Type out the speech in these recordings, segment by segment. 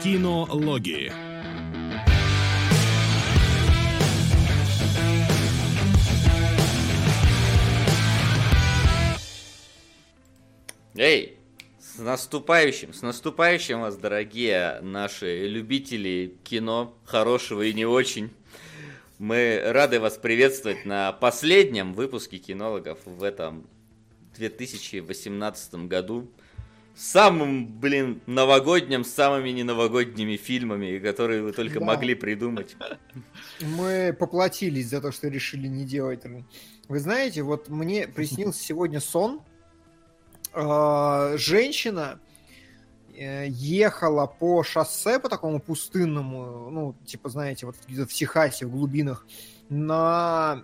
Кинологии. Эй, с наступающим вас, дорогие наши любители кино, хорошего и не очень. Мы рады вас приветствовать на последнем выпуске кинологов в этом 2018 году. Самым, новогодним, с самыми неновогодними фильмами, которые вы только могли придумать. Мы поплатились за то, что решили не делать. Вы знаете, вот мне приснился сегодня сон. Женщина ехала по шоссе, по такому пустынному, ну, типа, знаете, вот где-то в Техасе, в глубинах, на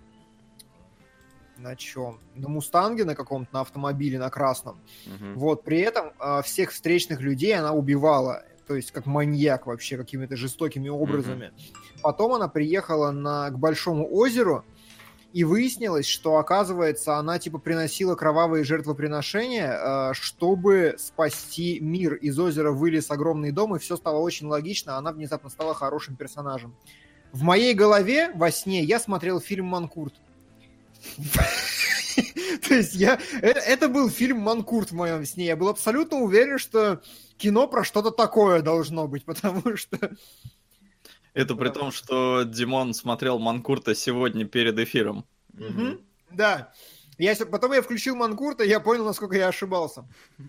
чем? На Мустанге на каком-то, на автомобиле, на красном. Вот, при этом всех встречных людей она убивала, то есть как маньяк вообще, какими-то жестокими образами. Потом она приехала к большому озеру, и выяснилось, что, оказывается, она типа приносила кровавые жертвоприношения, чтобы спасти мир. Из озера вылез огромный дом, и все стало очень логично, она внезапно стала хорошим персонажем. В моей голове во сне я смотрел фильм «Манкурт». То есть это был фильм «Манкурт» в моем сне. Я был абсолютно уверен, что кино про что-то такое должно быть, потому что... Это при том, что Димон смотрел «Манкурта» сегодня перед эфиром. Да. Потом я включил «Манкурта», и я понял, насколько я ошибался.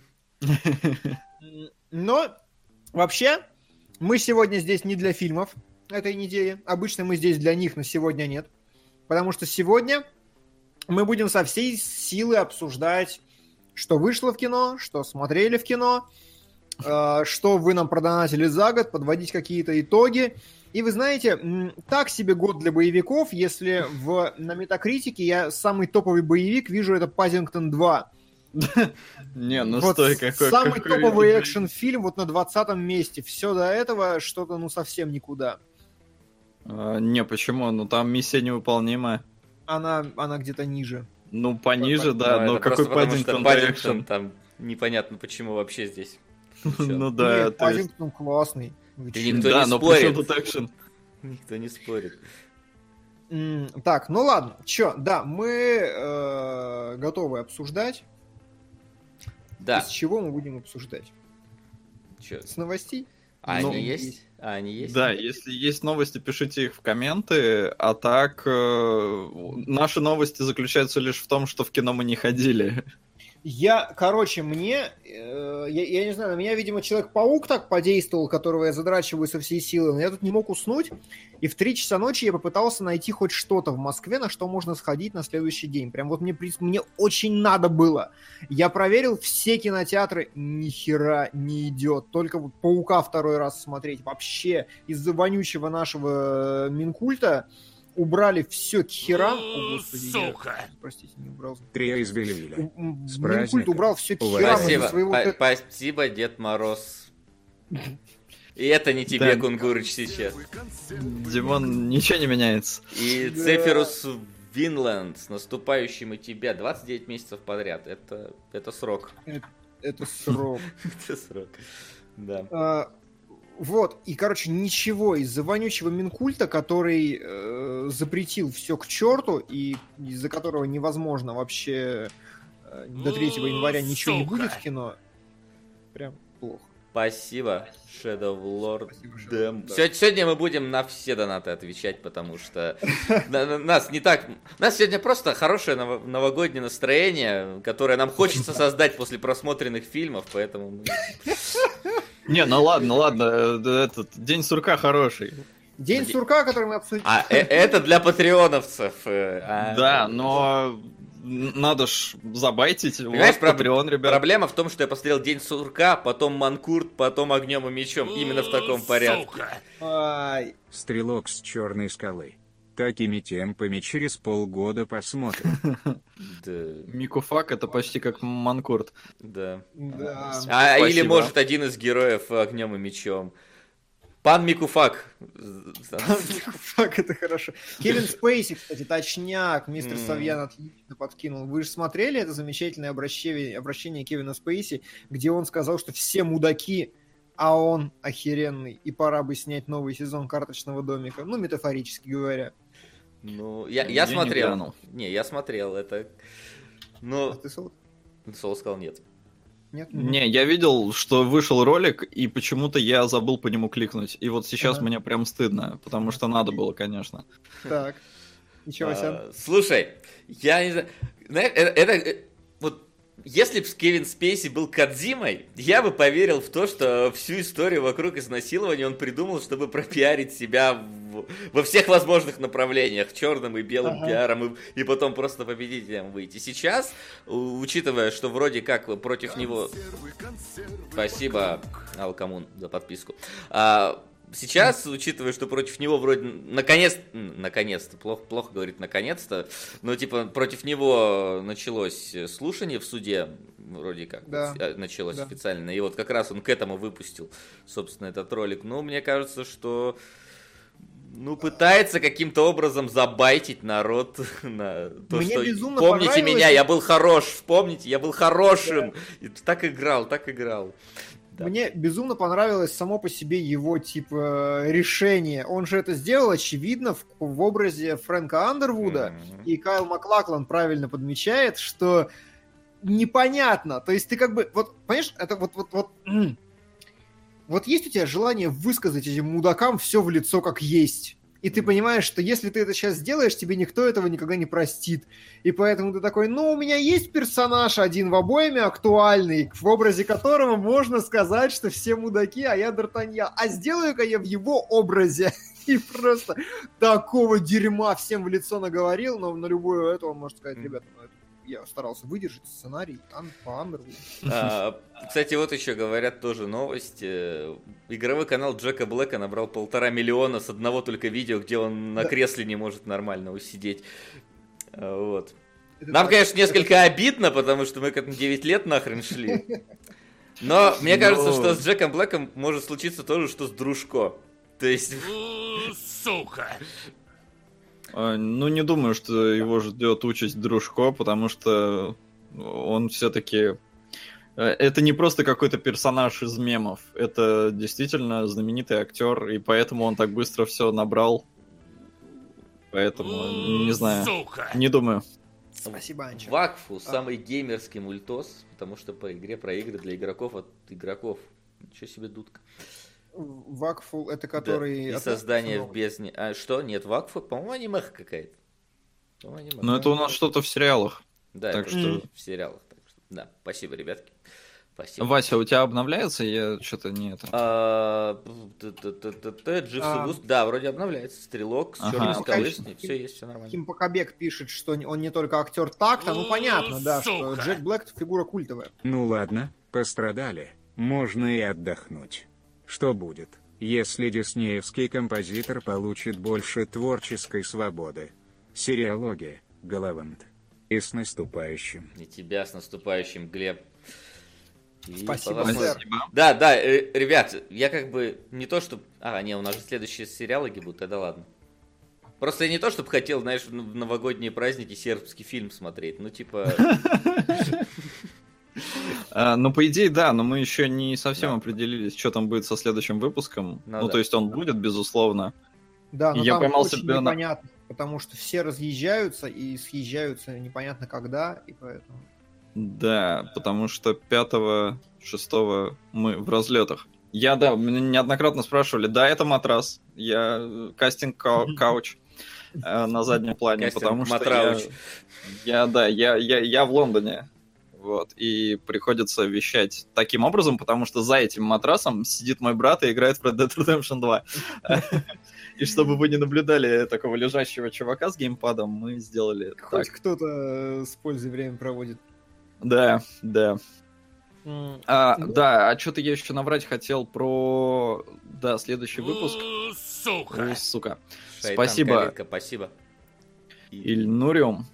Но вообще мы сегодня здесь не для фильмов этой недели. Обычно мы здесь для них, но сегодня нет. Потому что сегодня мы будем со всей силы обсуждать, что вышло в кино, что смотрели в кино, что вы нам продонатили за год, подводить какие-то итоги. И вы знаете, так себе год для боевиков, если на Метакритике я самый топовый боевик вижу, это «Пазингтон 2». Не, ну вот стой, какой... Самый топовый экшн-фильм вот на 20-м месте. Все до этого что-то совсем никуда. Не, почему? Ну там миссия невыполнимая. Она где-то ниже. Ну, пониже, да, но какой Пазингтон? Пазингтон там непонятно почему вообще здесь. Ну да. Пазингтон классный. Никто не спорит. Тут экшен? Никто не спорит. Так, ну ладно. Да, мы готовы обсуждать. Да. С чего мы будем обсуждать? С новостей? Они есть? Они есть? Да, если есть новости, пишите их в комменты, а так наши новости заключаются лишь в том, что в кино мы не ходили. Я не знаю, на меня, видимо, Человек-паук так подействовал, которого я задрачиваю со всей силы, но я тут не мог уснуть, и в 3 часа ночи я попытался найти хоть что-то в Москве, на что можно сходить на следующий день. Прям вот мне очень надо было. Я проверил все кинотеатры, ни хера не идет. Только вот «Паука» второй раз смотреть. Вообще из-за вонючего нашего Минкульта убрали все к херам. О, господи, сука! Простите, не убрал. Трия из Белевиля. Минкульт убрал все к херам. Спасибо, Дед Мороз. И это не тебе, да. Кунгурыч, сейчас. Димон, ничего не меняется. И Цефирус Винланд, с наступающим и тебя. 29 месяцев подряд. Это срок. Это срок. Это срок. Да. Вот, и, короче, ничего из-за вонючего Минкульта, который запретил все к черту, и из-за которого невозможно вообще до 3 января ничего не будет в кино, прям плохо. Спасибо, Shadow Lord. Сегодня мы будем на все донаты отвечать, потому что нас сегодня просто хорошее новогоднее настроение, которое нам хочется создать после просмотренных фильмов, поэтому... Не, ну ладно, этот День сурка хороший. День сурка, который мы обсудили. Это для патреоновцев. Да, но надо ж забайтить. Понимаешь, Patreon, ребят. Проблема в том, что я посмотрел День сурка, потом Манкурт, потом Огнем и мечом. Именно в таком порядке. Стрелок с Черной скалы. Такими темпами через полгода посмотрим. Микуфак это почти как Манкурт. Да. Или может один из героев Огнем и мечом. Пан Микуфак. Пан Микуфак, это хорошо. Кевин Спейси, кстати, точняк. Мистер Савьян отлично подкинул. Вы же смотрели это замечательное обращение Кевина Спейси, где он сказал, что все мудаки а он охеренный, и пора бы снять новый сезон «Карточного домика», ну, метафорически говоря. Ну, я смотрел. Не, я смотрел, это... Ну, А ты Соло? Соло сказал нет. Нет? Не, я видел, что вышел ролик, и почему-то я забыл по нему кликнуть. И вот сейчас мне прям стыдно, потому что надо было, конечно. Так. Ничего себе. Слушай, я не знаю... Это вот... Если бы Кевин Спейси был Кодзимой, я бы поверил в то, что всю историю вокруг изнасилования он придумал, чтобы пропиарить себя во всех возможных направлениях, черным и белым пиаром, и потом просто победителем выйти. Сейчас, учитывая, что вроде как против него... Спасибо, Алкамун, за подписку. Сейчас, учитывая, что против него вроде наконец-то, плохо говорит наконец-то, но типа против него началось слушание в суде, вроде как, началось официально, и вот как раз он к этому выпустил, собственно, этот ролик. Ну, мне кажется, что пытается каким-то образом забайтить народ на то, мне что помните меня, я был хорош, вспомните, я был хорошим, и так играл. Да. Мне безумно понравилось само по себе его, типа, решение. Он же это сделал, очевидно, в образе Фрэнка Андервуда. И Кайл Маклаклан правильно подмечает, что непонятно. То есть ты как бы... Вот, понимаешь, это вот есть у тебя желание высказать этим мудакам все в лицо как есть. И ты понимаешь, что если ты это сейчас сделаешь, тебе никто этого никогда не простит. И поэтому ты такой, у меня есть персонаж один в обойме актуальный, в образе которого можно сказать, что все мудаки, а я Д'Артаньян. А сделаю-ка я в его образе. И просто такого дерьма всем в лицо наговорил, но на любую эту он может сказать, ребята, я старался выдержать сценарий по Андервуду. Кстати, вот еще говорят тоже новость. Игровой канал Джека Блэка набрал 1,5 миллиона с одного только видео, где он на кресле не может нормально усидеть. Вот. Нам, конечно, несколько обидно, потому что мы к этому 9 лет нахрен шли. Но мне кажется, что с Джеком Блэком может случиться то же, что с Дружко. То есть... Сука! Не думаю, что его ждет участь Дружко, потому что он все-таки... Это не просто какой-то персонаж из мемов, это действительно знаменитый актер, и поэтому он так быстро все набрал. Поэтому, не знаю, не думаю. Спасибо, Анча. Вакфу самый геймерский мультос, потому что по игре про игры для игроков от игроков. Ничего себе, дудка. Вакфу, это который... Да, и создание в бездне. А что? Нет, Вакфу, по-моему, анимеха какая-то. Но это у нас что-то в сериалах. Да, так это что... в сериалах. Так что... Да, спасибо, ребятки. Спасибо. Вася, у тебя обновляется? Я что-то не это... Дживс да, вроде обновляется. Стрелок с черной скалы. Все есть, все нормально. Ким Покабек пишет, что он не только актер такта, понятно, да, что Джек Блэк фигура культовая. Ну ладно, пострадали. Можно и отдохнуть. Что будет, если диснеевский композитор получит больше творческой свободы? Сериология, Галавант. И с наступающим. И тебя с наступающим, Глеб. Спасибо, сэр. Да, ребят, я как бы не то, что... у нас же следующие сериалоги будут, тогда ладно. Просто я не то, чтобы хотел, знаешь, в новогодние праздники сербский фильм смотреть, по идее, да, но мы еще не совсем определились, что там будет со следующим выпуском. То есть он будет, безусловно. Да, но я там поймал очень себя непонятно, потому что все разъезжаются и съезжаются непонятно когда, и поэтому... Да, потому что 5-6 мы в разлетах. Меня неоднократно спрашивали, да, это матрас, я кастинг-кауч на заднем плане, потому что я в Лондоне. Вот, и приходится вещать таким образом, потому что за этим матрасом сидит мой брат и играет в Red Dead Redemption 2. И чтобы вы не наблюдали такого лежащего чувака с геймпадом, мы сделали так. Хоть кто-то с пользой время проводит. Да. Да, что-то я еще наврать хотел про... Да, следующий выпуск. Сука. Спасибо. Спасибо. Ильнуриум.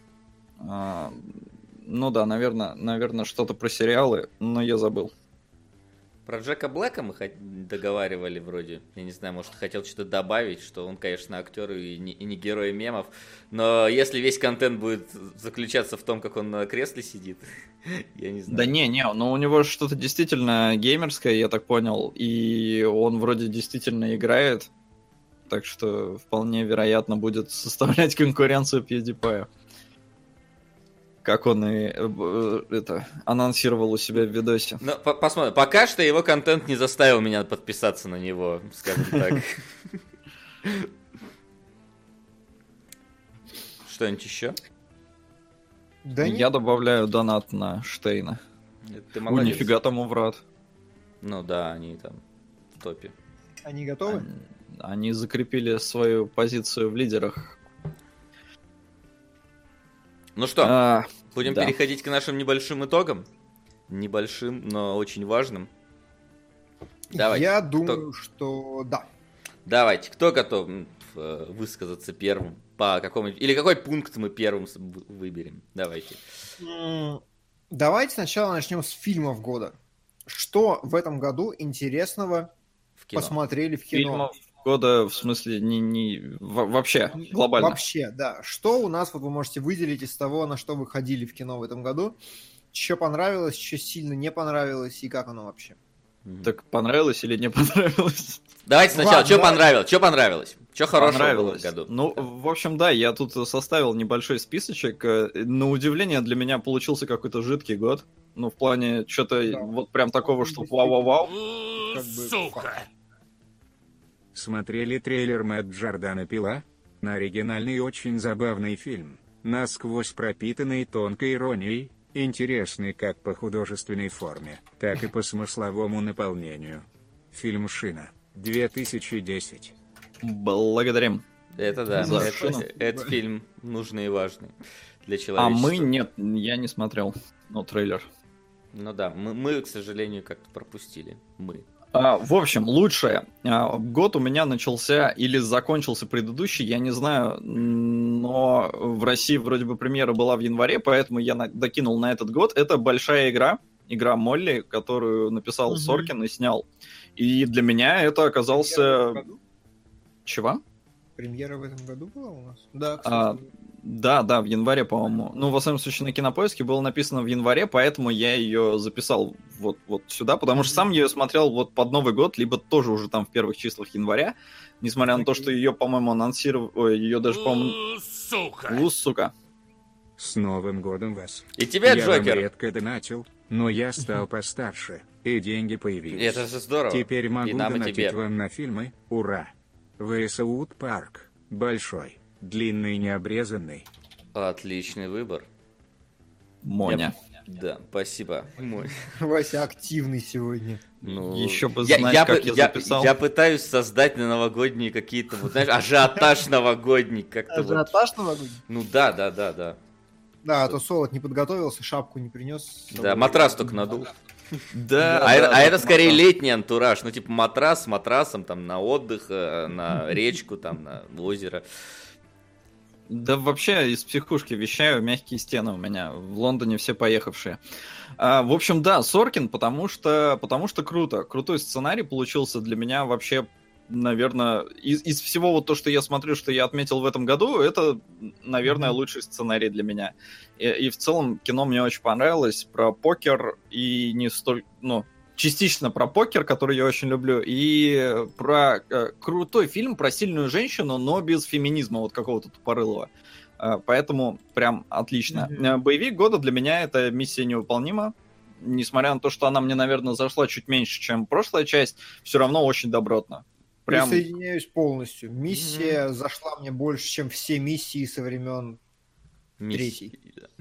Наверное, что-то про сериалы, но я забыл. Про Джека Блэка мы договаривали вроде. Я не знаю, может, хотел что-то добавить, что он, конечно, актер и не герой мемов. Но если весь контент будет заключаться в том, как он на кресле сидит, я не знаю. Да не, но у него что-то действительно геймерское, я так понял. И он вроде действительно играет. Так что вполне вероятно будет составлять конкуренцию PewDiePie. Как он и анонсировал у себя в видосе. Ну, посмотрим. Пока что его контент не заставил меня подписаться на него, скажем так. Что-нибудь еще? Да Я добавляю донат на Штейна. Ты молодец. Нифига там уврат. Ну да, они там в топе. Они готовы? Они закрепили свою позицию в лидерах. Ну что, будем да. переходить к нашим небольшим итогам. Небольшим, но очень важным. Давайте. Я думаю, что да. Давайте, кто готов высказаться первым? По какому-нибудь... Или какой пункт мы первым выберем? Давайте. Давайте сначала начнем с фильмов года. Что в этом году интересного посмотрели в кино? Фильмов года, в смысле, вообще, глобально. Вообще, да. Что у нас, вот вы можете выделить из того, на что вы ходили в кино в этом году? Что понравилось, что сильно не понравилось, и как оно вообще? Так понравилось или не понравилось? Давайте сначала, что понравилось? Что понравилось? Что хорошего было в году? Ну, в общем, да, я тут составил небольшой списочек. На удивление для меня получился какой-то жидкий год. Ну, в плане, что-то вот прям такого, что вау-вау-вау. Сука! Смотрели трейлер Мэтт Джордана «Пила»? На оригинальный и очень забавный фильм, насквозь пропитанный тонкой иронией, интересный как по художественной форме, так и по смысловому наполнению. Фильм «Шина», 2010. Благодарим. Это да, это фильм нужный и важный для человечества. А мы нет, я не смотрел, трейлер. Ну да, мы, к сожалению, как-то пропустили. В общем, лучшее. Год у меня начался или закончился предыдущий, я не знаю, но в России вроде бы премьера была в январе, поэтому я докинул на этот год. Это большая игра Молли, которую написал Соркин и снял. И для меня это оказался... Чего? Премьера в этом году была у нас? Да, кстати. Да, в январе, по-моему. Ну, во всяком случае, на Кинопоиске было написано в январе, поэтому я ее записал вот сюда, потому что сам я ее смотрел вот под Новый год, либо тоже уже там в первых числах января, несмотря на то, что ее, по-моему, анонсировали... Ой, ее даже, по-моему... Сука. С Новым годом вас. И тебя, я Джокер. Я редко донатил, но я стал постарше, и деньги появились. Это же здорово. Теперь могу и нам, донатить и тебе. вам на фильмы. Ура! Вейсвуд Парк. Большой. Длинный, необрезанный. Отличный выбор. Моня. Да, спасибо. Вася активный сегодня. Ну, еще бы знать, как я записал. Я пытаюсь создать на новогодние какие-то, вот, знаешь, ажиотаж новогодний. Ажиотаж новогодний? Ну да. Да, а то Солод не подготовился, шапку не принес. Да, матрас только надул. Да. А это скорее летний антураж. Ну, типа матрас с матрасом там на отдых, на речку, там на озеро. Да вообще из психушки вещаю, мягкие стены у меня. В Лондоне все поехавшие. В общем, да, Соркин, потому что круто. Крутой сценарий получился для меня вообще, наверное, из всего вот то, что я смотрю, что я отметил в этом году, это, наверное, лучший сценарий для меня. И в целом кино мне очень понравилось. Про покер и не столь... частично про покер, который я очень люблю, и про крутой фильм про сильную женщину, но без феминизма вот какого-то тупорылого. Поэтому прям отлично. Боевик года для меня это «Миссия невыполнима». Несмотря на то, что она мне, наверное, зашла чуть меньше, чем прошлая часть, все равно очень добротно. Прям... Присоединяюсь полностью. Миссия зашла мне больше, чем все миссии со времен третьей.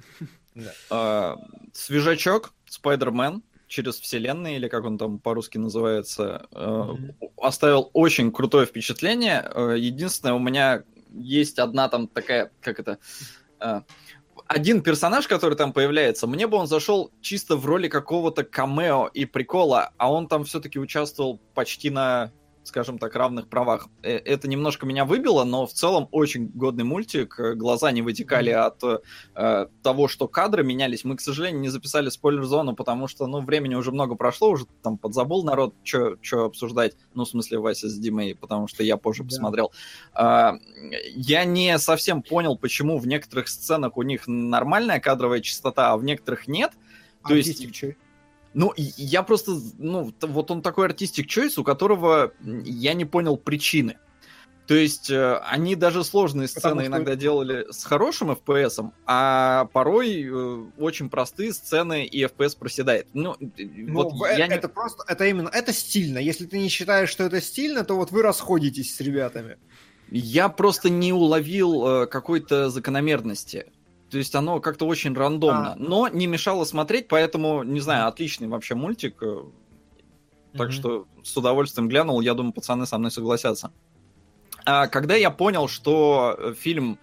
Да. Свежачок, Спайдермен через вселенные, или как он там по-русски называется, оставил очень крутое впечатление. Единственное, у меня есть одна там такая, один персонаж, который там появляется, мне бы он зашел чисто в роли какого-то камео и прикола, а он там все-таки участвовал почти на скажем так, равных правах. Это немножко меня выбило, но в целом очень годный мультик. Глаза не вытекали от того, что кадры менялись. Мы, к сожалению, не записали спойлер-зону, потому что, времени уже много прошло, уже там подзабыл народ, что обсуждать. В смысле, Вася с Димой, потому что я позже посмотрел. Я не совсем понял, почему в некоторых сценах у них нормальная кадровая частота, а в некоторых нет. То есть... я просто, вот он такой артистик чойс, у которого я не понял причины. То есть они даже сложные сцены иногда делали с хорошим FPS, а порой очень простые сцены и FPS проседает. Это стильно. Если ты не считаешь, что это стильно, то вот вы расходитесь с ребятами. Я просто не уловил какой-то закономерности. То есть оно как-то очень рандомно, но не мешало смотреть, поэтому, не знаю, отличный вообще мультик. Так что с удовольствием глянул, я думаю, пацаны со мной согласятся. А когда я понял, что фильм,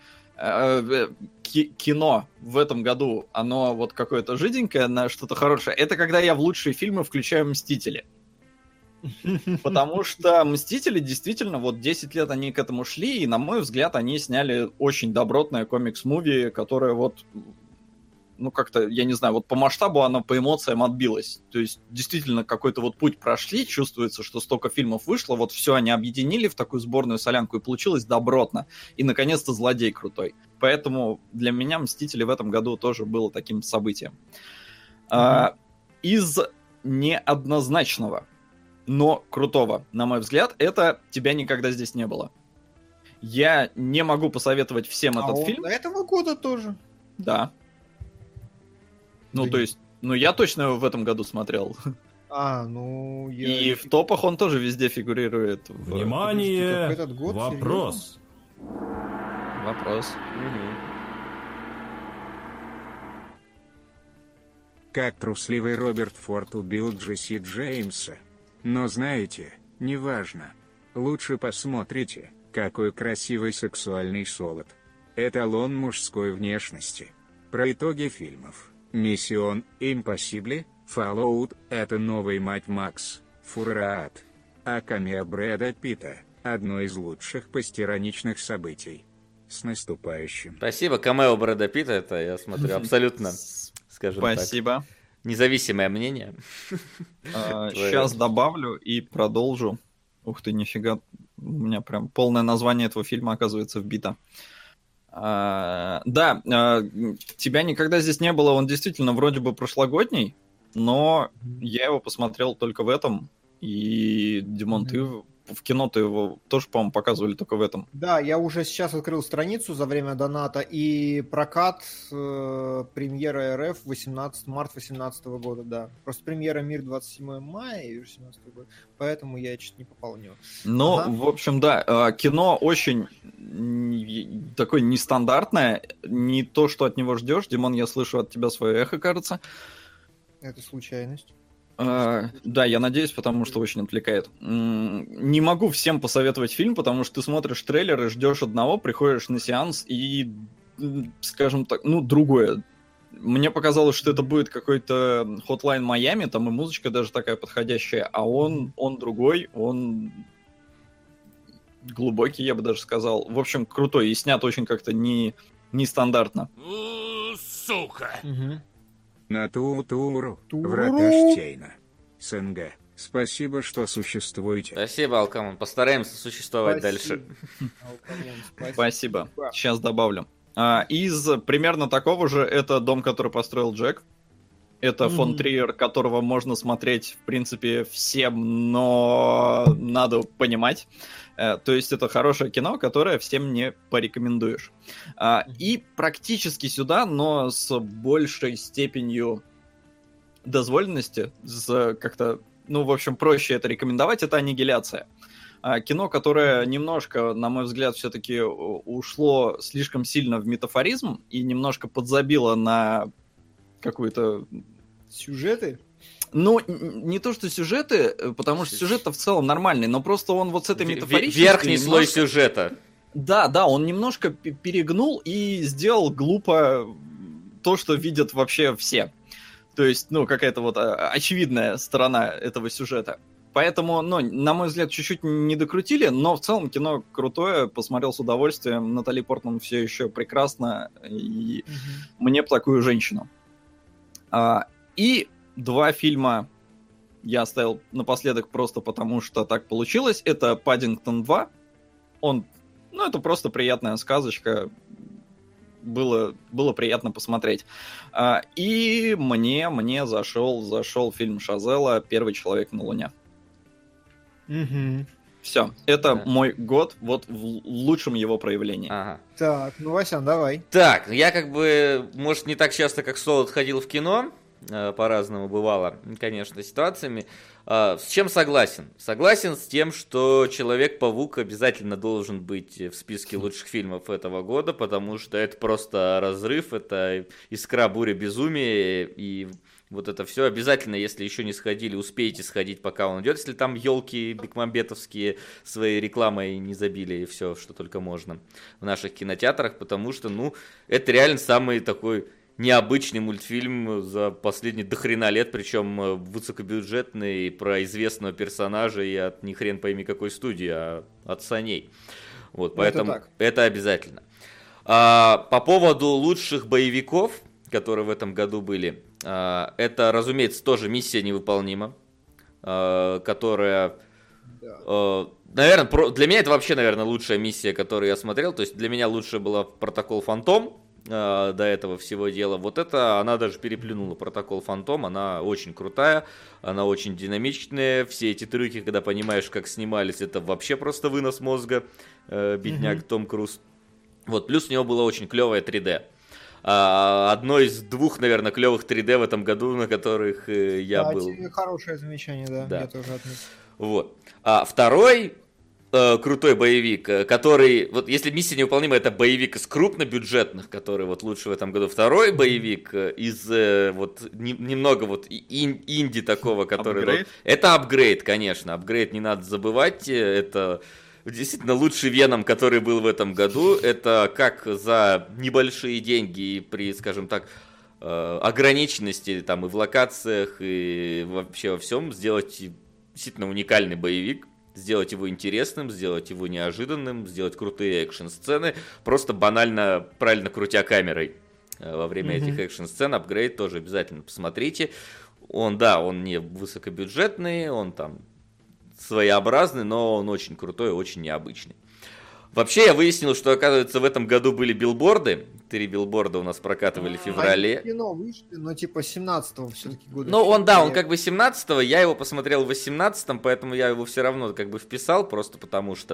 кино в этом году, оно вот какое-то жиденькое на что-то хорошее, это когда я в лучшие фильмы включаю «Мстители». Потому что «Мстители» действительно, вот 10 лет они к этому шли, и, на мой взгляд, они сняли очень добротное комикс-муви, которое вот, как-то, я не знаю, вот по масштабу оно по эмоциям отбилось. То есть, действительно, какой-то вот путь прошли, чувствуется, что столько фильмов вышло, вот все они объединили в такую сборную солянку, и получилось добротно. И, наконец-то, злодей крутой. Поэтому для меня «Мстители» в этом году тоже было таким событием. Из неоднозначного, но крутого, на мой взгляд, это «Тебя никогда здесь не было». Я не могу посоветовать всем этот фильм. До этого года тоже. Да. То есть, я точно его в этом году смотрел. И в топах он тоже везде фигурирует. Внимание! Вопрос. Вопрос. Как трусливый Роберт Форд убил Джесси Джеймса. Но знаете, неважно. Лучше посмотрите, какой красивый сексуальный солод. Эталон мужской внешности. Про итоги фильмов. Mission Impossible, Fallout — это новый Мad Макс, Фурраат. А камео Брэда Питта — одно из лучших постироничных событий. С наступающим. Спасибо, камео Брэда Питта, это, я смотрю, абсолютно, скажем так. Спасибо. Независимое мнение. Сейчас добавлю и продолжу. Ух ты, нифига. У меня прям полное название этого фильма оказывается вбито. «Тебя никогда здесь не было». Он действительно вроде бы прошлогодний, но я его посмотрел только в этом. И, Димон, ты в кино-то его тоже, по-моему, показывали только в этом. Да, я уже сейчас открыл страницу за время доната, и прокат премьера РФ март 18 года, да. Просто премьера «Мир» 27 мая и 18 год, поэтому я чуть не попал в него. В общем, да, кино очень такое нестандартное, не то, что от него ждешь. Димон, я слышу от тебя свое эхо, кажется. Это случайность. Да, я надеюсь, потому что очень отвлекает. Не могу всем посоветовать фильм, потому что ты смотришь трейлер и ждешь одного, приходишь на сеанс и, скажем так, другое. Мне показалось, что это будет какой-то Hotline Miami, там и музычка даже такая подходящая, а он другой, он глубокий, я бы даже сказал. В общем, крутой и снят очень как-то нестандартно. Сука! На Туру, врата Штейна. СНГ. Спасибо, что существуете. Спасибо, Алкамон. Постараемся существовать дальше. Спасибо. Сейчас добавлю. Из примерно такого же это «Дом, который построил Джек». Это фон Триер, которого можно смотреть, в принципе, всем, но надо понимать. То есть это хорошее кино, которое всем не порекомендуешь. И практически сюда, но с большей степенью дозволенности, как-то, в общем, проще это рекомендовать, это «Аннигиляция». Кино, которое немножко, на мой взгляд, все-таки ушло слишком сильно в метафоризм и немножко подзабило на какую-то... Сюжеты? Не то, что сюжеты, потому что сюжет-то в целом нормальный, но просто он вот с этой метафоричностью... Верхний слой сюжета. Да, он немножко перегнул и сделал глупо то, что видят вообще все. То есть, какая-то вот очевидная сторона этого сюжета. Поэтому, ну, на мой взгляд, чуть-чуть не докрутили, но в целом кино крутое, посмотрел с удовольствием. Натали Портман все еще прекрасна, и мне б такую женщину. И 2 фильма я оставил напоследок просто потому, что так получилось. Это «Паддингтон 2». Это просто приятная сказочка. Было приятно посмотреть. И мне зашел фильм Шазела «Первый человек на Луне». Все, это мой год вот в лучшем его проявлении. Ага. Так, ну, Васян, давай. Так, я может, не так часто, как Солод, ходил в кино. По-разному бывало, конечно, ситуациями. С чем согласен? Согласен с тем, что «Человек-паук» обязательно должен быть в списке лучших фильмов этого года, потому что это просто разрыв, это искра, буря, безумие, и вот это все обязательно, если еще не сходили, успейте сходить, пока он идет, если там елки бекмамбетовские своей рекламой не забили и все, что только можно в наших кинотеатрах, потому что, это реально самый такой необычный мультфильм за последние дохрена лет, причем высокобюджетный, про известного персонажа и от ни хрен пойми какой студии, а от саней. Вот, поэтому это обязательно. По поводу лучших боевиков, которые в этом году были, это, разумеется, тоже «Миссия невыполнима», которая... Наверное, для меня это вообще, наверное, лучшая миссия, которую я смотрел. То есть для меня лучшая была «Протокол Фантом». До этого всего дела. Вот это, она даже переплюнула «Протокол Фантом», она очень крутая, она очень динамичная, все эти трюки, когда понимаешь, как снимались, это вообще просто вынос мозга, бедняк Том Круз. Вот, плюс у него было очень клевое 3D. Одно из 2, наверное, клевых 3D в этом году, на которых я был. Хорошее замечание, да. Я тоже отметил. Вот. Второй крутой боевик, который, вот если «Миссия невыполнима» это боевик из крупнобюджетных, который вот лучше в этом году. Второй боевик из вот немного вот инди такого, который... Это «Апгрейд», конечно. «Апгрейд» не надо забывать. Это действительно лучший «Веном», который был в этом году. Это как за небольшие деньги и при, скажем так, ограниченности там и в локациях, и вообще во всем сделать действительно уникальный боевик. Сделать его интересным, сделать его неожиданным, сделать крутые экшн-сцены, просто банально, правильно крутя камерой во время этих экшн-сцен. «Апгрейд» тоже обязательно посмотрите. Он не высокобюджетный, он там своеобразный, но он очень крутой, очень необычный. Вообще, я выяснил, что, оказывается, в этом году были билборды. 3 билборда у нас прокатывали в феврале. Они в кино вышли, но типа 17-го все-таки года. Он как бы 17-го, я его посмотрел в 18-м, поэтому я его все равно как бы вписал, просто потому что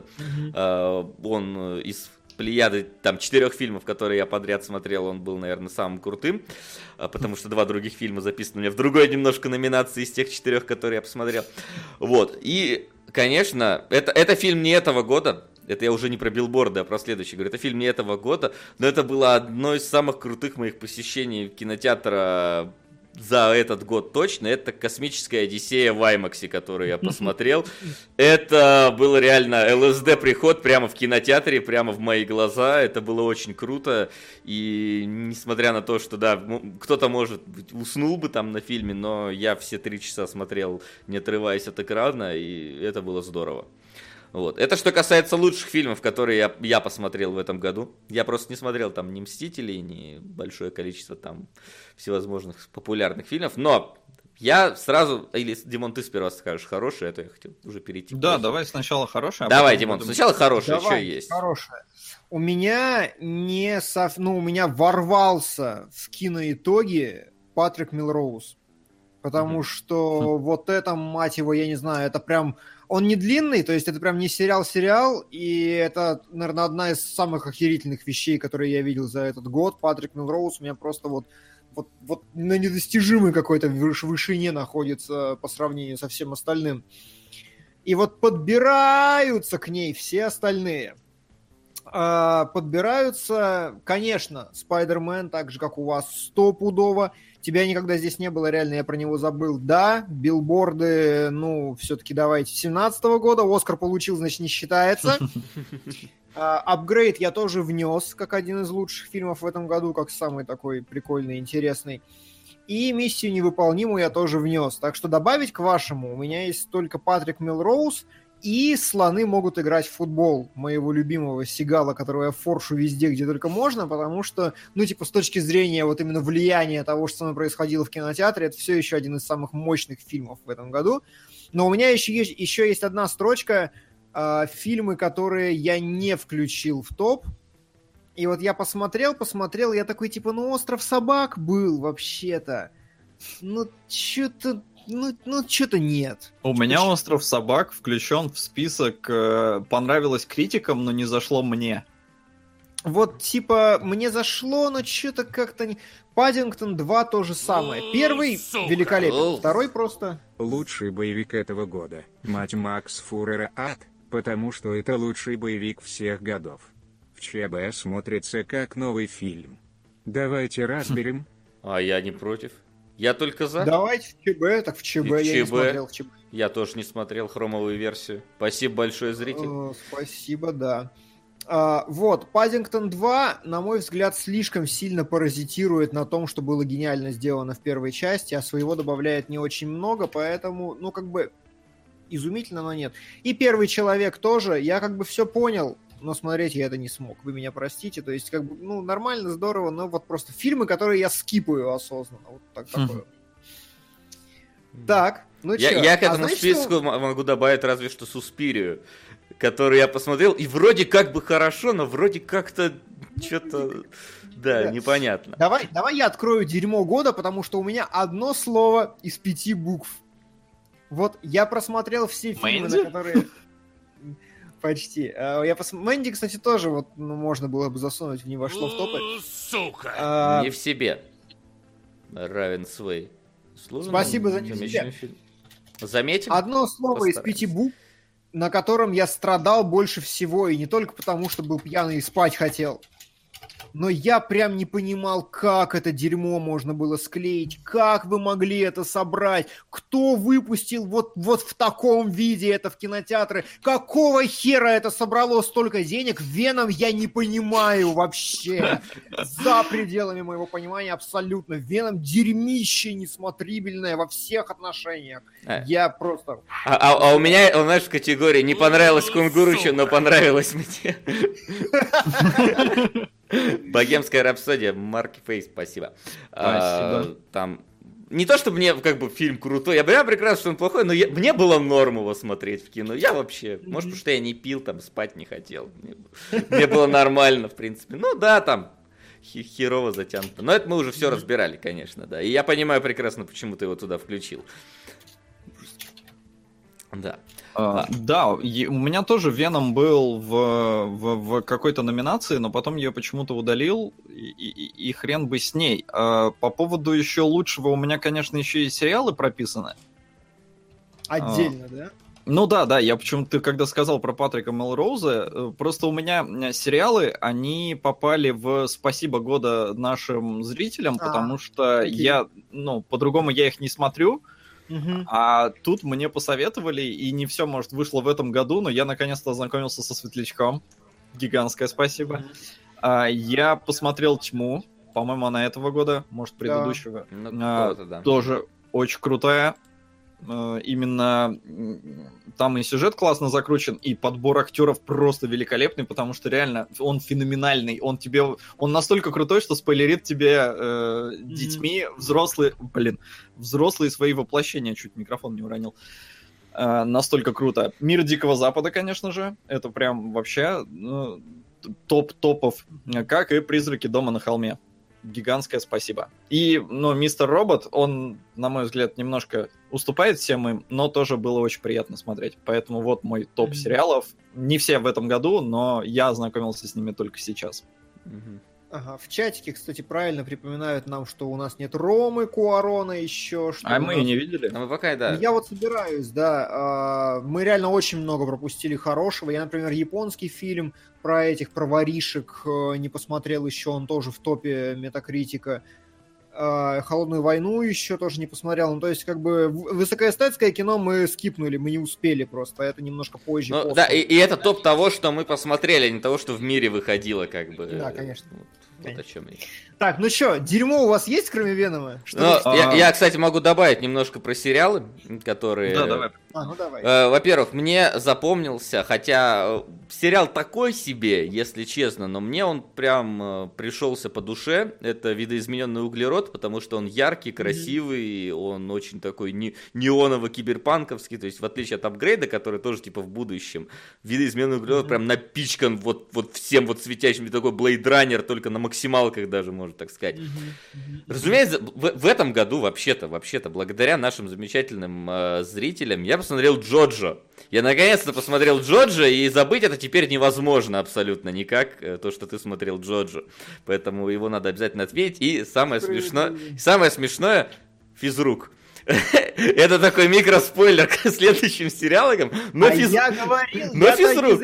он из плеяды там 4 фильмов, которые я подряд смотрел, он был, наверное, самым крутым, потому что 2 других фильма записаны у меня в другой немножко номинации из тех 4, которые я посмотрел. Вот, и, конечно, это фильм не этого года. Это я уже не про билборды, а про следующий. Говорю, это фильм не этого года, но это было одно из самых крутых моих посещений кинотеатра за этот год точно. Это «Космическая Одиссея» в IMAX, которую я посмотрел. Это был реально ЛСД-приход прямо в кинотеатре, прямо в мои глаза. Это было очень круто. И несмотря на то, что, да, кто-то, может быть, уснул бы там на фильме, но я все 3 часа смотрел, не отрываясь от экрана, и это было здорово. Вот. Это что касается лучших фильмов, которые я посмотрел в этом году. Я просто не смотрел там ни «Мстителей», ни большое количество там всевозможных популярных фильмов. Но я сразу... Или, Димон, ты сперва скажешь хорошее, а то я хотел уже перейти. Да, давай сначала хорошее. Давай, Димон, сначала хорошее, что есть. Хорошее. У меня у меня ворвался в киноитоги Патрик Мелроуз. Потому что вот это, мать его, я не знаю, это прям... Он не длинный, то есть это прям не сериал-сериал, и это, наверное, одна из самых охерительных вещей, которые я видел за этот год. Патрик Мелроуз у меня просто вот на недостижимой какой-то вышине находится по сравнению со всем остальным. И вот подбираются к ней все остальные. Подбираются, конечно, Спайдермен, так же, как у вас, стопудово. Тебя никогда здесь не было, реально, я про него забыл. Да, билборды, все-таки давайте, 17-го года. Оскар получил, значит, не считается. «Апгрейд» я тоже внес, как один из лучших фильмов в этом году, как самый такой прикольный, интересный. И «Миссию невыполнимую» я тоже внес. Так что добавить к вашему у меня есть только Патрик Мелроуз и «Слоны могут играть в футбол» моего любимого Сигала, которого я форшу везде, где только можно, потому что, ну, типа, с точки зрения вот именно влияния того, что со мной происходило в кинотеатре, это все еще один из самых мощных фильмов в этом году. Но у меня еще есть одна строчка, фильмы, которые я не включил в топ. И вот я посмотрел, я такой, типа, ну, «Остров собак» был вообще-то. Ну, что-то нет. У меня «Остров собак» включен в список «понравилось критикам, но не зашло мне». Вот, типа, мне зашло, но что-то как-то не... «Паддингтон 2» то же самое. Первый великолепен, второй просто... Лучший боевик этого года. Мать Макс Фурера «Ад», потому что это лучший боевик всех годов. В ЧБ смотрится как новый фильм. Давайте разберем. А я не против. Я только за. Давайте в ЧБ, так в ЧБ я не смотрел. В ЧБ. Я тоже не смотрел хромовую версию. Спасибо большое, зритель. Спасибо, да. Вот, «Паддингтон 2», на мой взгляд, слишком сильно паразитирует на том, что было гениально сделано в первой части, а своего добавляет не очень много, поэтому, ну, как бы, изумительно, но нет. И «Первый человек» тоже, я как бы все понял, но смотреть я это не смог, вы меня простите, то есть, как бы, ну, нормально, здорово, но вот просто фильмы, которые я скипаю осознанно, вот такое. Так, ну чё? Я к этому списку могу добавить разве что «Суспирию», который я посмотрел, и вроде как бы хорошо, но вроде как-то что-то, да, непонятно. Давай я открою дерьмо года, потому что у меня одно слово из 5 букв. Вот я просмотрел все фильмы, на которые... Почти. Мэнди, кстати, тоже вот, ну, можно было бы засунуть, не вошло в топы. Сука! Не в себе. Равенсвей. Спасибо за не в себе. Заметим? Одно слово из 5 букв, на котором я страдал больше всего, и не только потому, что был пьяный и спать хотел. Но я прям не понимал, как это дерьмо можно было склеить, как вы могли это собрать, кто выпустил вот в таком виде это в кинотеатры, какого хера это собрало столько денег, Веном я не понимаю вообще, за пределами моего понимания абсолютно, Веном дерьмище несмотрибельное во всех отношениях, я просто... А у меня, знаешь, в категории не понравилось Кунгурычу, но понравилось мне. «Богемская рапсодия», Марки Фейс, спасибо. Там не то, чтобы мне как бы фильм крутой, я понимаю прекрасно, что он плохой, но мне было норм его смотреть в кино. Я вообще, может, потому что я не пил, там спать не хотел. Мне было нормально, в принципе. Ну да, там херово затянуто. Но это мы уже все разбирали, конечно, да. И я понимаю прекрасно, почему ты его туда включил. Да. Да, у меня тоже Веном был в какой-то номинации, но потом я почему-то удалил, и хрен бы с ней. По поводу еще лучшего, у меня, конечно, еще и сериалы прописаны. Отдельно, да? Ну да, я почему-то, когда сказал про Патрика Мелроуза, просто у меня сериалы, они попали в «Спасибо года» нашим зрителям, потому что я, ну, по-другому я их не смотрю. А тут мне посоветовали, и не все, может, вышло в этом году, но я наконец-то ознакомился со «Светлячком». Гигантское спасибо. Я посмотрел «Тьму», по-моему, она этого года, может, предыдущего. Да. Тоже очень крутая. Именно там и сюжет классно закручен, и подбор актеров просто великолепный, потому что реально он феноменальный. Он настолько крутой, что спойлерит тебе детьми взрослые свои воплощения. Чуть микрофон не уронил. Настолько круто. «Мир Дикого Запада», конечно же. Это прям вообще топ топов. Как и «Призраки дома на холме». Гигантское спасибо. И, «Мистер Робот», он, на мой взгляд, немножко уступает всем им, но тоже было очень приятно смотреть. Поэтому вот мой топ сериалов. Не все в этом году, но я ознакомился с ними только сейчас. Ага, в чатике, кстати, правильно припоминают нам, что у нас нет Ромы Куарона еще. Что мы и не видели. Мы пока, да. Я вот собираюсь, да. Мы реально очень много пропустили хорошего. Я, например, японский фильм про воришек не посмотрел еще, он тоже в топе Метакритика. «Холодную войну» еще тоже не посмотрел. Ну, то есть, как бы, высокоэстетское кино мы скипнули, мы не успели просто, это немножко позже. Да, и это топ того, что мы посмотрели, а не того, что в мире выходило, как бы. Да, конечно. Вот о чем я. Так, ну что, дерьмо у вас есть, кроме Венома? Я, кстати, могу добавить немножко про сериалы, которые... Да, давай. Ну давай. Во-первых, мне запомнился, хотя сериал такой себе, если честно, но мне он прям пришелся по душе. Это «Видоизмененный углерод», потому что он яркий, красивый, он очень такой неоново-киберпанковский, то есть в отличие от «Апгрейда», который тоже типа в будущем, «Видоизмененный углерод» прям напичкан вот всем вот светящим, такой Blade Runner, только на максималках даже, можно так сказать. Разумеется, в этом году вообще-то, благодаря нашим замечательным зрителям, я посмотрел «Джоджо». Я наконец-то посмотрел «Джоджо», и забыть это теперь невозможно абсолютно никак, то, что ты смотрел «Джоджо». Поэтому его надо обязательно ответить. И самое смешное — физрук. Это такой микроспойлер к следующим сериалам, но физрук.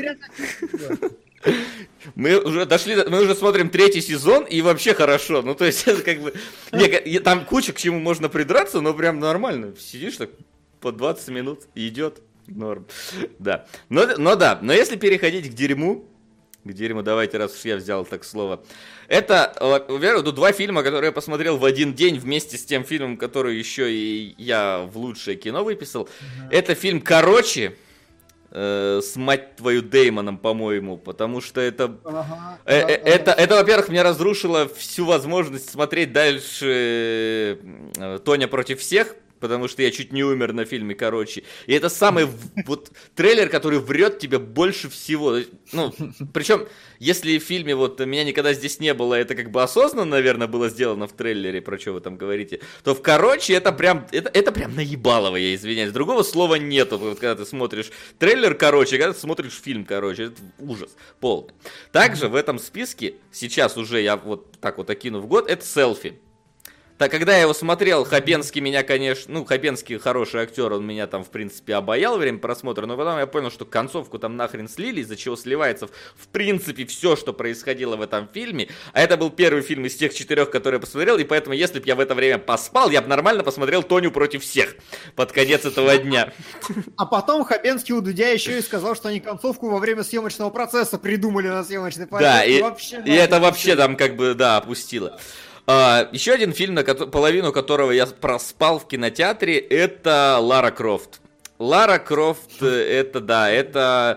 Мы уже смотрим 3-й сезон, и вообще хорошо. Ну, то есть, это как бы... там куча к чему можно придраться, но прям нормально. Сидишь так по 20 минут, и идет. Норм. Да. Но если переходить к дерьму, давайте, раз уж я взял так слово. Это, во-первых, 2 фильма, которые я посмотрел в один день вместе с тем фильмом, который еще и я в лучшее кино выписал. Это фильм «Короче», с, мать твою, Дэймоном, по-моему, потому что это, во-первых, мне разрушило всю возможность смотреть дальше «Тоня против всех», потому что я чуть не умер на фильме «Короче». И это самый вот трейлер, который врет тебе больше всего. Ну, причем, если в фильме вот «Меня никогда здесь не было», это как бы осознанно, наверное, было сделано в трейлере, про что вы там говорите, то в «Короче» это прям наебалово, я извиняюсь. Другого слова нету, вот, когда ты смотришь трейлер «Короче», когда ты смотришь фильм «Короче». Это ужас полный. Также в этом списке, сейчас уже я вот так вот окину в год, это «Селфи». Так, когда я его смотрел, Хабенский меня, конечно... Ну, Хабенский хороший актер, он меня там, в принципе, обаял во время просмотра, но потом я понял, что концовку там нахрен слили, из-за чего сливается, в принципе, все, что происходило в этом фильме. А это был первый фильм из тех 4, которые я посмотрел, и поэтому, если бы я в это время поспал, я бы нормально посмотрел «Тоню против всех» под конец этого дня. А потом Хабенский у Дудя еще и сказал, что они концовку во время съемочного процесса придумали на съемочной площадке. Да, и это вообще там как бы, да, опустило. Еще один фильм, половину которого я проспал в кинотеатре, это «Лара Крофт». «Лара Крофт», это...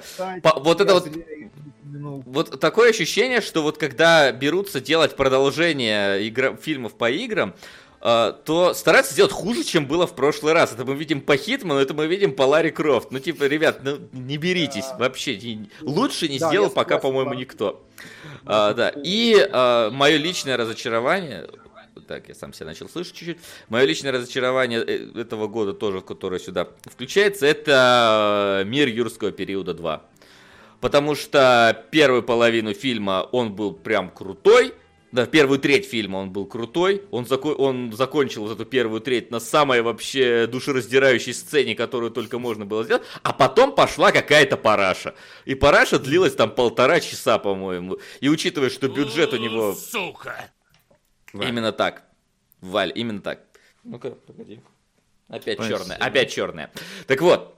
Вот такое ощущение, что вот когда берутся делать продолжение фильмов по играм, то стараются сделать хуже, чем было в прошлый раз. Это мы видим по Хитману, это мы видим по Ларе Крофт. Ну, типа, ребят, не беритесь вообще. Лучше не сделал пока, по-моему, никто. Да. И мое личное разочарование... Так, я сам себя начал слышать чуть-чуть. Мое личное разочарование этого года тоже, которое сюда включается, это «Мир юрского периода 2». Потому что первую половину фильма он был прям крутой. Да, первую треть фильма он был крутой. Он закончил эту первую треть на самой вообще душераздирающей сцене, которую только можно было сделать. А потом пошла какая-то параша. И параша длилась там 1,5 часа, по-моему. И учитывая, что бюджет у него... Сука! Валь. Именно так. Валь, именно так. Ну-ка, погоди. Опять черная. Так вот,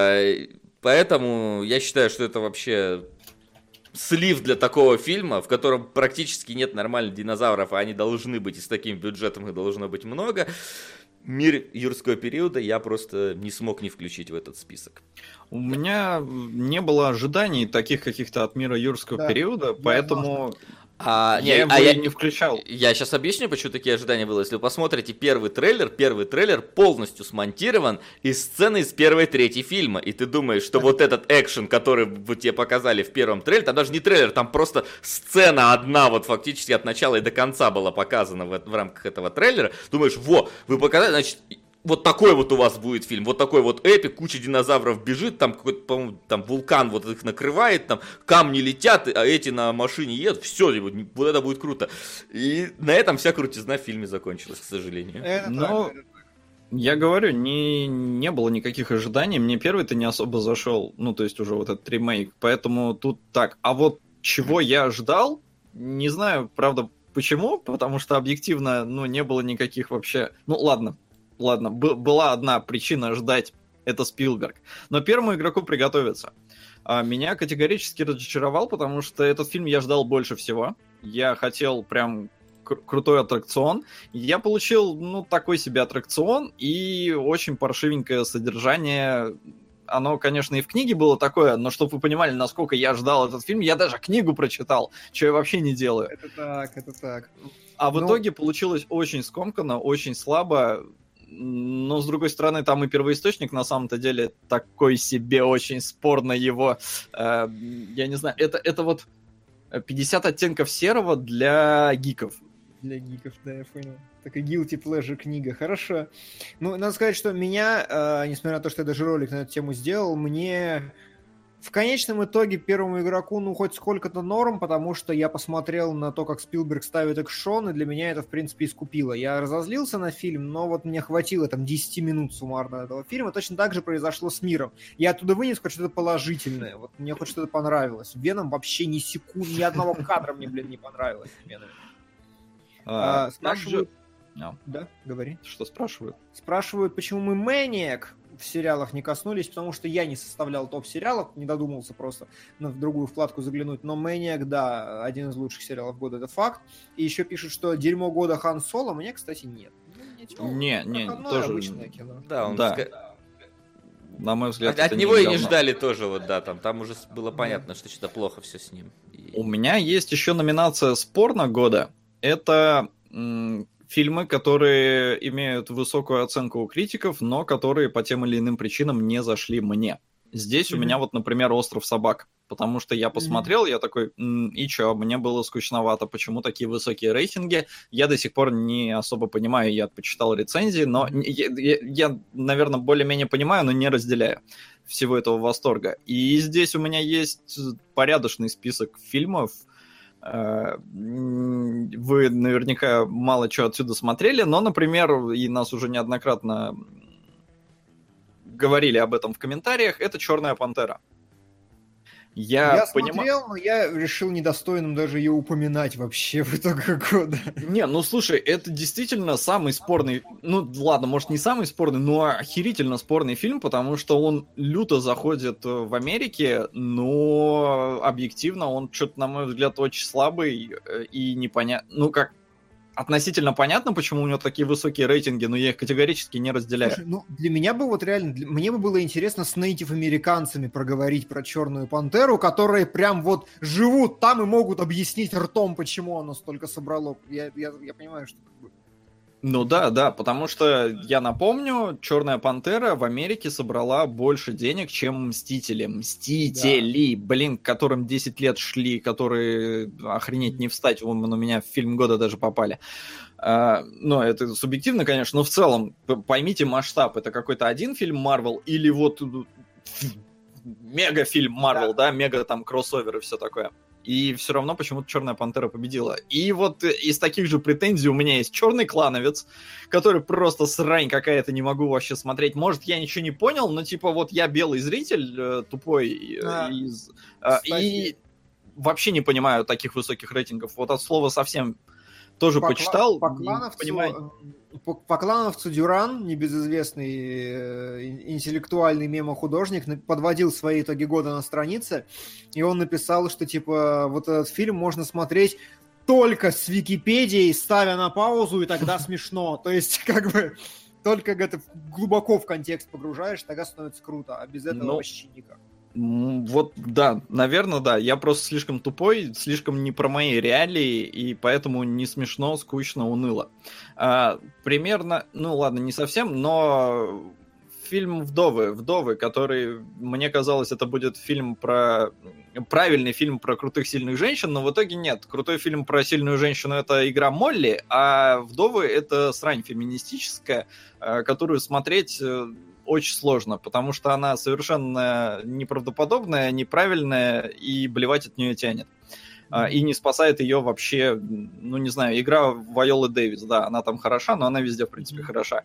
поэтому я считаю, что это вообще... слив для такого фильма, в котором практически нет нормальных динозавров, а они должны быть, и с таким бюджетом их должно быть много. «Мир юрского периода» я просто не смог не включить в этот список. У меня не было ожиданий таких каких-то от «Мира юрского периода», поэтому... я его не включал. Я сейчас объясню, почему такие ожидания были. Если вы посмотрите первый трейлер полностью смонтирован из сцены из первой трети фильма. И ты думаешь, что вот этот экшен, который вот тебе показали в первом трейлере, там даже не трейлер, там просто сцена одна вот фактически от начала и до конца была показана в рамках этого трейлера. Думаешь, вы показали, значит... Вот такой вот у вас будет фильм, вот такой вот эпик, куча динозавров бежит, там какой-то, по-моему, там вулкан вот их накрывает, там камни летят, а эти на машине едут, все, вот это будет круто. И на этом вся крутизна в фильме закончилась, к сожалению. Я говорю, не было никаких ожиданий, мне первый-то не особо зашел, ну, то есть уже вот этот ремейк, поэтому тут так. А вот чего я ожидал, не знаю, правда, почему, потому что объективно, не было никаких вообще... Ладно, была одна причина ждать, это Спилберг. Но первому игроку приготовиться. Меня категорически разочаровал, потому что этот фильм я ждал больше всего. Я хотел прям крутой аттракцион. Я получил, ну, такой себе аттракцион и очень паршивенькое содержание. Оно, конечно, и в книге было такое, но чтобы вы понимали, насколько я ждал этот фильм, я даже книгу прочитал, что я вообще не делаю. Это так. А в итоге получилось очень скомканно, очень слабо. Но, с другой стороны, там и первоисточник, на самом-то деле, такой себе, очень спорно его. Я не знаю, это вот 50 оттенков серого для гиков. Для гиков, да, я понял. Такая guilty pleasure книга, хорошо. Ну, надо сказать, что меня, несмотря на то, что я даже ролик на эту тему сделал, мне в конечном итоге первому игроку, ну, хоть сколько-то норм, потому что я посмотрел на то, как Спилберг ставит экшон, и для меня это, в принципе, искупило. Я разозлился на фильм, но вот мне хватило там 10 минут суммарно этого фильма. Точно так же произошло с «Миром». Я оттуда вынес хоть что-то положительное, вот мне хоть что-то понравилось. «Веном» вообще ни секунд, ни одного кадра мне, блин, не понравилось. Спрашивают... Да, говори. Что спрашивают? Спрашивают, почему мы «Мэниак» в сериалах не коснулись, потому что я не составлял топ-сериалов, не додумался просто в другую вкладку заглянуть, но «Мэниак», да, один из лучших сериалов года, это факт. И еще пишут, что «Дерьмо года» Хан Соло, мне, кстати, нет. Не, тоже обычное кино. Да, он... На мой взгляд, от него и не ждали тоже, вот да, там уже было понятно, что что-то плохо все с ним. У меня есть еще номинация «Спорно года». Это фильмы, которые имеют высокую оценку у критиков, но которые по тем или иным причинам не зашли мне. Здесь у меня вот, например, «Остров собак», потому что я посмотрел, я такой, и чё, мне было скучновато, почему такие высокие рейтинги? Я до сих пор не особо понимаю, я почитал рецензии, но я наверное, более-менее понимаю, но не разделяю всего этого восторга. И здесь у меня есть порядочный список фильмов. Вы наверняка мало чего отсюда смотрели, но, например, и нас уже неоднократно говорили об этом в комментариях, это «Черная пантера». Я смотрел, но я решил недостойным даже ее упоминать вообще в итоге года. Не, ну слушай, это действительно самый спорный, ну ладно, может не самый спорный, но охерительно спорный фильм, потому что он люто заходит в Америке, но объективно он что-то, на мой взгляд, очень слабый и непонятно, ну как, относительно понятно, почему у него такие высокие рейтинги, но я их категорически не разделяю. Слушай, ну, для меня бы вот реально, мне бы было интересно с нейтив-американцами проговорить про «Черную пантеру», которые прям вот живут там и могут объяснить ртом, почему оно столько собрало. Я понимаю, что... Ну да, потому что, я напомню, «Черная пантера» в Америке собрала больше денег, чем «Мстители». «Мстители», да. Блин, к которым 10 лет шли, которые, охренеть, не встать, вон у меня в фильм года даже попали. Ну, это субъективно, конечно, но в целом, поймите масштаб, это какой-то один фильм Marvel или вот мега-фильм Marvel, да, мега там кроссовер и все такое. И все равно почему-то «Черная пантера» победила. И вот из таких же претензий у меня есть «Черный клановец», который просто срань какая-то, не могу вообще смотреть. Может, я ничего не понял, но типа вот я белый зритель, тупой, и вообще не понимаю таких высоких рейтингов. Вот от слова совсем тоже почитал. По клановцу Дюран, небезызвестный интеллектуальный мемо-художник, подводил свои итоги года на странице, и он написал, что типа вот этот фильм можно смотреть только с Википедией, ставя на паузу, и тогда смешно. То есть как бы только когда ты глубоко в контекст погружаешь, тогда становится круто, а без этого вообще никак. Вот, да, наверное, да. Я просто слишком тупой, слишком не про мои реалии, и поэтому не смешно, скучно, уныло. Примерно, ну ладно, не совсем, но фильм «Вдовы», который, мне казалось, это будет правильный фильм про крутых, сильных женщин, но в итоге нет. Крутой фильм про сильную женщину — это «Игра Молли», а «Вдовы» — это срань феминистическая, которую смотреть очень сложно, потому что она совершенно неправдоподобная, неправильная, и блевать от нее тянет. И не спасает ее вообще, ну не знаю, игра Вайолы Дэвис, да, она там хороша, но она везде, в принципе, хороша.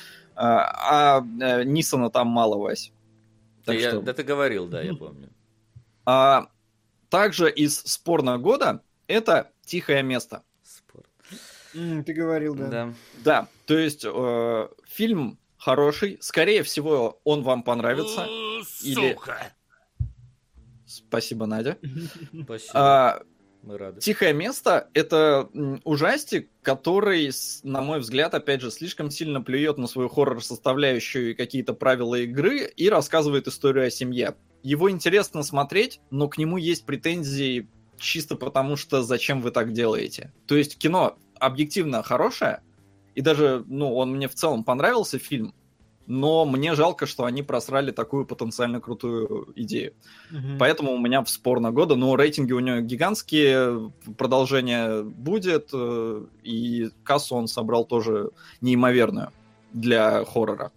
Нисона там мало, Вась. Да ты говорил, да, я помню. Также из спорного года это «Тихое место». Спорт. Ты говорил, да. Да, то есть фильм хороший, скорее всего, он вам понравится. Сука! Спасибо, Надя. Спасибо. Мы рады. «Тихое место» — это ужастик, который, на мой взгляд, опять же, слишком сильно плюет на свою хоррор-составляющую и какие-то правила игры и рассказывает историю о семье. Его интересно смотреть, но к нему есть претензии чисто потому, что зачем вы так делаете. То есть кино объективно хорошее, и даже, он мне в целом понравился, фильм, но мне жалко, что они просрали такую потенциально крутую идею. Поэтому у меня в спорно года, но рейтинги у него гигантские, продолжение будет, и кассу он собрал тоже неимоверную для хоррора.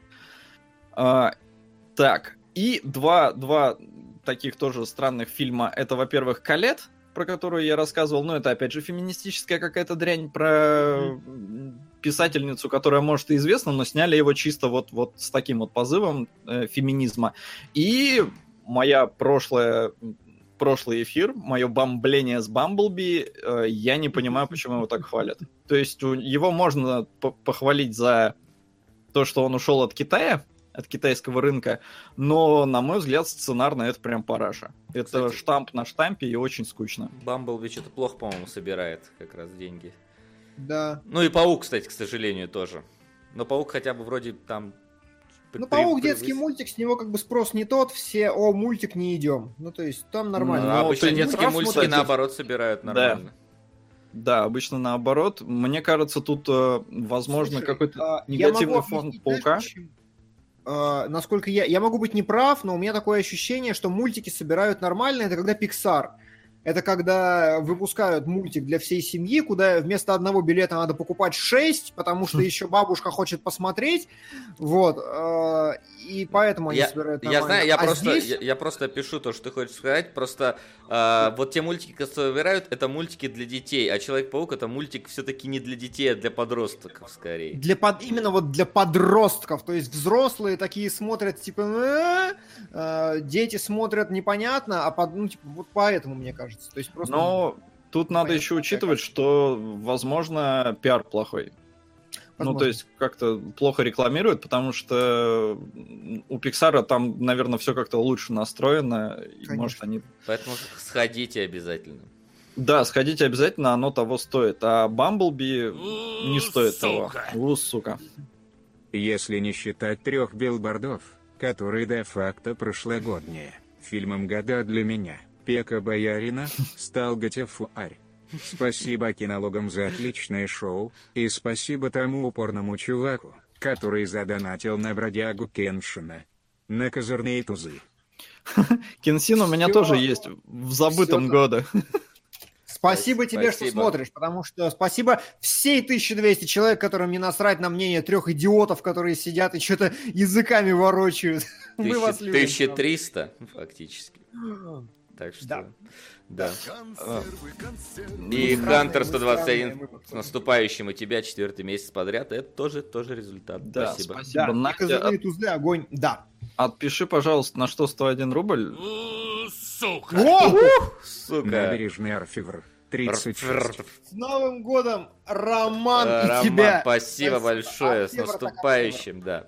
Так, и два таких тоже странных фильма. Это, во-первых, «Колетт», про которую я рассказывал, это, опять же, феминистическая какая-то дрянь про писательницу, которая, может, и известна, но сняли его чисто вот с таким вот позывом феминизма. И моя прошлый эфир, мое бомбление с Бамблби, я не понимаю, почему его так хвалят. То есть его можно похвалить за то, что он ушел от Китая, от китайского рынка, но, на мой взгляд, сценарно это прям параша. Это, кстати, штамп на штампе и очень скучно. Бамблби что-то плохо, по-моему, собирает как раз деньги. Да. Ну и «Паук», кстати, к сожалению, тоже. Но «Паук» хотя бы вроде там... «Паук» детский мультик, с него как бы спрос не тот, все, мультик не идем. То есть там нормально. Обычно детские мультики наоборот собирают нормально. Да, обычно наоборот. Мне кажется, тут, возможно, какой-то негативный фон «Паука». Насколько я могу быть неправ, но у меня такое ощущение, что мультики собирают нормально, это когда Pixar. Это когда выпускают мультик для всей семьи, куда вместо одного билета надо покупать 6, потому что еще бабушка хочет посмотреть. Вот. И поэтому они собирают нормально. Я знаю, я просто пишу то, что ты хочешь сказать. Просто вот те мультики, которые собирают, это мультики для детей. А «Человек-паук» — это мультик все-таки не для детей, а для подростков скорее. Именно вот для подростков. То есть взрослые такие смотрят, типа, дети смотрят непонятно, вот поэтому, мне кажется. То есть просто... Но тут надо еще учитывать, что, возможно, пиар плохой. Возможно. То есть как-то плохо рекламируют, потому что у Pixar там, наверное, все как-то лучше настроено. И, может, они... Поэтому сходите обязательно. Да, сходите обязательно, оно того стоит. А Бамблби не стоит того. Сука. Если не считать 3 билбордов, которые де-факто прошлогодние, фильмом года для меня Пека Боярина стал Готефуарь. Спасибо кинологам за отличное шоу, и спасибо тому упорному чуваку, который задонатил на бродягу Кеншина. На козырные тузы. Кенсин у меня тоже есть в забытом году. Спасибо тебе, что смотришь, потому что спасибо всей 1200 человек, которым не насрать на мнение 3 идиотов, которые сидят и что-то языками ворочают. Мы вас любим. 1300, фактически. Так что, да. И Хантер 121 с наступающим у тебя 4-й месяц подряд. Это тоже результат. Да, спасибо. Да, Надя, тузы, огонь, да. Отпиши, пожалуйста, на что 101 рубль. Сука! Сука! Набережный Орфевр, 36. С Новым годом, Роман, и тебя! Спасибо большое, с наступающим, да.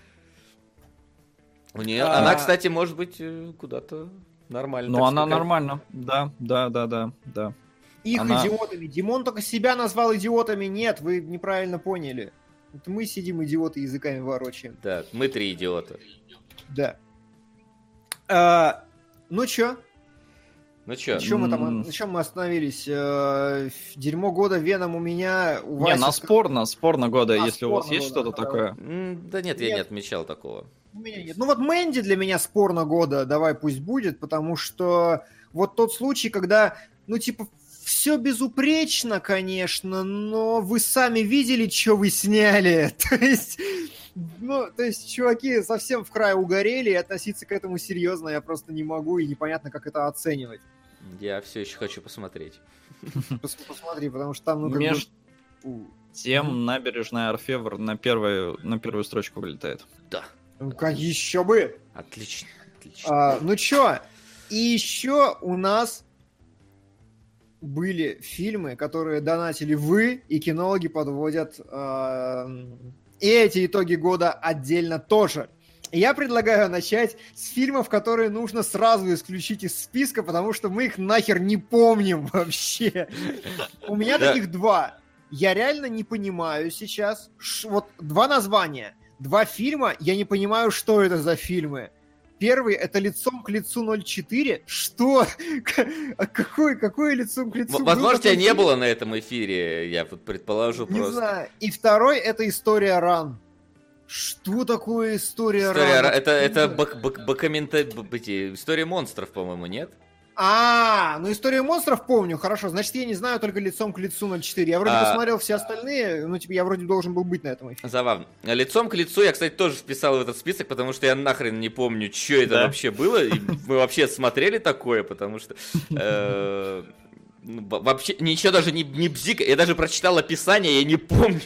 У нее, она, кстати, может быть, куда-то... Нормально. Ну, она нормально. Да. Их идиотами. Димон только себя назвал идиотами. Нет, вы неправильно поняли. Это мы сидим идиоты языками ворочаем. Да, мы 3 идиота. Да. Ну чё? Ну чё? На чем мы остановились? Дерьмо года, Веном у меня. У Васи... на спорно года, если у вас есть что-то такое. Да нет, я не отмечал такого. У меня нет. Ну вот Мэнди для меня спорно года, давай пусть будет, потому что вот тот случай, когда, все безупречно, конечно, но вы сами видели, что вы сняли. То есть, чуваки совсем в край угорели, и относиться к этому серьезно я просто не могу, и непонятно, как это оценивать. Я все еще хочу посмотреть. Посмотри, потому что там, тем набережная Орфевр на первую строчку вылетает. Да. Еще бы! Отлично. Ну чё, и еще у нас были фильмы, которые донатили вы, и кинологи подводят и эти итоги года отдельно тоже. Я предлагаю начать с фильмов, которые нужно сразу исключить из списка, потому что мы их нахер не помним вообще. У меня таких два. Я реально не понимаю сейчас. Вот два названия, два фильма, я не понимаю, что это за фильмы. Первый — это «Лицом к лицу 04». Что? Какое «Лицом к лицу»? Возможно, тебя не было на этом эфире, я тут предположу просто. Не знаю. И второй — это «История Ран». Что такое «История Ран»? Это «История монстров», по-моему, нет? Ну «Историю монстров» помню, хорошо. Значит, я не знаю только «Лицом к лицу 04». Я вроде посмотрел все остальные, я вроде должен был быть на этом эфире. Забавно. «Лицом к лицу» я, кстати, тоже вписал в этот список, потому что я нахрен не помню, что это вообще было. И мы вообще смотрели такое, потому что... Вообще ничего даже не бзика. Я даже прочитал описание, я не помню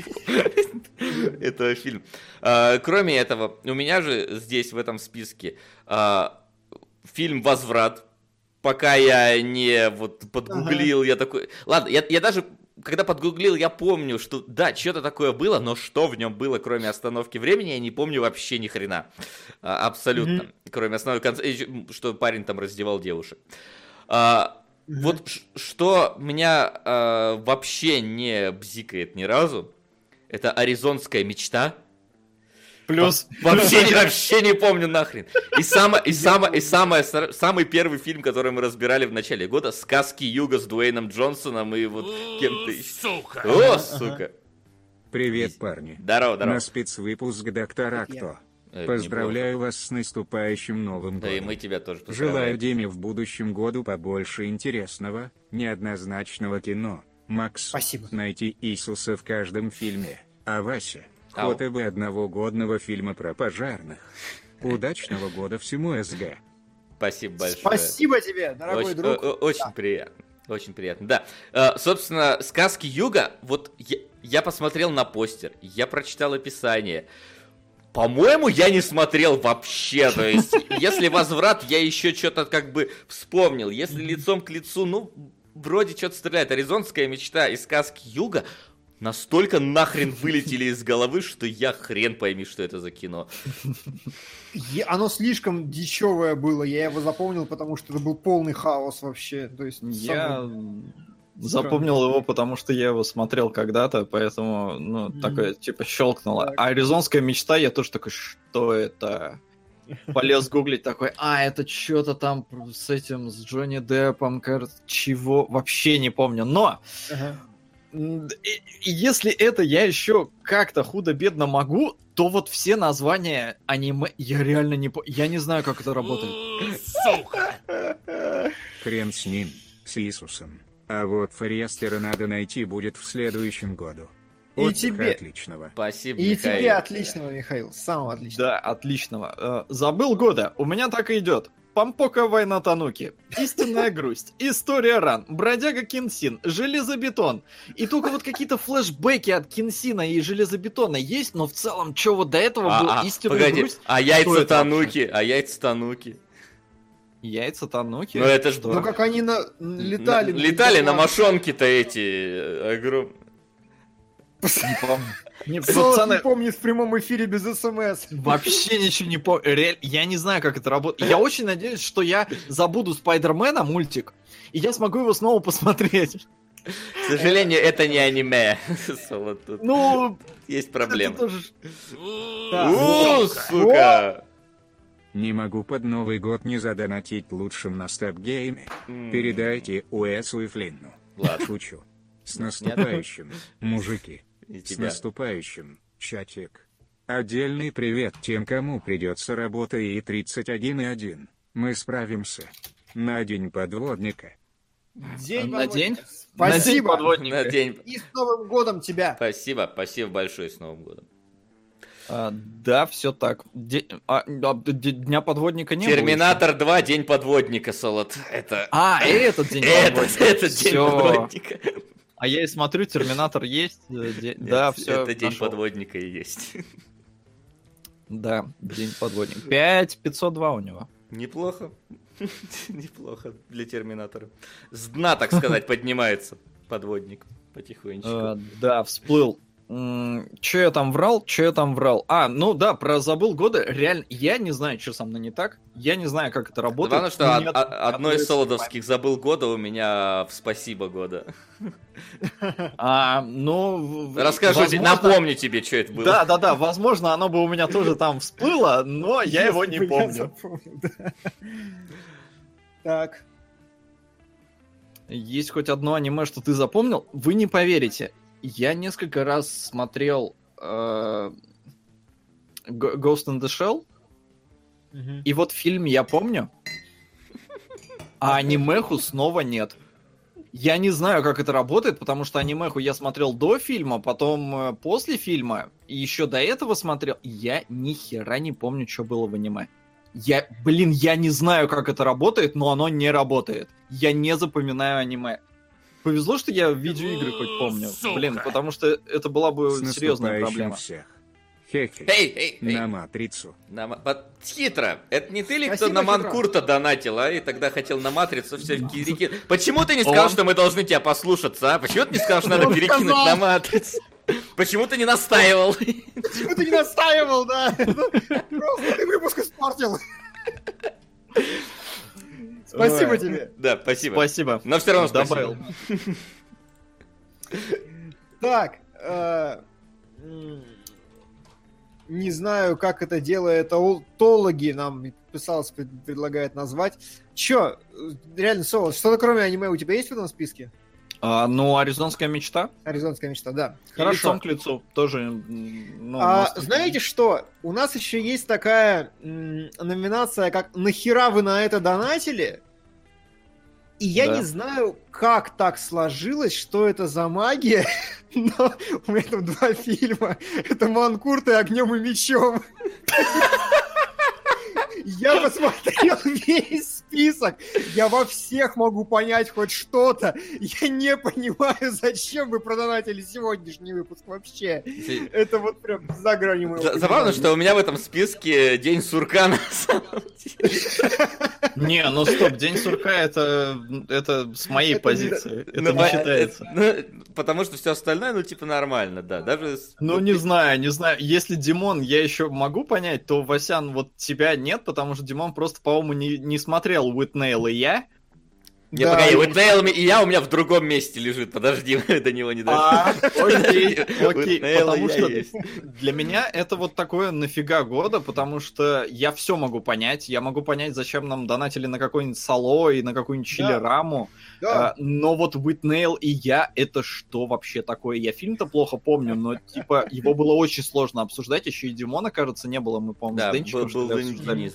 этого фильма. Кроме этого, у меня же здесь в этом списке фильм «Возврат». Пока я не подгуглил, я такой... Ладно, я даже, когда подгуглил, я помню, что да, что-то такое было, но что в нем было, кроме остановки времени, я не помню вообще ни хрена. Абсолютно. Кроме остановки, что парень там раздевал девушек. Вот что меня вообще не бзикает ни разу, это «Аризонская мечта». Плюс. Вообще не помню нахрен. И самый первый фильм, который мы разбирали в начале года, «Сказки Юга» с Дуэйном Джонсоном и вот кем-то еще. Сука! О, сука! Привет, парни. Здорово. На спецвыпуск «Доктора Кто». Поздравляю вас с наступающим Новым годом. Да и мы тебя тоже поздравляем. Желаю Диме в будущем году побольше интересного, неоднозначного кино. Макс, спасибо. Найти Иисуса в каждом фильме. А Вася, хотя бы одного годного фильма про пожарных. Удачного года всему СГ. Спасибо большое. Спасибо тебе, дорогой друг. Очень приятно. Очень приятно, да. Собственно, «Сказки Юга», вот я посмотрел на постер, я прочитал описание. По-моему, я не смотрел вообще, то есть, если «Возврат», я еще что-то как бы вспомнил, если «Лицом к лицу», вроде что-то стреляет. «Аризонская мечта» и «Сказки Юга» настолько нахрен вылетели из головы, что я хрен пойми, что это за кино. Оно слишком дичевое было, я его запомнил, потому что это был полный хаос вообще. То есть, я запомнил его, потому что я его смотрел когда-то, поэтому, такое, типа, щелкнуло. Так. А «Аризонская мечта», я тоже такой, что это? Полез гуглить, такой, это что-то там с этим, с Джонни Деппом, кажется, чего, вообще не помню. Но, если это я еще как-то худо-бедно могу, то вот все названия аниме, я реально не помню, я не знаю, как это работает. Сука! Хрен с ним, с Иисусом. А вот Форестера надо найти будет в следующем году. И тебе отличного. Спасибо, и Михаил. тебе отличного, Михаил. Самого отличного. Да, отличного. Забыл года. У меня так и идет. Помпока война Тануки. Истинная грусть. История ран. Бродяга Кенсин. Железобетон. И только вот какие-то флешбеки от Кенсина и Железобетона есть, но в целом, что вот до этого было истинная грусть? А яйца Тануки? Яйца Тануки? Яйца Тануки? Ну это ж... Ну как они летали. Летали на мошонки-то эти огромные. Не помню. Не помню в прямом эфире без СМС. Вообще ничего не помню. Я не знаю, как это работает. Я очень надеюсь, что я забуду Спайдермена, мультик, и я смогу его снова посмотреть. К сожалению, это не аниме. Ну, есть проблемы. Сука! Не могу под Новый год не задонатить лучшим на степ-гейме. Передайте Уэсу и Флинну. Ладно. Шучу. С наступающим, мужики. С наступающим, чатик. Отдельный привет тем, кому придется работа и 31.1. Мы справимся. На день подводника. На день? Спасибо. На день. И с Новым годом тебя. Спасибо большое, с Новым годом. Да, все так. Дня подводника не было. Терминатор 2, День подводника, Солод. Это... этот День подводника. Это День подводника. А я и смотрю, Терминатор есть. Да, все. Это День подводника и есть. Да, День подводника. 5502 у него. Неплохо. Неплохо для Терминатора. С дна, так сказать, поднимается подводник потихонечку. Да, всплыл. Че я там врал? Ну да, про забыл года. Реально, я не знаю, что со мной не так. Я не знаю, как это работает. Главное, что одно из солодовских забыл года у меня в спасибо года. Расскажу, напомню тебе, что это было. Да, возможно, оно бы у меня тоже там всплыло, но я его не помню. Так. Есть хоть одно аниме, что ты запомнил? Вы не поверите. Я несколько раз смотрел Ghost in the Shell, и вот фильм я помню, а анимеху снова нет. Я не знаю, как это работает, потому что анимеху я смотрел до фильма, потом после фильма, и еще до этого смотрел. Я ни хера не помню, что было в аниме. Я не знаю, как это работает, но оно не работает. Я не запоминаю аниме. Повезло, что я видеоигры хоть помню. Блин, потому что это была бы серьезная проблема. Всех. Хе-хе. Эй. На матрицу. Хитро. Это не ты ли, кто на Манкурта донатил, а? И тогда хотел на матрицу все перекинуть. Почему ты не сказал, что мы должны тебя послушаться, а? Почему ты не сказал, что надо перекинуть на матрицу? Почему ты не настаивал? Почему ты не настаивал, да? Просто ты выпуск испортил. Спасибо тебе. Да, спасибо. Спасибо. Но все равно добавил. Так. Не знаю, как это делает аутологи, нам писалось, предлагает назвать. Чё, реально, Соло, что-то кроме аниме у тебя есть в этом списке? «Аризонская мечта». «Аризонская мечта», да. Хорошо. «Лицом к лицу» тоже. Знаете что? У нас еще есть такая номинация, как «Нахера вы на это донатили?» И я не знаю, как так сложилось, что это за магия, но у меня там 2 фильма. Это «Манкурт» и «Огнем и мечом». Я посмотрел весь список. Я во всех могу понять хоть что-то. Я не понимаю, зачем вы продонатили сегодняшний выпуск вообще. Это вот прям за гранью моего. Забавно, что у меня в этом списке День сурка на самом деле. Не, ну стоп, День сурка это с моей позиции. Это не считается. Потому что все остальное, типа, нормально, да. Даже. Не знаю. Если Димон я еще могу понять, то, Васян, вот тебя нет, потому что Димон просто, по-моему, не смотрел Уитнейл и я. Нет, погоди, Уитнейл и я у меня в другом месте лежит, подожди, мы до него не дошли. Окей, потому что для меня это вот такое нафига года, потому что я все могу понять, зачем нам донатили на какой-нибудь Сало и на какую-нибудь Чилераму, но вот Уитнейл и я, это что вообще такое? Я фильм-то плохо помню, но типа его было очень сложно обсуждать, еще и Димона, кажется, не было, мы, по-моему, с Денчиком что-то обсуждали.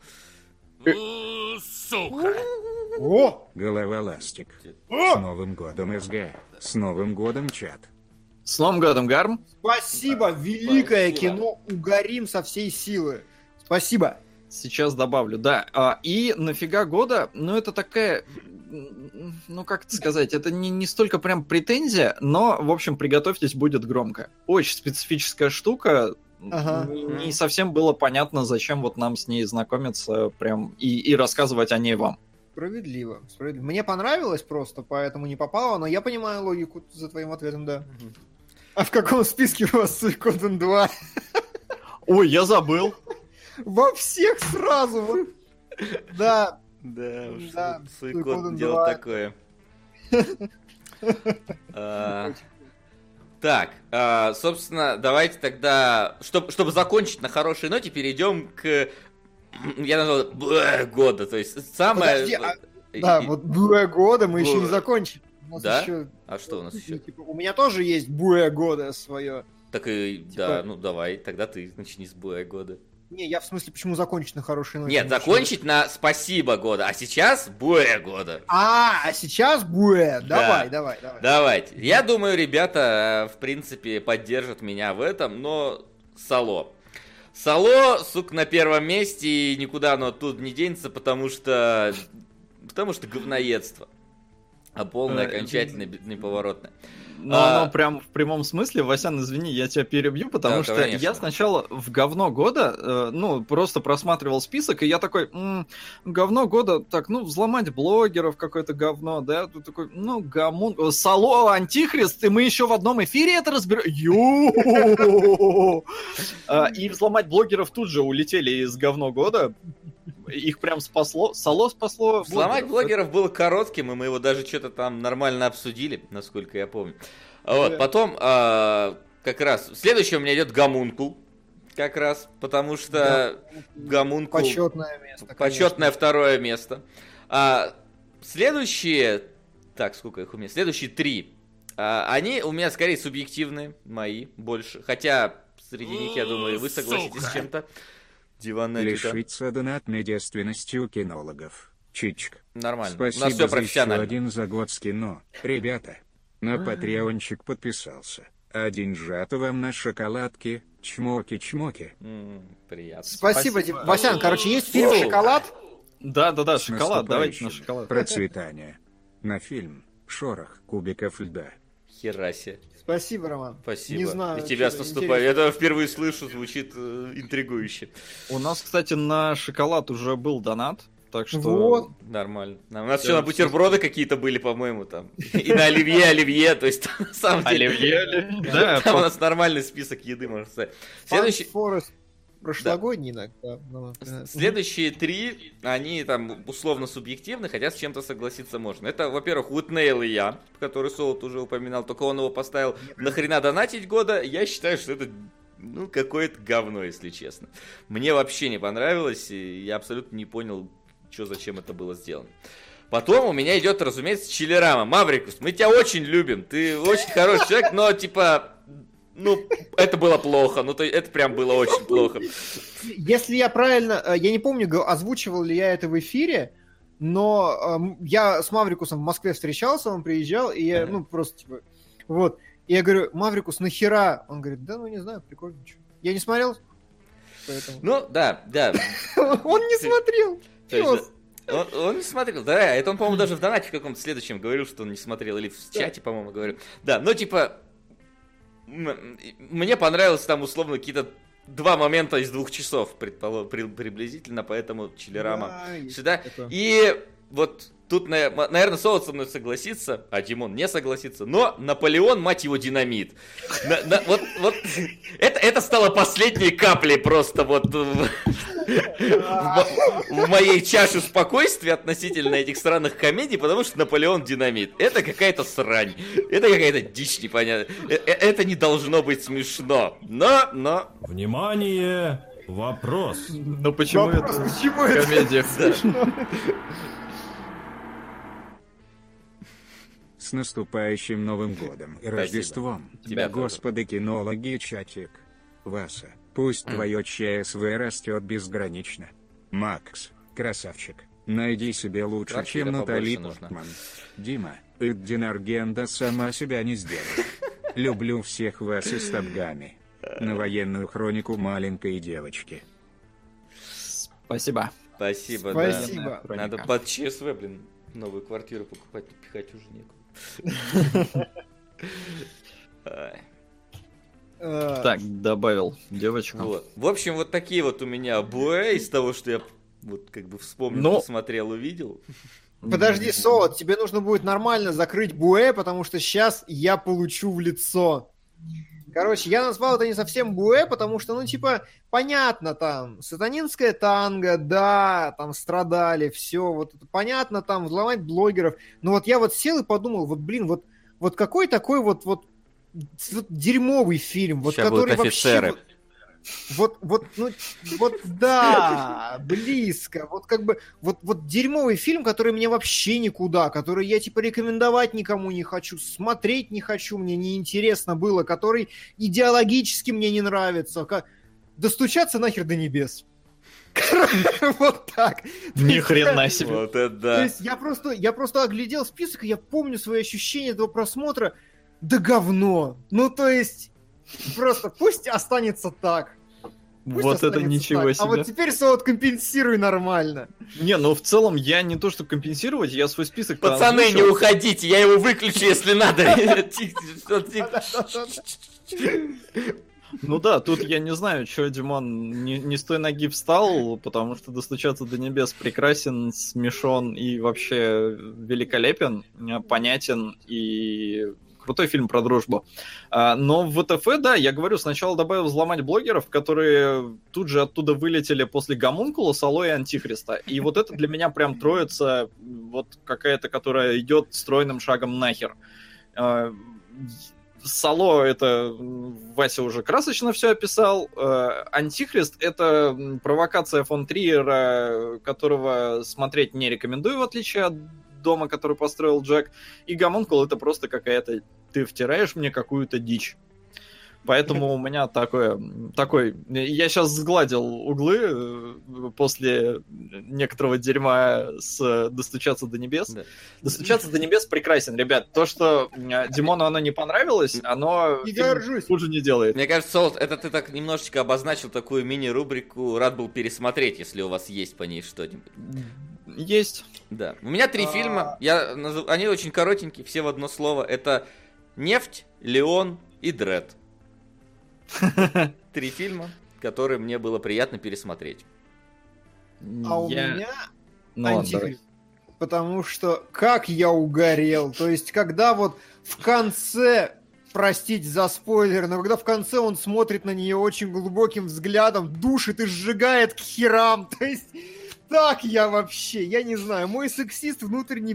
Сука! О! Голова ластик. С Новым годом, СГ. С Новым годом, чат. С Новым годом, Гарм. Спасибо, великое кино, угорим со всей силы. Спасибо. Сейчас добавлю, да. И нафига года, это такая, как это сказать, это не столько прям претензия, но, в общем, приготовьтесь, будет громко. Очень специфическая штука. Не совсем было понятно, зачем вот нам с ней знакомиться прям и рассказывать о ней вам. Справедливо. Мне понравилось просто, поэтому не попало, но я понимаю логику за твоим ответом, да. А в каком списке у вас Suikoden 2? Ой, я забыл. Во всех сразу. Вот. Да. Да, Suikoden дело такое. Так, собственно, давайте тогда, чтобы закончить на хорошей ноте, перейдем к, я назвал, года, то есть самое... Подожди, вот года мы еще не закончили. Да? А что у нас еще? У меня тоже есть года свое. Так и, да, давай, тогда ты начни с года. Не, я в смысле, почему закончить на хорошей ноте? Нет, закончить на спасибо года, а сейчас года. А сейчас давай. Давайте. Я думаю, ребята, в принципе, поддержат меня в этом, но Сало, сука, на первом месте, и никуда оно оттуда не денется, потому что говноедство. А полное, окончательное, неповоротное. Но оно прям в прямом смысле, Васян, извини, я тебя перебью, потому что конечно. я сначала в говно года, просто просматривал список, и я такой, говно года, так, взломать блогеров, какое-то говно, да, тут такой, гамон, Сало, Антихрист, и мы еще в одном эфире это разберем. И взломать блогеров тут же улетели из говно года. Их прям спасло. Сало спасло. Взломать блогеров было коротким, и мы его даже что-то там нормально обсудили, насколько я помню. Вот, потом как раз следующее у меня идет Гомункул. Как раз, потому что Гомункул... Почетное место. Почетное второе место. Следующие... Так, сколько их у меня? Следующие 3. Они у меня скорее субъективные, мои больше. Хотя среди них, я думаю, вы согласитесь с чем-то. Лишиться донатной девственности у кинологов. Чичк. Нормально. Спасибо у нас все за еще профессионально. один за год с кино. Ребята, на патреончик подписался. Один жато вам на шоколадке. Чмоки-чмоки. Приятно. Спасибо, Васян. Короче, есть фильм «Шоколад». Да, шоколад, давайте на шоколад. Процветание. На фильм «Шорох кубиков льда». Херасе. Спасибо, Роман. Спасибо. Не знаю. И тебя с наступанием. Я это впервые слышу, звучит интригующе. У нас, кстати, на шоколад уже был донат, так что... Вот. Нормально. У нас еще на бутерброды какие-то были, по-моему, там. И на оливье, то есть на самом деле... Оливье. Да, там у нас нормальный список еды, можно сказать. Следующий... Форест прошлогодний иногда. Следующие 3, они там условно субъективны, хотя с чем-то согласиться можно. Это, во-первых, Уитнейл и я, который Солод уже упоминал, только он его поставил нахрена донатить года. Я считаю, что это какое-то говно, если честно. Мне вообще не понравилось, и я абсолютно не понял, что зачем это было сделано. Потом у меня идет, разумеется, Чилерама. Маврикус, мы тебя очень любим, ты очень хороший человек, но типа... это было плохо. Это прям было очень плохо. Если я правильно... Я не помню, озвучивал ли я это в эфире, но я с Маврикусом в Москве встречался, он приезжал, и я, просто типа... Вот. И я говорю, Маврикус, нахера? Он говорит, не знаю, прикольно. Что. Я не смотрел, поэтому... Да. Он не смотрел. Он не смотрел, да. Это он, по-моему, даже в донате в каком-то следующем говорил, что он не смотрел. Или в чате, по-моему, говорил. Да, типа... Мне понравилось там условно какие-то 2 момента из 2 часов приблизительно, поэтому Чилерама сюда. И вот тут, наверное, Солод со мной согласится, а Димон не согласится, но Наполеон, мать его, динамит. Вот это стало последней каплей просто вот в моей чаше спокойствия относительно этих странных комедий, потому что Наполеон динамит. Это какая-то срань. Это какая-то дичь непонятная. Это не должно быть смешно. Но... Внимание! Вопрос. Почему это комедия? С наступающим Новым годом и Рождеством. Тебя Господи, кинологи и чатик. Васа, пусть твое ЧСВ растет безгранично. Макс, красавчик, найди себе лучше, Квартира чем Натали побольше Портман. Дима, Динаргенда сама себя не сделает. Люблю всех вас и с табгами. На военную хронику маленькой девочки. Спасибо. Спасибо. Спасибо. Да. Надо под ЧСВ, новую квартиру покупать, пихать уже некуда. Так, добавил девочку. Вот. В общем, вот такие вот у меня буэ из того, что я вот как бы вспомнил, посмотрел, увидел. Подожди, Солод, тебе нужно будет нормально закрыть буэ, потому что сейчас я получу в лицо. Короче, я назвал это не совсем буэ, потому что, понятно, там, сатанинское танго, да, там страдали, все, вот это понятно, там, взломать блогеров. Но вот я вот сел и подумал, вот какой такой вот дерьмовый фильм, вот сейчас который будут офицеры. Да, близко. Вот дерьмовый фильм, который мне вообще никуда, который я рекомендовать никому не хочу, смотреть не хочу, мне неинтересно было, который идеологически мне не нравится. Достучаться нахер до небес. Вот так. Ни хрена себе. Вот это да. То есть я просто оглядел список, и я помню свои ощущения этого просмотра. Да говно. То есть просто пусть останется так. Вот это останется ничего так. себе. А вот теперь, Солод, компенсируй нормально. Не, ну в целом я не то, что компенсировать, я свой список... Пацаны, не уходите, я его выключу, если надо. Ну да, тут я не знаю, что Димон не с той ноги встал, потому что «Достучаться до небес» прекрасен, смешон и вообще великолепен, понятен и крутой фильм про дружбу. Но в ВТФ, да, я говорю, сначала добавил «Взломать блогеров», которые тут же оттуда вылетели после «Гомункула», «Сало» и «Антихриста». И вот это для меня прям троица, вот какая-то, которая идет стройным шагом нахер. «Сало» — это Вася уже красочно все описал. «Антихрист» — это провокация фон Триера, которого смотреть не рекомендую, в отличие от «Дома», который построил Джек. И «Гомункул» — это просто какая-то... Ты втираешь мне какую-то дичь. Поэтому у меня такой... Я сейчас сгладил углы после некоторого дерьма с «Достучаться до небес». Да. «Достучаться до небес» прекрасен, ребят. То, что Димону оно не понравилось, оно хуже не делает. Мне кажется, Солод, это ты так немножечко обозначил такую мини-рубрику «Рад был пересмотреть», если у вас есть по ней что-нибудь. Есть. Да. У меня 3 фильма. Они очень коротенькие, все в одно слово. Это «Нефть», «Леон» и «Дред». 3 фильма, которые мне было приятно пересмотреть. А у меня «Антихрист». Потому что как я угорел. То есть, когда вот в конце, простите за спойлер, но когда в конце он смотрит на нее очень глубоким взглядом, душит и сжигает к херам. То есть, так я вообще, я не знаю, мой сексист внутренний...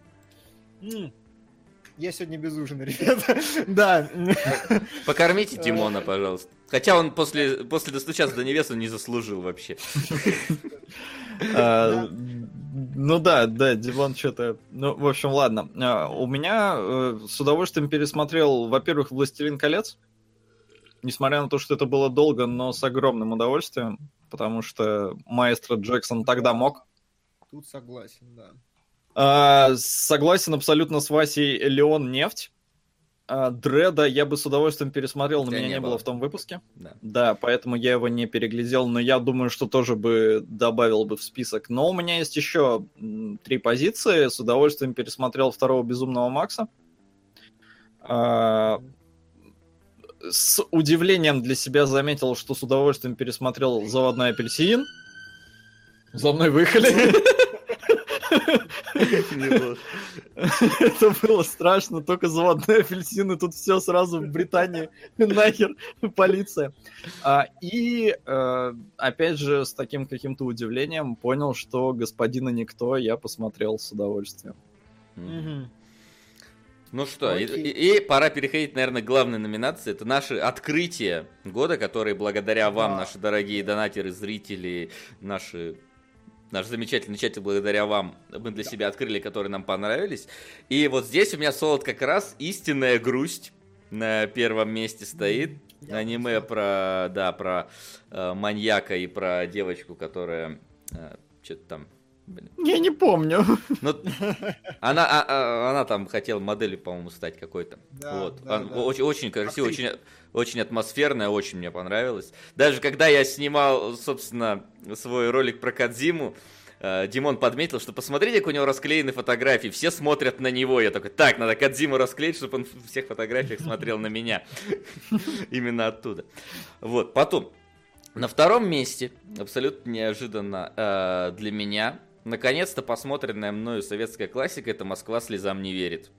Я сегодня без ужина, ребята. Да. Покормите Димона, пожалуйста. Хотя он после «Достучаться до небес» он не заслужил вообще. Ну да, Димон что-то... Ну, в общем, ладно. У меня с удовольствием пересмотрел, во-первых, «Властелин колец». Несмотря на то, что это было долго, но с огромным удовольствием. Потому что маэстро Джексон тогда мог. Тут согласен, да. Согласен абсолютно с Васей. «Леон», «Нефть». «Дреда» я бы с удовольствием пересмотрел, но меня не было в том выпуске. Да, поэтому я его не переглядел, но я думаю, что тоже бы добавил бы в список. Но у меня есть еще 3 позиции. С удовольствием пересмотрел «Второго безумного Макса». С удивлением для себя заметил, что с удовольствием пересмотрел «Заводной апельсин». За мной выехали. Это было страшно, только «Заводной апельсин», и тут все сразу в Британии, нахер, полиция. И, опять же, с таким каким-то удивлением понял, что «Господина никто» я посмотрел с удовольствием. Ну что, и пора переходить, наверное, к главной номинации. Это наши открытия года, которые благодаря вам, наши дорогие донатеры, зрители, наш замечательный чат, благодаря вам мы для себя открыли, которые нам понравились. И вот здесь у меня, Солод, как раз «Истинная грусть» на первом месте стоит. Аниме про маньяка и про девочку, которая что-то там... Я не помню. Но она там хотела моделью, по-моему, стать какой-то. Очень красиво, очень атмосферная, очень мне понравилось. Даже когда я снимал, собственно, свой ролик про Кодзиму, Димон подметил, что посмотрите, как у него расклеены фотографии, все смотрят на него. Я такой, так, надо Кодзиму расклеить, чтобы он в всех фотографиях смотрел на меня. Именно оттуда. Вот, потом, на втором месте, абсолютно неожиданно для меня, наконец-то посмотренная мною советская классика, это «Москва слезам не верит».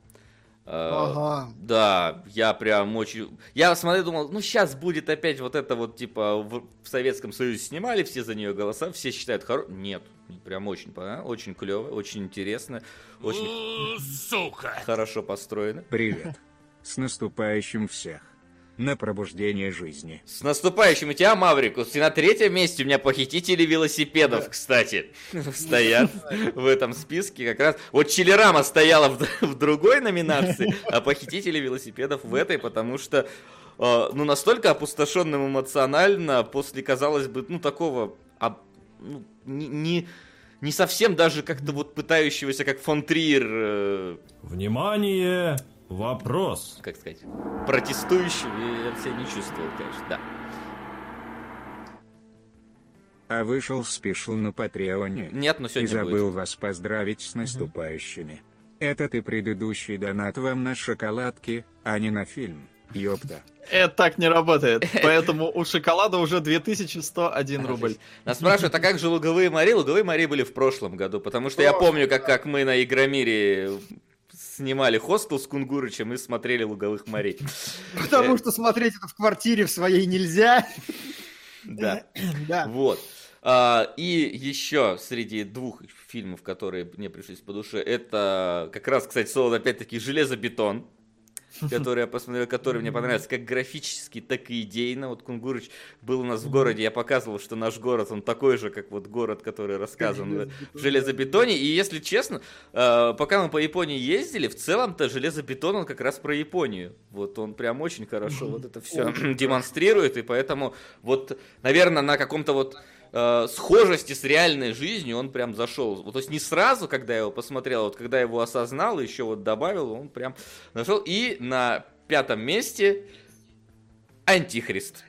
Да, я прям очень... Я смотрел, думал, ну сейчас будет опять вот это вот, типа, в Советском Союзе снимали, все за нее голоса, все считают хорошо. Нет, прям очень понравилось, очень клево, очень интересно, очень хорошо построено. Привет. С наступающим всех. На пробуждение жизни. С наступающим и тебя, Маврикус. И на 3-м месте у меня похитители велосипедов, кстати, стоят в этом списке. Как раз вот Чилерама стояла в другой номинации, а похитители велосипедов в этой, потому что настолько опустошенным эмоционально после, казалось бы, такого не совсем даже как-то вот пытающегося, как фон Триер. Внимание! Вопрос. Как сказать, протестующим я себя не чувствовал, конечно, да. А вышел спешл на Патреоне. Нет, но И сегодня забыл будет. вас поздравить с наступающими. Этот и предыдущий донат вам на шоколадки, а не на фильм. Ёпта. Это так не работает. Поэтому у шоколада уже 2101 рубль. Нас спрашивают, а как же Луговые Мари? Луговые Мари были в прошлом году, потому что я помню, как мы на Игромире снимали хостел с Кунгурычем и смотрели Луговых Мари. Потому что смотреть это в квартире в своей нельзя. Да. Да. Вот. И еще среди двух фильмов, которые мне пришлись по душе, это как раз, кстати, Солод, опять-таки, «Железобетон», который я посмотрел, который мне понравился как графически, так и идейно. Вот Кунгурыч был у нас в городе, я показывал, что наш город, он такой же, как вот город, который рассказан в «Железобетоне». И если честно, пока мы по Японии ездили, в целом-то «Железобетон», он как раз про Японию. Вот он прям очень хорошо вот это все демонстрирует, и поэтому вот, наверное, на каком-то вот схожести с реальной жизнью он прям зашел. Вот, то есть не сразу, когда я его посмотрел, вот когда я его осознал, еще вот добавил, он прям зашел. И на 5-м месте «Антихрист».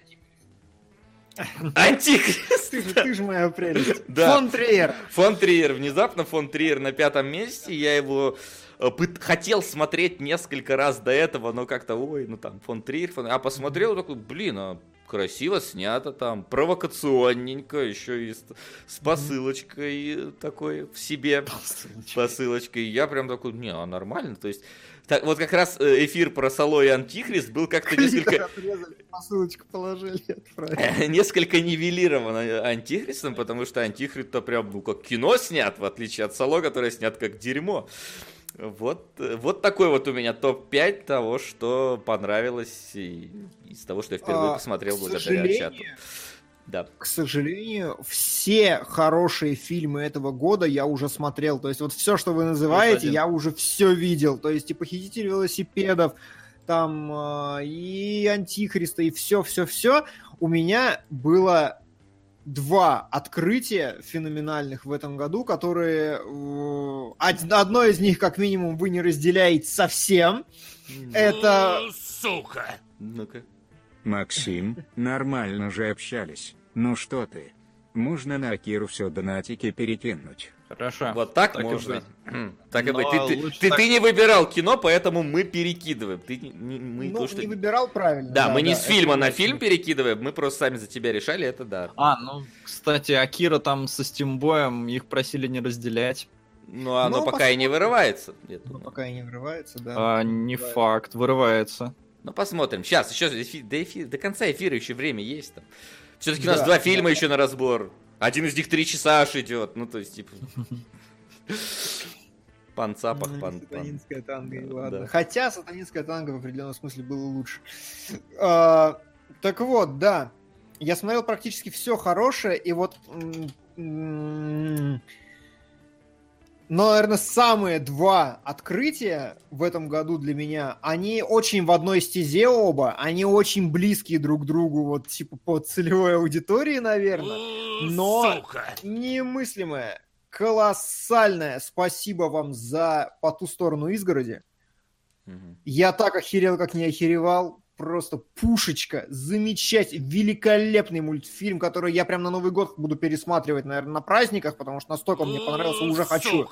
Антихрист! Ты же моя прелесть. Да. Фон Триер. Фон Триер. Внезапно Фон Триер на 5-м месте. Я его хотел смотреть несколько раз до этого, но как-то, Фон Триер. А посмотрел, такой, блин, красиво снято там, провокационненько, еще и с посылочкой такой в себе. Посылочкой. Я прям такой, нормально. То есть, так, вот как раз эфир про Сало и Антихрист был как-то несколько... Посылочку положили, отправили. Несколько нивелирован Антихристом, потому что Антихрист-то прям, как кино снят, в отличие от Сало, которое снят как дерьмо. Вот такой вот у меня топ-5 того, что понравилось из того, что я впервые посмотрел благодаря чату. Да. К сожалению, все хорошие фильмы этого года я уже смотрел. То есть вот все, что вы называете, я уже все видел. То есть и «Похититель велосипедов», там и «Антихриста», и все. У меня было 2 открытия феноменальных в этом году, которые... Одно из них, как минимум, вы не разделяете совсем. Это... Сука! Ну-ка. Максим, нормально же общались. Ну что ты? Можно на Акиру все донатики перекинуть. Хорошо. Вот так и можно. быть. Так и быть. Ты Ты не выбирал кино, поэтому мы перекидываем. не выбирал правильно. Да, мы не с фильма на фильм перекидываем, мы просто сами за тебя решали, это да. Кстати, Акира там со Стимбоем, их просили не разделять. Ну, оно пока и не вырывается. Пока и не вырывается, да. Не факт, вырывается. Ну, посмотрим. Сейчас, еще до конца эфира еще время есть там. Все-таки у нас 2 фильма еще на разбор. Один из них 3 часа аж идет. Ну, то есть, типа... Пан-цапах, Сатанинская танго, ладно. Да. Хотя сатанинская танго в определенном смысле было лучше. Так вот, да. Я смотрел практически все хорошее, и вот... Но, наверное, самые 2 открытия в этом году для меня, они очень в одной стезе оба, они очень близкие друг к другу, вот типа по целевой аудитории, наверное, но немыслимое, колоссальное спасибо вам за «По ту сторону изгороди». Я так охерел, как не охеревал. Просто пушечка, замечательный, великолепный мультфильм, который я прям на Новый год буду пересматривать, наверное, на праздниках, потому что настолько он мне понравился, уже хочу.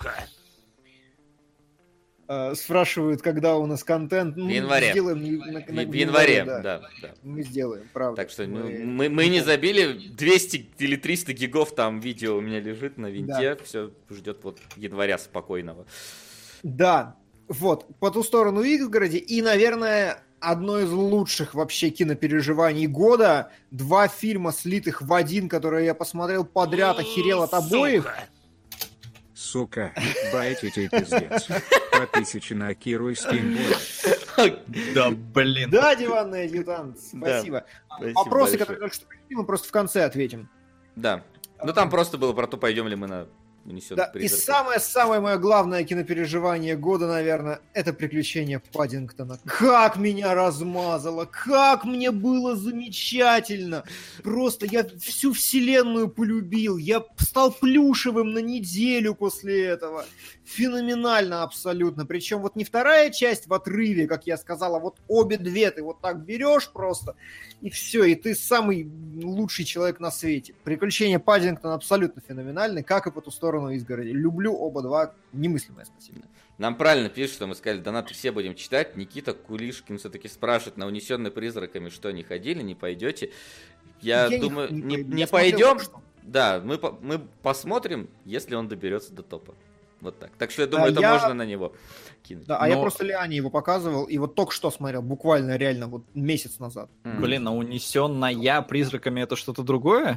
Спрашивают, когда у нас контент. В январе. В январе, да. Мы сделаем, правда. Так что мы не забили, 200 или 300 гигов там видео у меня лежит на винте, все ждет вот января спокойного. Да, вот, «По ту сторону изгороди» и, наверное... Одно из лучших вообще кинопереживаний года. 2 фильма, слитых в один, которые я посмотрел подряд, охерел от обоих. Сука, байтите пиздец. По 1000 на Акиру и Стимбоя. Да, блин. Да, диванный адъютант, спасибо. Вопросы, которые только что пришли, мы просто в конце ответим. Да. Ну там просто было про то, пойдем ли мы на «Унесённых И призраками». самое мое главное кинопереживание года, наверное, это «Приключения Паддингтона». Как меня размазало, как мне было замечательно. Просто я всю вселенную полюбил. Я стал плюшевым на неделю после этого. Феноменально абсолютно. Причем вот не вторая часть в отрыве, как я сказал, а вот обе две ты вот так берешь просто, и все, и ты самый лучший человек на свете. «Приключения Паддингтона» абсолютно феноменальны, как и «По ту сторону изгороди». Люблю оба два, немыслимое спасибо. Нам правильно пишут, что мы сказали, донаты все будем читать. Никита Кулишкин все-таки спрашивает, на «Унесенные призраками» что, не ходили, не пойдете? Я думаю, не пойдем. Да, мы посмотрим, если он доберется до топа. Вот так. Так что я думаю, это можно на него кинуть. Да, я просто Лиане его показывал, и вот только что смотрел, буквально реально вот месяц назад. Блин, а «Унесенная призраками» это что-то другое?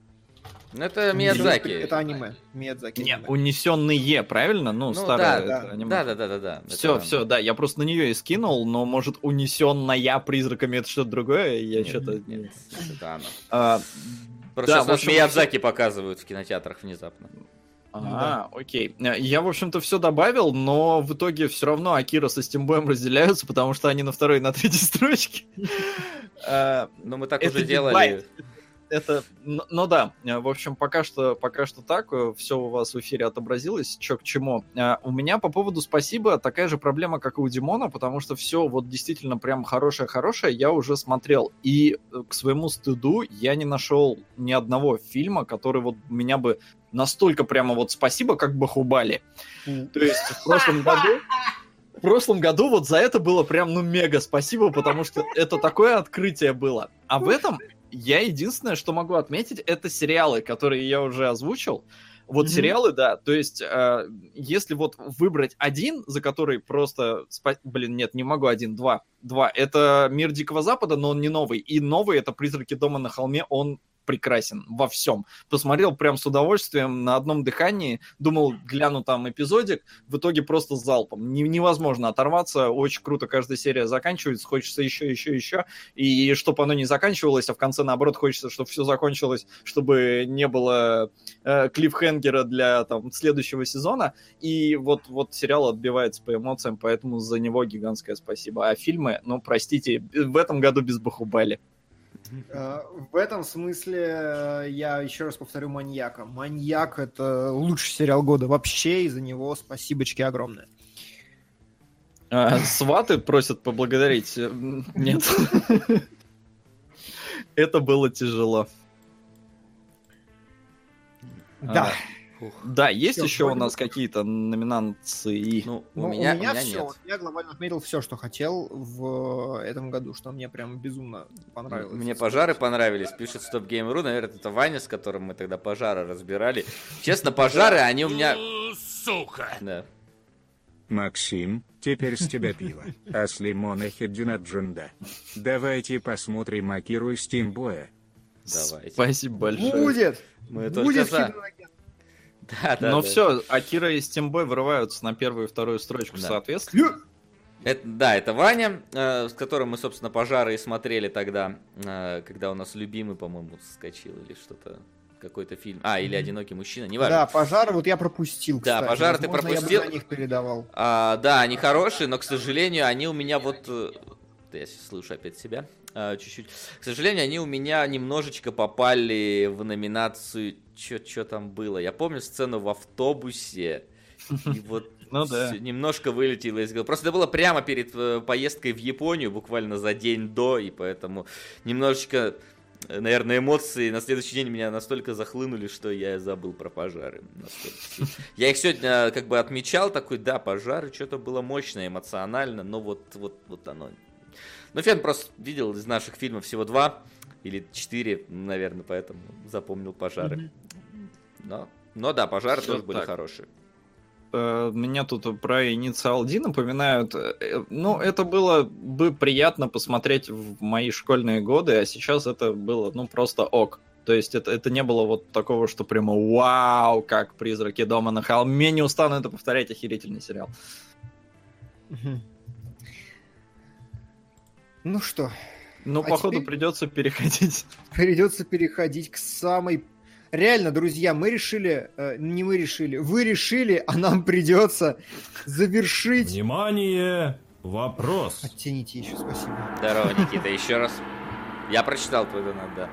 Это Миядзаки. Это аниме. Миядзаки. Нет, «Унесенные», правильно? Ну, старое аниме. Да. Все, да, я просто на нее и скинул, но может «Унесенная призраками» это что-то другое? Я что-то... Нет, это оно. Просто сейчас нас Миядзаки показывают в кинотеатрах внезапно. Окей. Я, в общем-то, все добавил, но в итоге все равно Акира со Стимбоем разделяются, потому что они на второй и на третьей строчке. Но мы так уже делали. Ну да, в общем, пока что так, все у вас в эфире отобразилось, чё к чему. У меня по поводу «Спасибо» такая же проблема, как и у Димона, потому что все вот действительно прям хорошее я уже смотрел, и к своему стыду я не нашел ни одного фильма, который вот меня бы настолько прямо вот «Спасибо», как Бахубали. То есть в прошлом году вот за это было прям, мега спасибо, потому что это такое открытие было. А в этом я единственное, что могу отметить, это сериалы, которые я уже озвучил. Вот сериалы, да, то есть если вот выбрать один, за который просто... нет, не могу один, два. Это «Мир Дикого Запада», но он не новый. И новый — это «Призраки дома на холме», он прекрасен во всем. Посмотрел прям с удовольствием на одном дыхании, думал, гляну там эпизодик, в итоге просто залпом. Невозможно оторваться, очень круто каждая серия заканчивается, хочется еще, и чтобы оно не заканчивалось, а в конце, наоборот, хочется, чтобы все закончилось, чтобы не было клиффхенгера для там следующего сезона, и вот сериал отбивается по эмоциям, поэтому за него гигантское спасибо. А фильмы, простите, в этом году без Бахубали. В этом смысле я еще раз повторю «Маньяка». «Маньяк» — это лучший сериал года вообще, и за него спасибочки огромное. Сваты просят поблагодарить. Нет. Это было тяжело. Да. Да, есть еще у нас какие-то номинации? У меня все. нет. Я глобально отметил все, что хотел в этом году, что мне прям безумно понравилось. Мне «Пожары» понравились, пишет StopGame.ru, наверное, это Ваня, с которым мы тогда «Пожары» разбирали. Честно, «Пожары», они у меня... Сука! Да. Максим, теперь с тебя пиво. А с лимона Хеддинаджинда. Давайте посмотрим Акиру из Стимбоя. Давайте. Спасибо большое. Будет! Мы Будет только за. Да. Все, Акира и Стимбой вырываются на первую и вторую строчку, соответственно. Это Ваня, с которым мы, собственно, «Пожары» и смотрели тогда, когда у нас любимый, по-моему, скачил или что-то, какой-то фильм. Или «Одинокий мужчина», неважно. Да, «Пожары» вот я пропустил, кстати. Да, «Пожары» ты пропустил. Я бы на них передавал. Да, они хорошие, но, к сожалению, они у меня вот... Я сейчас слышу опять себя чуть-чуть. К сожалению, они у меня немножечко попали в номинацию... Что там было? Я помню сцену в автобусе. И вот немножко вылетело из головы. Просто это было прямо перед поездкой в Японию, буквально за день до, и поэтому немножечко, наверное, эмоции на следующий день меня настолько захлынули, что я забыл про «Пожары». Я их сегодня как бы отмечал, такой, да, «Пожары», что-то было мощно, эмоционально, но вот оно... Фен просто видел из наших фильмов всего 2 или 4, наверное, поэтому запомнил «Пожары». Но да, «Пожары» тоже были хорошие. Меня тут про «Инициал Д» напоминают. Это было бы приятно посмотреть в мои школьные годы, а сейчас это было, просто ок. То есть это не было вот такого, что прямо вау, как «Призраки дома на холме». Не устану это повторять, охерительный сериал. Ну что? Походу, придется переходить. Придется переходить к самой реально, друзья, вы решили, а нам придется завершить... Внимание! Вопрос. Оттяните еще, спасибо. Здорово, Никита, еще раз. Я прочитал твой донат, да.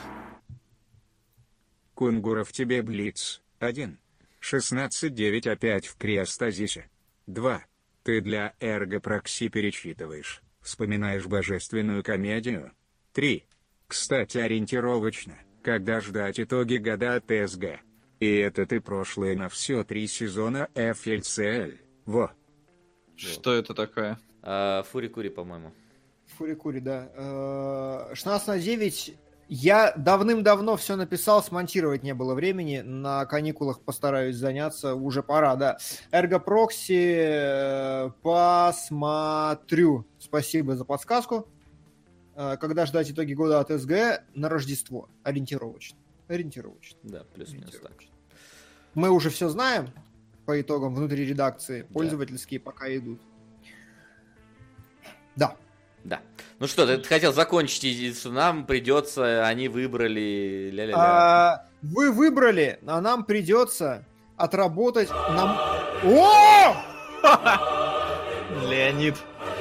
Кунгуров тебе блиц. 1. 16-9 опять в криостазисе. 2. Ты для эргопрокси перечитываешь. Вспоминаешь божественную комедию. 3. Кстати, ориентировочно. Когда ждать итоги года от ТСГ? И это ты прошлое на все 3 сезона FLCL. Во. Что это такое? Фури-кури, по-моему. Фури-кури, да. 16/9. Я давным-давно все написал, смонтировать не было времени. На каникулах постараюсь заняться. Уже пора, да. Эргопрокси посмотрю. Спасибо за подсказку. Когда ждать итоги года от СГ? На Рождество. Ориентировочно. Да, плюс-минус так. Мы уже все знаем по итогам внутри редакции. Пользовательские пока идут. Да. Да. Ну что, ты хотел закончить, что нам придется, они выбрали... Вы выбрали, а нам придется отработать нам... О! Леонид.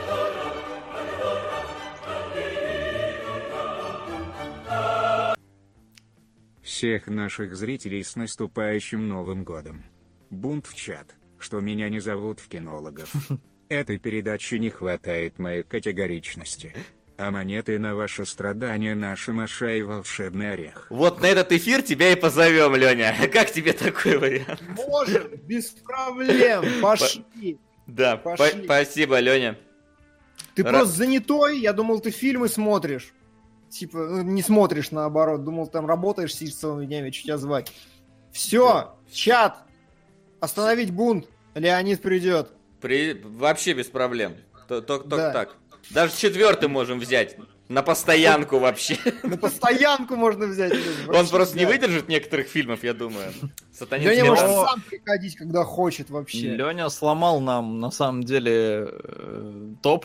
Всех наших зрителей с наступающим Новым годом. Бунт в чат, что меня не зовут в кинологов. Этой передаче не хватает моей категоричности. А монеты на ваше страдание наша Маша и волшебный орех. Вот на этот эфир тебя и позовем, Леня. Как тебе такой вариант? Можем, без проблем. Пошли. Да, Пошли. Спасибо, Леня. Ты просто занятой, я думал, ты фильмы смотришь. Типа, не смотришь, наоборот. Думал, там работаешь, сидишь целыми днями, что тебя звать. Все, чат. Остановить бунт. Леонид придет. Вообще без проблем. Только Да. так. Даже 4-й можем взять. На постоянку вообще. На постоянку можно взять. Он просто не выдержит некоторых фильмов, я думаю. Леня может сам приходить, когда хочет вообще. Леня сломал нам, на самом деле, топ.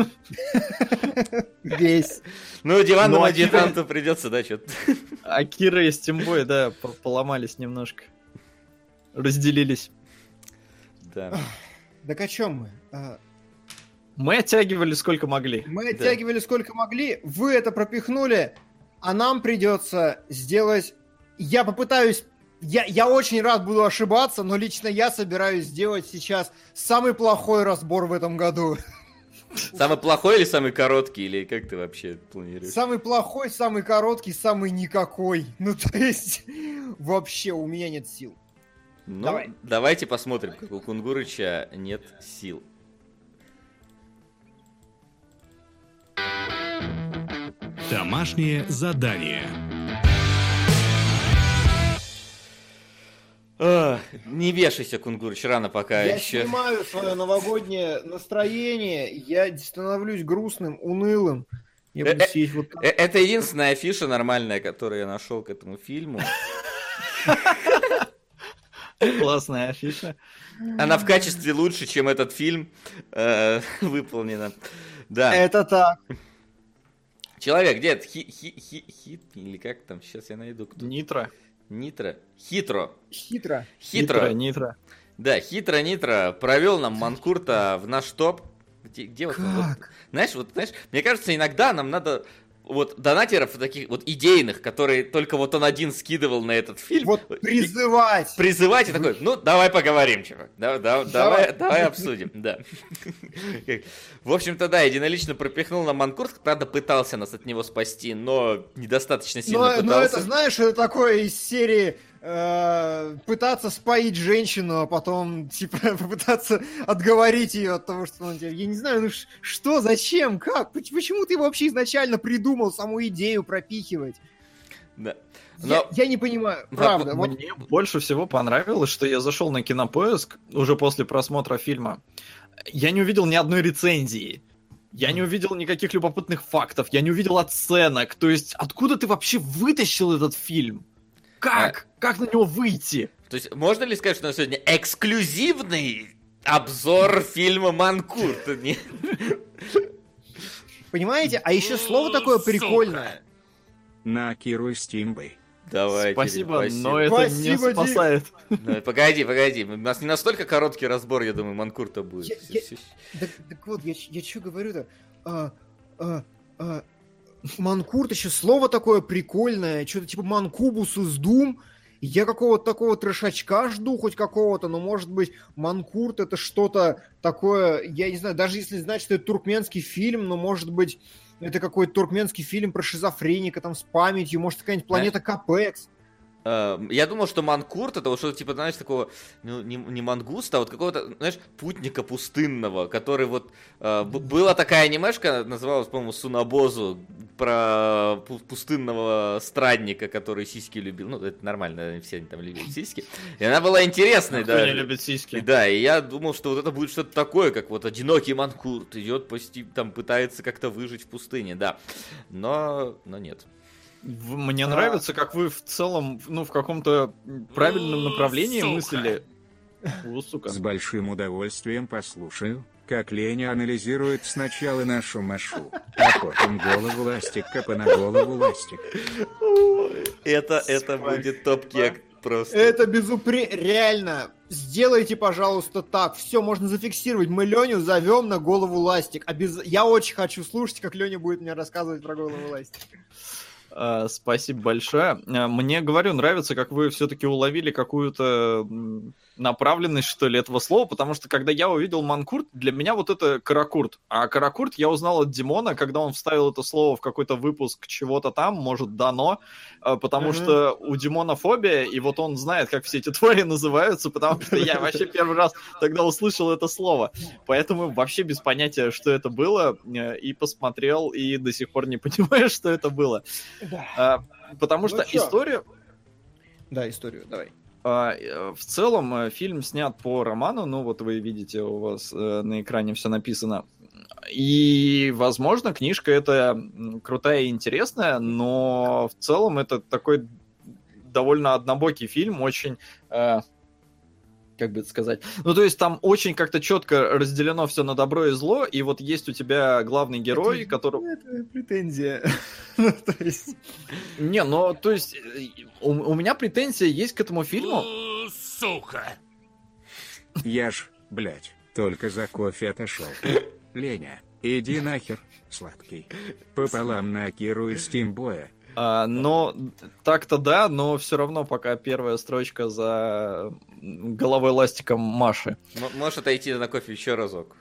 Весь. Ну, диванному адъютанту придется, да, что-то. А Кира и Стимбой, да, поломались немножко. Разделились. Да. Так о чем мы? Мы оттягивали сколько могли. Мы оттягивали сколько могли, вы это пропихнули, а нам придется сделать... Я попытаюсь... Я очень рад буду ошибаться, но лично я собираюсь сделать сейчас самый плохой разбор в этом году. Самый плохой или самый короткий, или как ты вообще планируешь? Самый плохой, самый короткий, самый никакой. Ну, то есть, вообще у меня нет сил. Ну, давайте посмотрим, как у Кунгурыча нет сил. Домашнее задание. Не вешайся, Кунгурыч, рано пока Я еще. снимаю свое новогоднее настроение, я становлюсь грустным, унылым. Я буду сидеть вот так. Это единственная афиша нормальная, которую я нашел к этому фильму. Классная афиша. Она в качестве лучше, чем этот фильм выполнена. Да. Это так. Человек, где это? Хит? Или как там? Сейчас я найду. Нитро. Хитро. Нитро. Да, Нитро провел нам Манкурта в наш топ. Где вот, знаешь, мне кажется, иногда нам надо вот донатеров таких вот идейных, которые только вот он один скидывал на этот фильм. Вот призывать. Призывать и такой, ну, давай поговорим, чувак. Давай обсудим, да. В общем-то, да, единолично пропихнул на Манкурт, правда, пытался нас от него спасти, но недостаточно сильно пытался. Но это, знаешь, это такое из серии пытаться споить женщину, а потом, типа, попытаться отговорить ее от того, что он тебе... Я не знаю, ну что, зачем, как? Почему ты вообще изначально придумал саму идею пропихивать? Да. Я не понимаю, правда. Мне больше всего понравилось, что я зашел на Кинопоиск уже после просмотра фильма. Я не увидел ни одной рецензии. Я не увидел никаких любопытных фактов. Я не увидел оценок. То есть, откуда ты вообще вытащил этот фильм? Как? Как на него выйти? То есть, можно ли сказать, что у нас сегодня эксклюзивный обзор фильма «Манкурт»? Понимаете? А еще слово такое прикольное. На Киру и Стимбой. Давай, Спасибо, Кирилл, но это Спасибо, не Дим. спасает. Ну, погоди. У нас не настолько короткий разбор, я думаю, Манкурта будет. Так вот, я что говорю-то? Манкурт еще слово такое прикольное, что-то типа Манкубус из Doom. Я какого-то такого трешачка жду, хоть какого-то, но, может быть, Манкурт это что-то такое, я не знаю, даже если знать, что это туркменский фильм, но, может быть, это какой-то туркменский фильм про шизофреника там с памятью, может, какая-нибудь планета Капекс. Я думал, что Манкурт это вот что-то типа, знаешь, такого, ну, не мангуста, а вот какого-то, знаешь, путника пустынного, который вот... была такая анимешка, называлась, по-моему, Сунабозу, про пустынного странника, который сиськи любил. Ну, это нормально, все они там любили сиськи. И она была интересной, да. Кто не любит сиськи? Да, и я думал, что вот это будет что-то такое, как вот одинокий Манкурт идет, там пытается как-то выжить в пустыне, да. Но нет. Мне нравится, как вы в целом, ну, в каком-то правильном направлении мыслили. О, сука. С большим удовольствием послушаю, как Леня анализирует сначала нашу Машу, а потом голову ластика на голову ластик. Это будет топ-кек просто. Это реально. Сделайте, пожалуйста, так. Все, можно зафиксировать. Мы Леню зовем на голову ластик. Я очень хочу слушать, как Леня будет мне рассказывать про голову ластик. Спасибо большое. Мне, говорю, нравится, как вы все-таки уловили какую-то направленность, что ли, этого слова, потому что, когда я увидел Манкурт, для меня вот это Каракурт. А Каракурт я узнал от Димона, когда он вставил это слово в какой-то выпуск чего-то там, может, дано, потому что у Димона фобия, и вот он знает, как все эти твари называются, потому что я вообще первый раз тогда услышал это слово. Поэтому вообще без понятия, что это было, и посмотрел, и до сих пор не понимаю, что это было. Да. Потому что история... Да, историю, давай. В целом, фильм снят по роману, ну вот вы видите, у вас на экране все написано. И, возможно, книжка это крутая и интересная, но в целом это такой довольно однобокий фильм, очень... как бы это сказать? Ну, то есть там очень как-то четко разделено все на добро и зло, и вот есть у тебя главный герой, который... Это претензия. Не, ну, то есть у меня претензия есть к этому фильму. Сука! Я ж, блядь, только за кофе отошел. Леня, иди нахер, сладкий. Пополам на Акиру из Стимбоя. Но так-то да, но все равно пока первая строчка за головой ластиком Маши. Можешь отойти на кофе еще разок.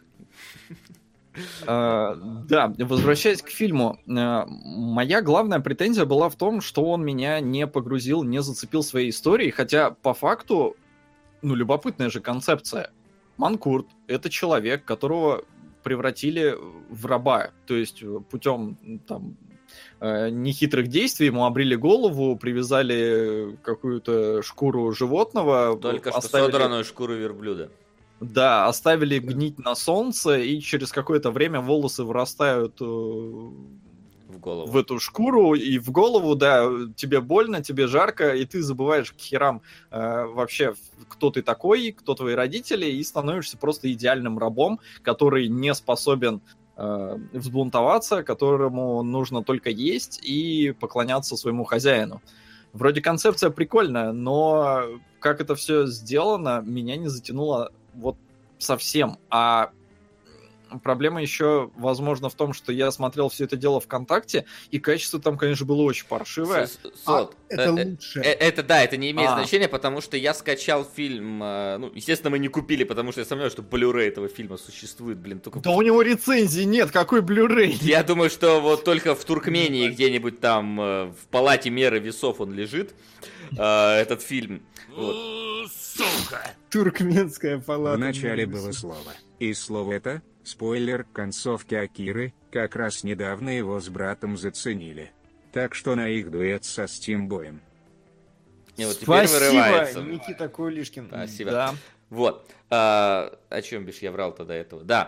Да, возвращаясь к фильму, моя главная претензия была в том, что он меня не погрузил, не зацепил своей историей, хотя по факту, ну, любопытная же концепция. Манкурт — это человек, которого превратили в раба, то есть путем там нехитрых действий ему обрили голову, привязали какую-то шкуру животного. Только что содранную шкуру верблюда. Да, оставили гнить на солнце, и через какое-то время волосы вырастают в голову. В эту шкуру и в голову, да, тебе больно, тебе жарко, и ты забываешь к херам вообще, кто ты такой, кто твои родители, и становишься просто идеальным рабом, который не способен взбунтоваться, которому нужно только есть и поклоняться своему хозяину. Вроде концепция прикольная, но как это все сделано, меня не затянуло вот совсем. А проблема еще, возможно, в том, что я смотрел все это дело ВКонтакте, и качество там, конечно, было очень паршивое. Это лучше. Это не имеет значения, потому что я скачал фильм, ну, естественно, мы не купили, потому что я сомневаюсь, что Blu-ray этого фильма существует, только... Да у него рецензии нет, какой Blu-ray? Я думаю, что вот только в Туркмении где-нибудь там в палате меры весов он лежит, этот фильм. Сука! Туркменская палата. Вначале было слово. И слово это, спойлер концовки Акиры, как раз недавно его с братом заценили. Так что на их дуэт со Стимбоем. И вот теперь вырывается. Никита Кулишкин. Спасибо. Да. Вот. О чем бишь я врал-то до этого? Да.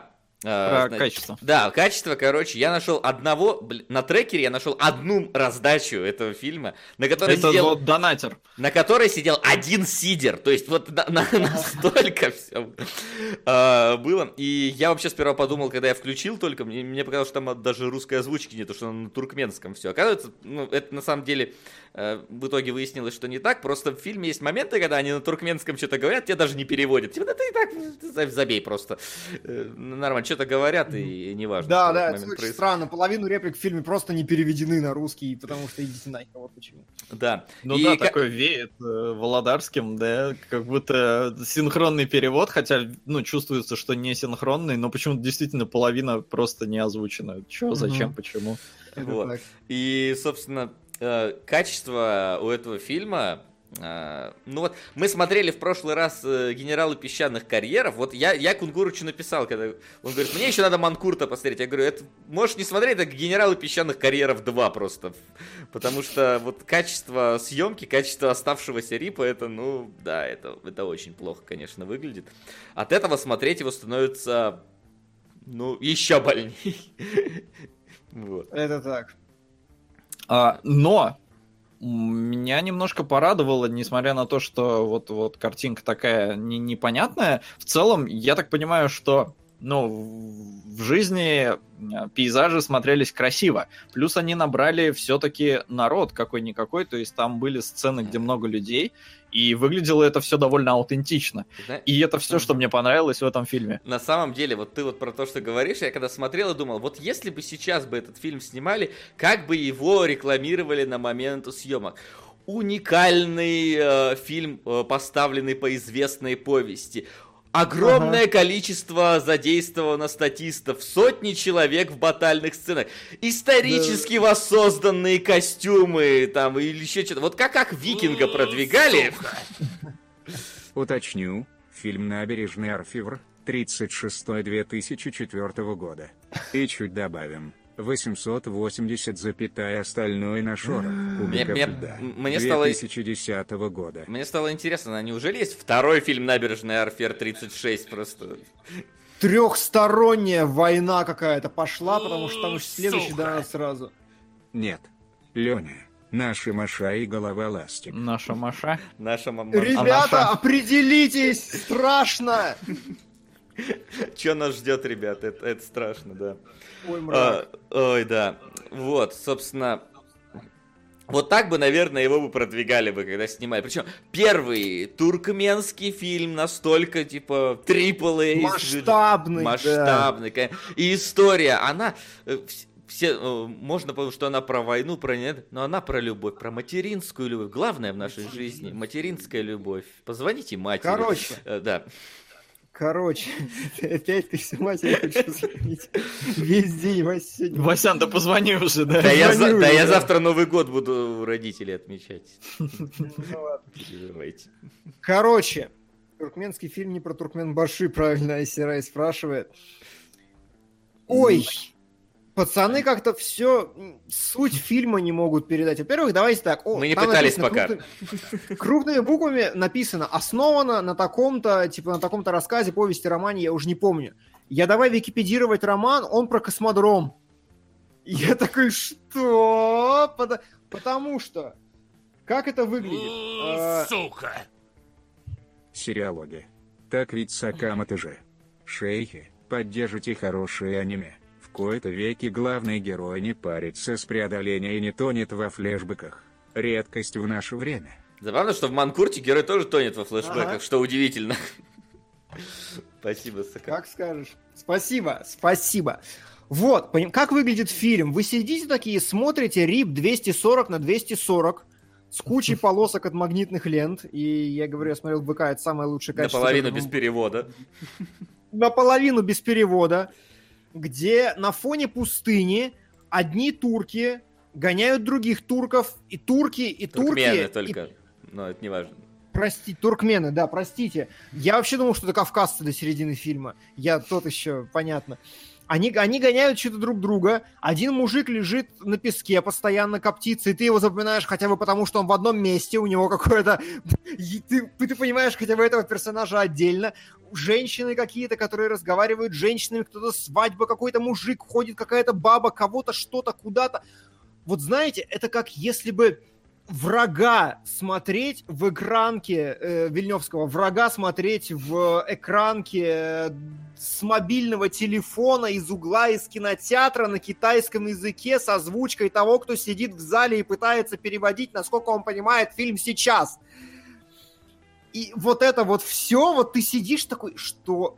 Про качество. Да, качество, короче, я нашел на трекере я нашел одну раздачу этого фильма, на которой это сидел... вот донатер. На которой сидел один сидер, то есть вот настолько все было. И я вообще сперва подумал, когда я включил только, мне показалось, что там даже русской озвучки нету, что на туркменском все. Оказывается, это на самом деле в итоге выяснилось, что не так, просто в фильме есть моменты, когда они на туркменском что-то говорят, тебе даже не переводят. Типа, да ты и так забей просто. Нормально, что-то говорят, и неважно. Да, это очень странно. Половину реплик в фильме просто не переведены на русский, потому что идите нахер, вот почему. Да. Ну да, такой веет Володарским, да, как будто синхронный перевод, хотя, чувствуется, что не синхронный, но почему-то действительно половина просто не озвучена. Чё, зачем, почему? Вот. И, собственно, качество у этого фильма... мы смотрели в прошлый раз «Генералы песчаных карьеров». Вот я Кунгурычу написал, когда он говорит, мне еще надо Манкурта посмотреть. Я говорю, это можешь не смотреть, это «Генералы песчаных карьеров 2» просто. Потому что вот качество съемки, качество оставшегося рипа, это, это очень плохо, конечно, выглядит. От этого смотреть его становится, еще больней. Это так. Но... Меня немножко порадовало, несмотря на то, что вот картинка такая непонятная. В целом, я так понимаю, что в жизни пейзажи смотрелись красиво. Плюс они набрали все-таки народ какой-никакой, то есть там были сцены, где много людей, и выглядело это все довольно аутентично. И это все, что мне понравилось в этом фильме. На самом деле, вот ты вот про то, что говоришь, я когда смотрел и думал, вот если бы сейчас бы этот фильм снимали, как бы его рекламировали на момент съемок. Уникальный фильм, поставленный по известной повести. Огромное количество задействовано статистов, сотни человек в батальных сценах, исторически воссозданные костюмы там или еще что-то. Вот как Викинга продвигали. Уточню, фильм «Набережный Орфевр», 36-2004 года. И чуть добавим. 880, остальное на шорох. Кубиков льда. 2010 года. Мне стало интересно, а неужели есть второй фильм «Набережная Орфевр 36» просто? Трехсторонняя война какая-то пошла, потому что там следующий донат сразу. Нет, Леня. Наша Маша и голова ластик. Наша Маша? Наша мама. Ребята, определитесь! Страшно! Че нас ждет, ребят? Это страшно, да. Ой, мрак. Ой, да. Вот, собственно, вот так бы, наверное, его бы продвигали бы, когда снимали. Причем первый туркменский фильм настолько, типа, AAA. Масштабный. Да. И история, она... можно подумать, что она про войну, про нет, но она про любовь, про материнскую любовь. Главное в нашей жизни — материнская любовь. Позвоните матери. Короче, опять ты все матери хочешь звонить. Весь день, Вася, сегодня. Васян, да позвони уже, да? Да я завтра Новый год буду у родителей отмечать. Короче, туркменский фильм не про Туркменбаши, правильно Айсерай спрашивает. Ой, пацаны как-то все, суть фильма не могут передать. Во-первых, давайте так. Мы не пытались пока. Крупными буквами написано, основано на таком-то, на таком-то рассказе, повести, романе, я уже не помню. Я давай википедировать роман, он про космодром. Я такой, что? Потому что, как это выглядит? Сука! Сериалогия. Так ведь Сакамото же. Шейхи, поддержите хорошее аниме. В кои-то веки главный герой не парится с преодолением и не тонет во флешбеках. Редкость в наше время. Забавно, что в Манкурте герой тоже тонет во флешбеках, что удивительно. Спасибо, Сака. Как скажешь. Спасибо. Вот, как выглядит фильм. Вы сидите такие, смотрите RIP 240 на 240 с кучей полосок от магнитных лент. И я говорю, я смотрел ВК, это самое лучшее качество. Наполовину без перевода. Наполовину без перевода. Где на фоне пустыни одни турки гоняют других турков, и турки... Туркмены только, но это не важно. Простите, туркмены, да, простите. Я вообще думал, что это кавказцы до середины фильма. Я тот еще, понятно. Они гоняют что-то друг друга. Один мужик лежит на песке, постоянно коптится, и ты его запоминаешь хотя бы потому, что он в одном месте, у него какое-то... Ты понимаешь хотя бы этого персонажа отдельно. женщины какие-то, которые разговаривают с женщинами, кто-то свадьба, какой-то мужик ходит, какая-то баба, кого-то что-то куда-то. Вот знаете, это как если бы врага смотреть в экранке Вильнёвского, врага смотреть в экранке с мобильного телефона из угла из кинотеатра на китайском языке с озвучкой того, кто сидит в зале и пытается переводить, насколько он понимает фильм сейчас. И вот это вот все, вот ты сидишь такой, что,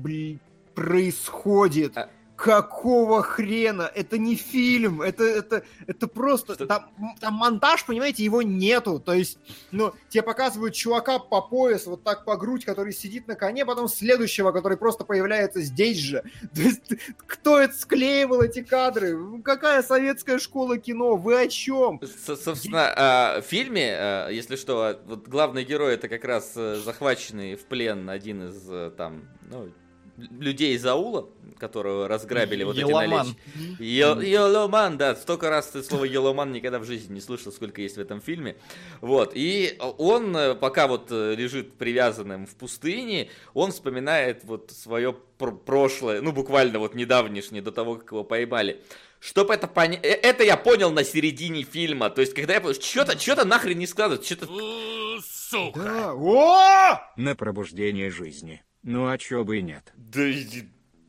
происходит? Какого хрена? Это не фильм, это просто... Там монтаж, понимаете, его нету. То есть, ну, тебе показывают чувака по пояс, вот так по грудь, который сидит на коне, потом следующего, который просто появляется здесь же. То есть, кто это склеивал эти кадры? Какая советская школа кино? Вы о чем? Собственно, в фильме, если что, вот главный герой — это как раз захваченный в плен один из, там, ну, людей из аула, которого разграбили вот эти наличные. Еломан, да, столько раз ты слово еломан никогда в жизни не слышал, сколько есть в этом фильме. Вот, и он, пока вот лежит привязанным в пустыне, он вспоминает вот свое прошлое, ну, буквально вот недавнешнее, до того, как его поймали. Чтоб это понять... Это я понял на середине фильма. То есть, когда я понял, что-то нахрен не складывается, что-то... Сука! Да. О! На пробуждение жизни. Ну а чё бы и нет. Да иди...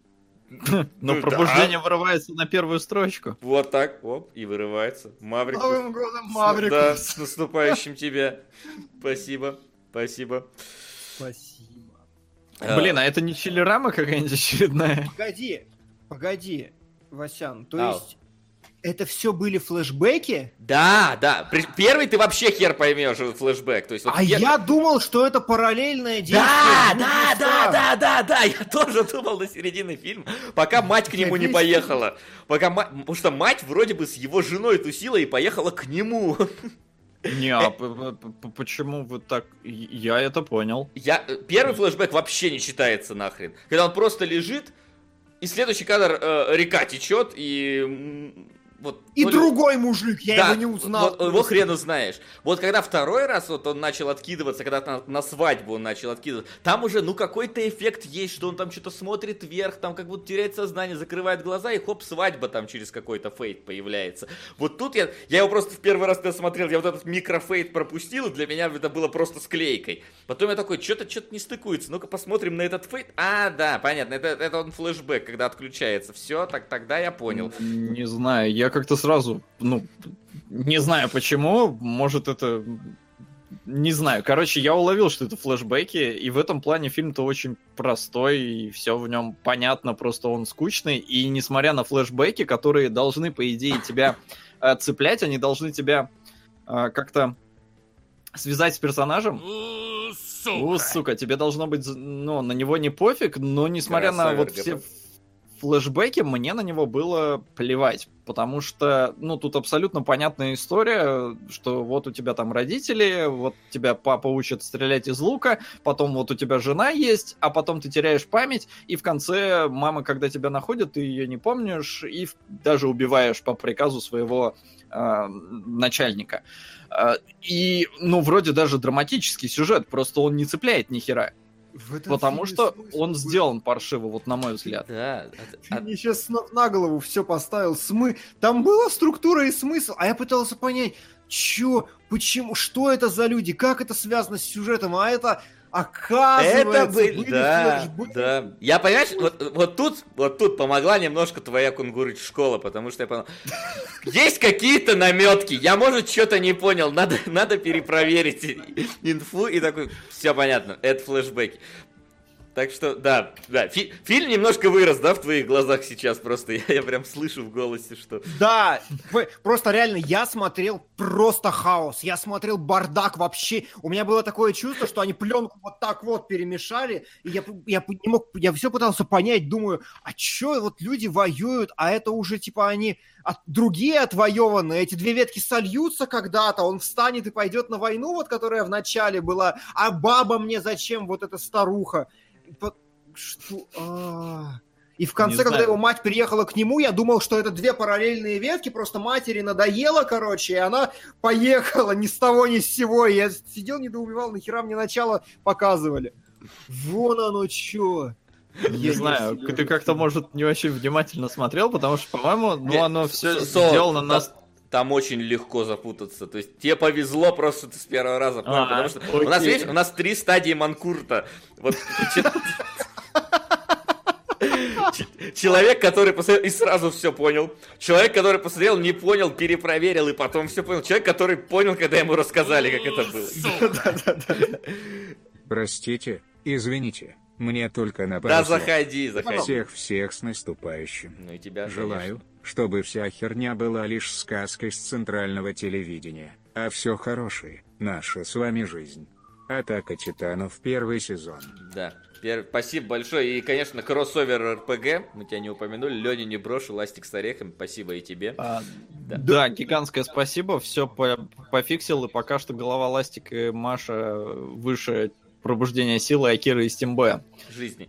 Но пробуждение вырывается на первую строчку. Вот так, оп, и вырывается. Маврик. Новым годом, Маврик. Да, с наступающим тебя. Спасибо, спасибо. Спасибо. Блин, а это не чилерама какая-нибудь очередная? Погоди, Васян, то есть это все были флешбеки? Да. Первый ты вообще хер поймешь флешбэк. То есть, вот я думал, что это параллельное действие. Да, я тоже думал на середине фильма, пока мать к нему не поехала. Потому что мать вроде бы с его женой тусила и поехала к нему. Не, а почему вы так... Я это понял. Первый флешбэк вообще не считается нахрен. Когда он просто лежит, и следующий кадр река течет, и... Вот, и другой мужик, я его не узнал. Вот, его хрен узнаешь. Вот когда второй раз вот он начал откидываться, когда на свадьбу он начал откидываться, там уже, ну, какой-то эффект есть, что он там что-то смотрит вверх, там как будто теряет сознание, закрывает глаза, и хоп, свадьба там через какой-то фейт появляется. Вот тут я его просто в первый раз, когда смотрел, я вот этот микрофейт пропустил, и для меня это было просто склейкой. Потом я такой, что-то не стыкуется, ну-ка посмотрим на этот фейт. А, да, понятно, это он флешбэк, когда отключается. Все, тогда я понял. Не знаю, я как-то сразу, ну, не знаю почему, может это... Не знаю, короче, я уловил, что это флешбеки, и в этом плане фильм-то очень простой, и все в нем понятно, просто он скучный, и несмотря на флешбеки, которые должны, по идее, тебя цеплять, они должны тебя как-то связать с персонажем. Сука, тебе должно быть, ну, на него не пофиг, но несмотря на вот все... флешбеки, мне на него было плевать, потому что, ну, тут абсолютно понятная история, что вот у тебя там родители, вот тебя папа учит стрелять из лука, потом вот у тебя жена есть, а потом ты теряешь память, и в конце мама, когда тебя находит, ты ее не помнишь, и даже убиваешь по приказу своего начальника. И, ну, вроде даже драматический сюжет, просто он не цепляет ни хера. Потому что он сделан паршиво, вот на мой взгляд. Да. Ты мне сейчас на голову все поставил. Там была структура и смысл, а я пытался понять, почему, что это за люди, как это связано с сюжетом, а это... Оказывается, были флешбеки. Да. Я, понимаешь, вот тут помогла немножко твоя кунгурыч школа, потому что я понял, есть какие-то наметки, я, может, что-то не понял, надо перепроверить инфу, и такой, все понятно, это флешбеки. Так что, да, фильм немножко вырос, да, в твоих глазах сейчас, просто я прям слышу в голосе, что... Да, просто реально, я смотрел просто хаос, я смотрел бардак вообще, у меня было такое чувство, что они пленку вот так вот перемешали, и я не мог, я все пытался понять, думаю, а чё вот люди воюют, а это уже типа они... другие отвоеванные, эти две ветки сольются когда-то, он встанет и пойдет на войну, вот которая в начале была, а баба мне зачем, вот эта старуха? Что? И в конце, когда его мать приехала к нему, я думал, что это две параллельные ветки, просто матери надоело, короче, и она поехала ни с того ни с сего, и я сидел, недоумевал, нахера мне начало показывали. Вон оно чё. Не знаю, ты как-то, может, не очень внимательно смотрел, потому что, по-моему, оно все Со, сделано на... Там очень легко запутаться. То есть тебе повезло просто ты с первого раза понял, потому что у нас, видишь, у нас 3 стадии Манкурта. Вот человек, который посмотрел и сразу все понял. Человек, который посмотрел, не понял, перепроверил и потом все понял. Человек, который понял, когда ему рассказали, как это было. Простите, извините, мне только на Да заходи. Всех с наступающим. Ну и тебя, желаю, чтобы вся херня была лишь сказкой с центрального телевидения, а все хорошее — наша с вами жизнь. Атака Титанов, 1 сезон. Да. Спасибо большое. И, конечно, кроссовер РПГ. Мы тебя не упомянули. Леня не брошу, Ластик с орехами. Спасибо и тебе. Да, гигантское спасибо. Все пофиксил. И пока что голова Ластик и Маша выше пробуждения силы Акиры из Тимбе. Жизни.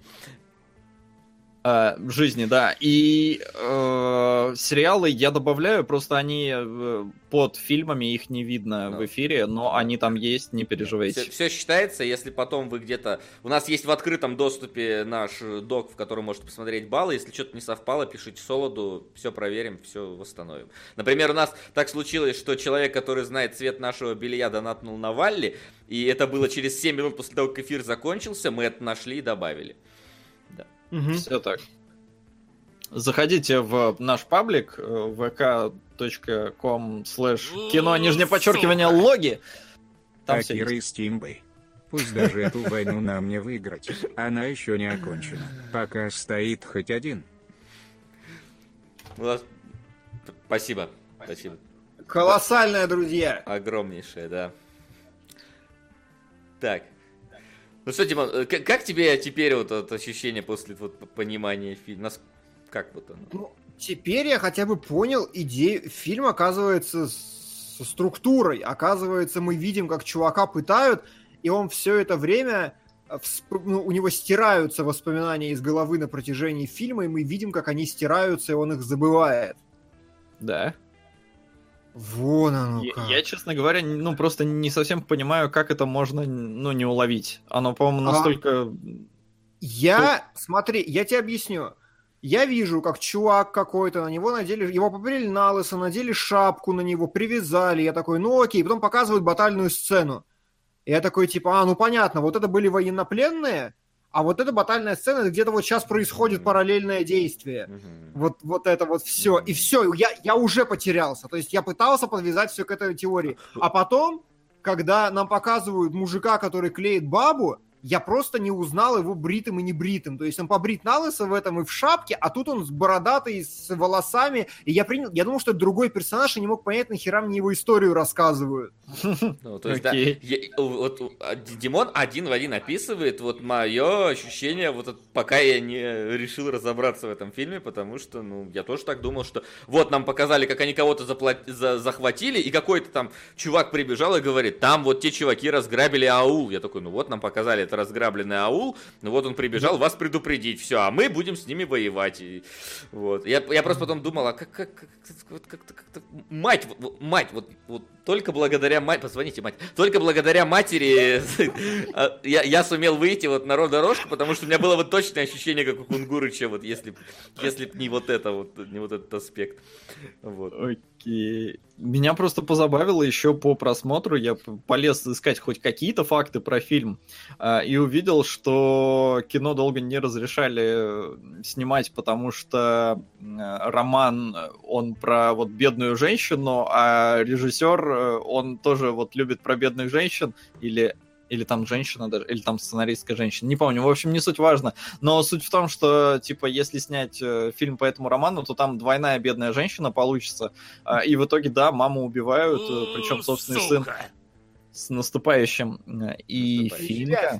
Жизни, да. И сериалы я добавляю, просто они под фильмами, их не видно в эфире, но они там есть, не переживайте. Все считается, если потом вы где-то... У нас есть в открытом доступе наш док, в котором можете посмотреть баллы. Если что-то не совпало, пишите Солоду, все проверим, все восстановим. Например, у нас так случилось, что человек, который знает цвет нашего белья, донатнул на Валли, и это было через 7 минут после того, как эфир закончился, мы это нашли и добавили. Все так. Заходите в наш паблик vk.com/кино_логи. Там все Акира из Тимбэй. Пусть даже эту войну нам не выиграть, она еще не окончена. Пока стоит хоть один. Спасибо. Колоссальное, друзья. Огромнейшее, да. Так. Ну что, Димон, как тебе теперь вот это ощущение после вот понимания фильма? Как вот оно? Ну, теперь я хотя бы понял идею. Фильм, оказывается, со структурой. Оказывается, мы видим, как чувака пытают, и он все это время... у него стираются воспоминания из головы на протяжении фильма, и мы видим, как они стираются, и он их забывает. Да. Вон оно как. Я, честно говоря, просто не совсем понимаю, как это можно, не уловить. Оно, по-моему, настолько... Смотри, я тебе объясню. Я вижу, как чувак какой-то, на него надели... Его побрили на лысо, надели шапку на него, привязали. Я такой, окей. Потом показывают батальную сцену. И я такой, понятно, вот это были военнопленные, а вот эта батальная сцена, это где-то вот сейчас происходит параллельное действие. Вот это вот все. И все, я уже потерялся. То есть я пытался подвязать все к этой теории. А потом, когда нам показывают мужика, который клеит бабу, я просто не узнал его бритым и не бритым. То есть он побрит налысо в этом и в шапке, а тут он с бородатый, с волосами. И я думал, что это другой персонаж, и не мог понять, нахера мне его историю рассказывают. Ну, то есть, да, вот Димон один в один описывает вот мое ощущение, вот пока я не решил разобраться в этом фильме, потому что, я тоже так думал, что вот нам показали, как они кого-то захватили, и какой-то там чувак прибежал и говорит, там вот те чуваки разграбили аул. Я такой, вот нам показали это разграбленный аул, вот он прибежал вас предупредить, все, а мы будем с ними воевать. И, вот. Я просто потом думал, а как мать, вот только благодаря позвоните, мать, только благодаря матери я сумел выйти вот на дорожку, потому что у меня было вот точное ощущение, как у Кунгурыча, вот если б не вот это не вот этот аспект. Вот. Окей. Меня просто позабавило еще по просмотру, я полез искать хоть какие-то факты про фильм, и увидел, что кино долго не разрешали снимать, потому что роман, он про вот бедную женщину, а режиссер, он тоже вот любит про бедных женщин, или там женщина даже, или там сценаристская женщина, не помню, в общем, не суть важно, но суть в том, что, если снять фильм по этому роману, то там двойная бедная женщина получится, и в итоге, да, маму убивают, причем собственный сын с наступающим, и Финка.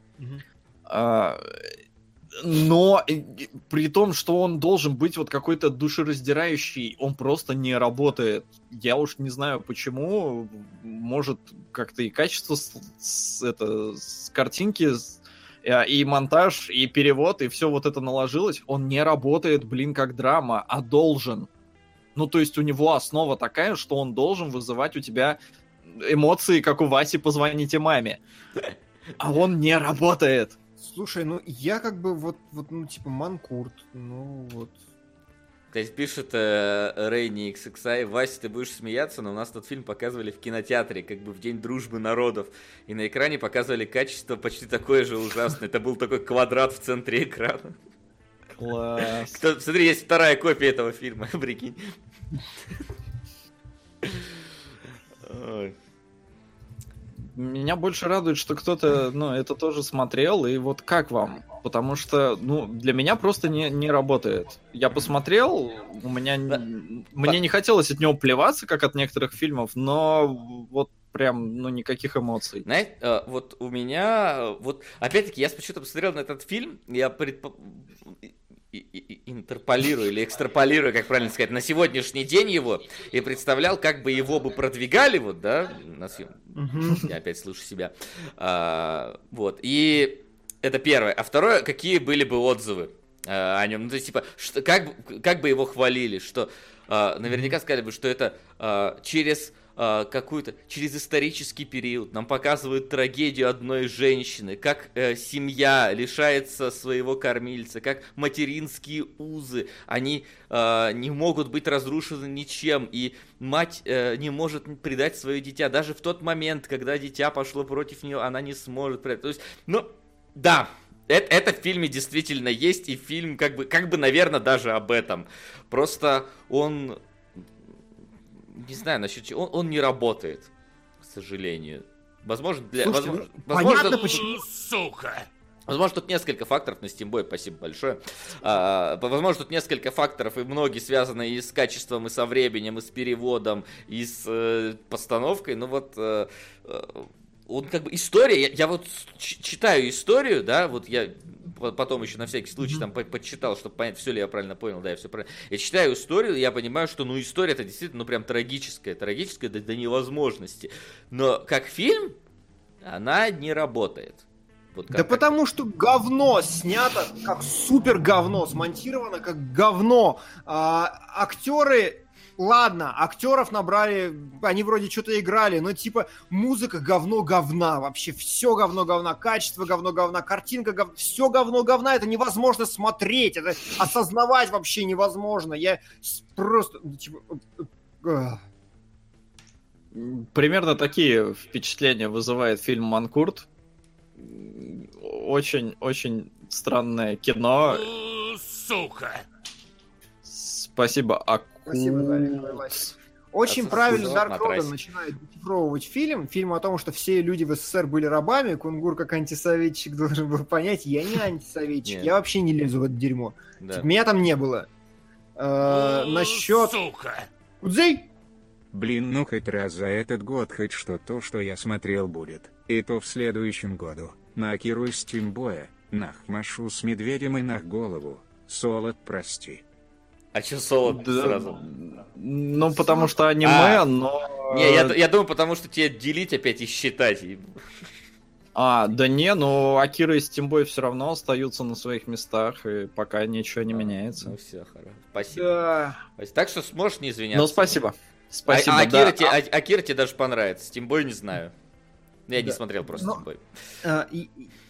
Но при том, что он должен быть вот какой-то душераздирающий, он просто не работает. Я уж не знаю почему. Может, как-то и качество с картинки, и монтаж, и перевод, и все вот это наложилось. Он не работает, как драма, а должен. То есть у него основа такая, что он должен вызывать у тебя эмоции, как у Васи «Позвоните маме». А он не работает. Слушай, ну я как бы ну типа Манкурт, ну вот. То есть пишет Рейни XXI: Вася, ты будешь смеяться, но у нас тот фильм показывали в кинотеатре, как бы в День дружбы народов. И на экране показывали качество почти такое же ужасное. Это был такой квадрат в центре экрана. Класс. Смотри, есть вторая копия этого фильма, прикинь. Меня больше радует, что кто-то, ну, это тоже смотрел, и вот как вам? Потому что, ну, для меня просто не работает. Я посмотрел, мне не хотелось от него плеваться, как от некоторых фильмов, но вот прям, ну, никаких эмоций. Знаете, вот у меня, вот, опять-таки, я почему-то посмотрел на этот фильм, я интерполирую или экстраполирую, как правильно сказать, на сегодняшний день его, и представлял, как бы его бы продвигали, вот, да, на съем. Я опять слышу себя. Вот, и это первое. А второе, какие были бы отзывы о нем? Ну, то есть, типа, как бы его хвалили, что наверняка сказали бы, что это через исторический период нам показывают трагедию одной женщины, как семья лишается своего кормильца, как материнские узы, они не могут быть разрушены ничем, и мать не может предать свое дитя. Даже в тот момент, когда дитя пошло против нее, она не сможет предать. То есть, ну, да, это в фильме действительно есть, и фильм как бы, наверное, даже об этом. Просто он... Не знаю, насчет чего. Он не работает, к сожалению. Возможно, Слушайте, понятно, почему. Сука! Возможно, тут несколько факторов на Steamboy, спасибо большое. Возможно, тут несколько факторов, и многие связаны и с качеством, и со временем, и с переводом, и с постановкой. Ну вот, он как бы история. Я вот читаю историю, да, вот я потом еще на всякий случай там подчитал, чтобы понять, все ли я правильно понял, да, я все правильно. Я читаю историю, я понимаю, что, ну, история это действительно, ну, прям трагическая до невозможности. Но как фильм она не работает. Вот да потому что говно снято как супер говно, смонтировано как говно. Актеры... Ладно, актеров набрали, они вроде что-то играли, но типа музыка говно-говна, вообще все говно-говна, качество говно-говна, картинка говно, все говно-говна, это невозможно смотреть, это осознавать вообще невозможно, я просто, типа... Примерно такие впечатления вызывает фильм «Манкурт». Очень странное кино. Сука! Спасибо, Спасибо, Вася. Очень правильно Дарк Роден начинает дешифровывать фильм о том, что все люди в СССР были рабами. Кунгур, как антисоветчик, должен был понять, я не антисоветчик, я вообще не лезу в это дерьмо. Да. Меня там не было. Насчет... Удзей? Блин, ну хоть раз за этот год хоть что-то, что я смотрел, будет. И то в следующем году. На Акиру из Steamboy, нах машу с медведем и нах голову. Солод, прости. А чё Солод сразу? Ну, потому что аниме, но... Не, я думаю, потому что тебе делить опять и считать. Да не, но Акира и Steamboy все равно остаются на своих местах, и пока ничего не меняется. Ну все, хорошо. Спасибо. Да. Так что сможешь не извиняться. Ну, спасибо. Спасибо, Акира тебе даже понравится, Steamboy не знаю. Я не смотрел просто Steamboy.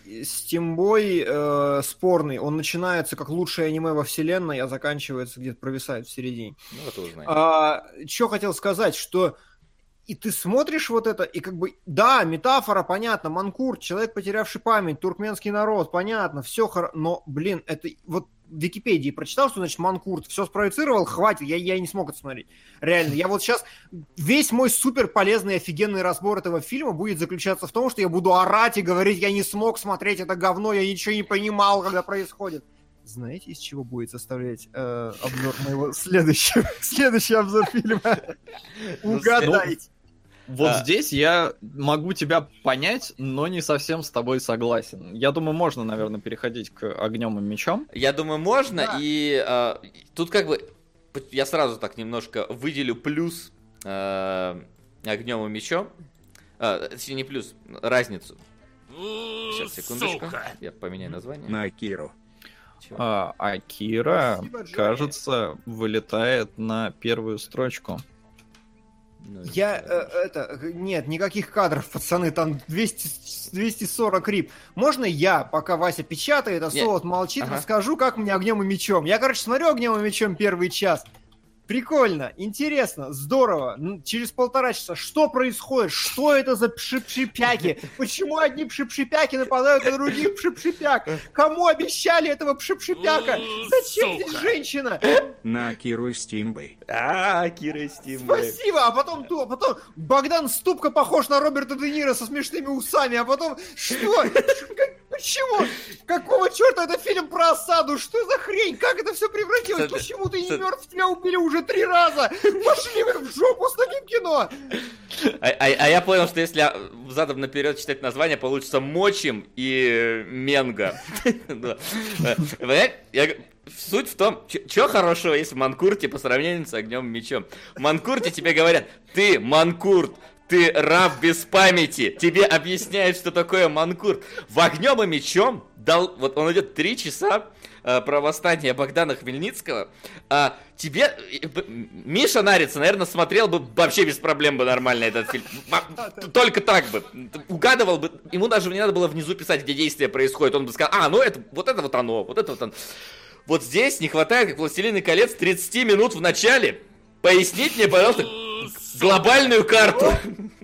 Steamboy спорный, он начинается как лучшее аниме во вселенной, а заканчивается где-то провисает в середине. Ну, это узнаем. Что хотел сказать, что и ты смотришь вот это, и как бы, да, метафора, понятно, Манкурт, человек, потерявший память, туркменский народ, понятно, все хорошо, но, блин, это вот в Википедии прочитал, что значит Манкурт, все спроецировал, хватит, я не смог это смотреть. Реально, я вот сейчас, весь мой супер полезный, офигенный разбор этого фильма будет заключаться в том, что я буду орать и говорить, я не смог смотреть это говно, я ничего не понимал, когда происходит. Знаете, из чего будет составлять обзор моего следующий обзор фильма? Угадайте. Вот здесь я могу тебя понять, но не совсем с тобой согласен. Я думаю, можно, наверное, переходить к «Огнем и мечом». Я думаю, можно, да. И тут как бы я сразу так немножко выделю плюс «Огнем и мечом». Точнее, не плюс, разницу. Сейчас, секундочку. Я поменяю название. На Акиру. Акира, кажется, вылетает на первую строчку. Нет, никаких кадров, пацаны, там 240 рип. Можно я, пока Вася печатает, а Солод молчит, расскажу, как мне огнем и мечом. Я, смотрю огнем и мечом первый час. Прикольно, интересно, здорово. Через 1,5 часа что происходит? Что это за пшипшипяки? Почему одни пшипшипяки нападают на других пшипшипяк? Кому обещали этого пшипшипяка? Зачем здесь женщина? На Киру и Стимбой. Кира и Стимбой. Спасибо, а потом Богдан Ступка похож на Роберта Де Ниро со смешными усами, а потом что? Почему? Какого черта это фильм про осаду? Что за хрень? Как это все превратилось? Почему ты не мертв? Тебя убили уже 3 раза! Пошли вы в жопу с таким кино! А я понял, что если задом наперед читать название, получится Мочим и Менга. Суть в том, что хорошего есть в Манкурте по сравнению с Огнем и Мечом. В Манкурте тебе говорят: ты Манкурт, ты раб без памяти. Тебе объясняют, что такое Манкурт. В Огнем и Мечом вот он идет 3 часа про восстание Богдана Хмельницкого. Тебе Миша Нарица, наверное, смотрел бы вообще без проблем бы нормально этот фильм. Только так бы. Угадывал бы. Ему даже не надо было внизу писать, где действие происходит. Он бы сказал: ну это вот оно. Вот здесь не хватает, как «Властелин колец», 30 минут в начале. Пояснить мне, пожалуйста, глобальную карту.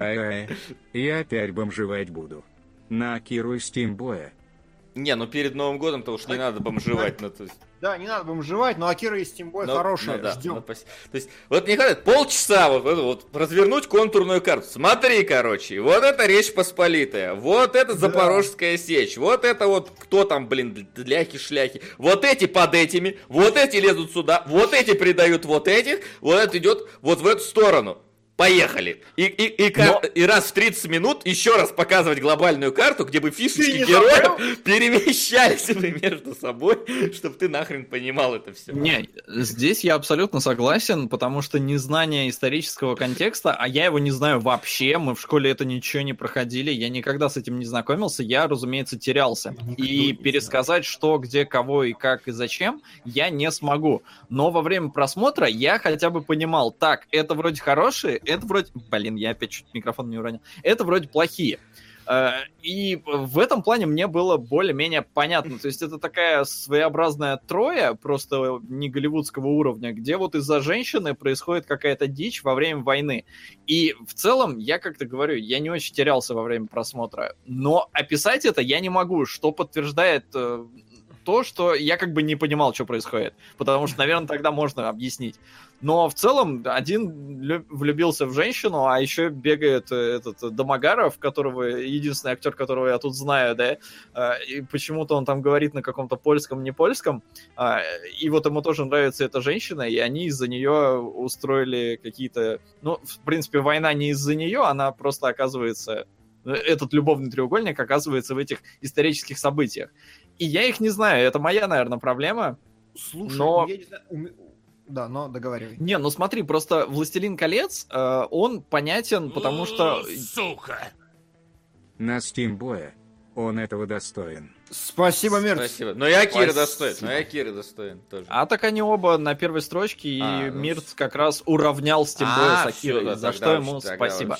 Я опять бомжевать буду. На Киру и Стимбоя. Не, перед Новым годом-то уж не надо бомжевать. Да, не надо бомжевать, но Акира и Стимбой хорошие, ждем. То есть, вот не хватает полчаса вот развернуть контурную карту. Смотри, короче, вот это Речь Посполитая, вот это Запорожская сечь, вот это вот кто там, ляхи-шляхи, вот эти под этими, вот эти лезут сюда, вот эти предают вот этих, вот это идет вот в эту сторону. Поехали. И раз в 30 минут еще раз показывать глобальную карту, где бы фишечки героев перемещались бы между собой, чтобы ты нахрен понимал это все. Не, здесь я абсолютно согласен, потому что незнание исторического контекста, а я его не знаю вообще, мы в школе это ничего не проходили, я никогда с этим не знакомился, я, разумеется, терялся. И пересказать, что, где, кого и как и зачем, я не смогу. Но во время просмотра я хотя бы понимал: так, это вроде хорошие, это вроде... я опять чуть микрофон не уронил. Это вроде плохие. И в этом плане мне было более-менее понятно. То есть это такая своеобразная троя, просто не голливудского уровня, где вот из-за женщины происходит какая-то дичь во время войны. И в целом, я как-то говорю, я не очень терялся во время просмотра. Но описать это я не могу, что подтверждает то, что я как бы не понимал, что происходит. Потому что, наверное, тогда можно объяснить. Но в целом один влюбился в женщину, а еще бегает этот Домогаров, которого единственный актер, которого я тут знаю, да, и почему-то он там говорит на каком-то польском, не польском, и вот ему тоже нравится эта женщина, и они из-за нее устроили какие-то... в принципе, война не из-за нее, она просто оказывается... Этот любовный треугольник оказывается в этих исторических событиях. И я их не знаю, это моя, наверное, проблема. Слушай, но... я не знаю... Да, но договаривай. Не, смотри, просто «Властелин колец», он понятен, потому что... Сука! На Стимбоя он этого достоин. Спасибо, Мерц. Спасибо. Но и Акира достоин. Тоже. А так они оба на первой строчке, и Мирц как раз уравнял Стимбоя с Акирой, за что ему спасибо.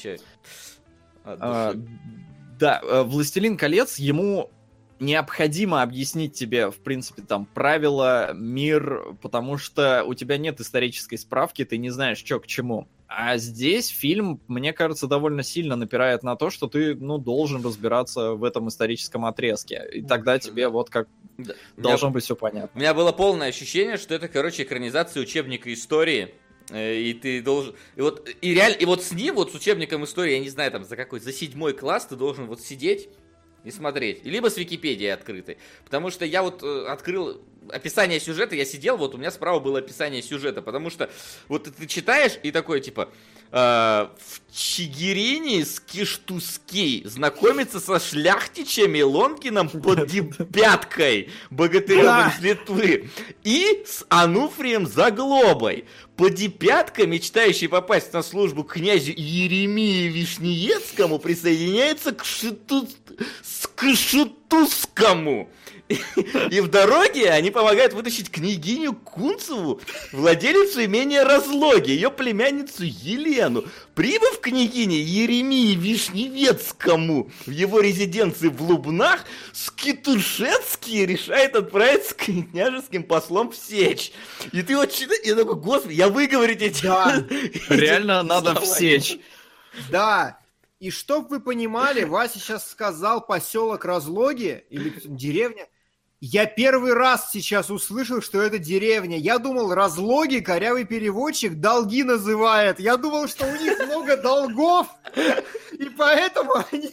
Да, «Властелин колец», ему... необходимо объяснить тебе, в принципе, там, правила, мир, потому что у тебя нет исторической справки, ты не знаешь, что к чему. А здесь фильм, мне кажется, довольно сильно напирает на то, что ты, должен разбираться в этом историческом отрезке. И тогда тебе вот как должно быть все понятно. У меня было полное ощущение, что это, экранизация учебника истории. И ты должен... И вот с ним, с учебником истории, я не знаю, там, за 7 класс ты должен сидеть и смотреть. Либо с Википедией открытой. Потому что я открыл описание сюжета, я сидел, у меня справа было описание сюжета. Потому что ты читаешь и такой, в Чигирине с Киштуский знакомится со шляхтичами Лонгином под Дебяткой, богатырем из Литвы, и с Ануфрием Заглобой. Подипятка, мечтающий попасть на службу к князю Еремии Вишнеецкому, присоединяется к Шетускому. И в дороге они помогают вытащить княгиню Кунцеву, владелицу имения Разлоги, ее племянницу Елену. Прибыв к княгине Еремии Вишневецкому в его резиденции в Лубнах, Скитушецкий решает отправиться к княжеским послом в Сечь. И ты вот читаешь, я такой, господи, я выговорить эти... Да. Реально надо в Сечь. Да. И чтоб вы понимали, Вася сейчас сказал поселок Разлоги, или деревня. Я первый раз сейчас услышал, что это деревня. Я думал, Разлоги, корявый переводчик, долги называет. Я думал, что у них много долгов, и поэтому они,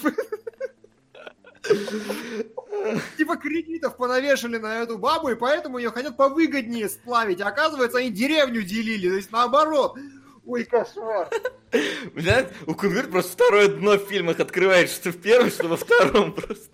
типа кредитов понавешали на эту бабу, и поэтому ее хотят повыгоднее сплавить. А оказывается, они деревню делили, то есть наоборот. Ой, кошмар. Знаете, у Кунгур просто второе дно в фильмах открывает, что в первом, что во втором просто.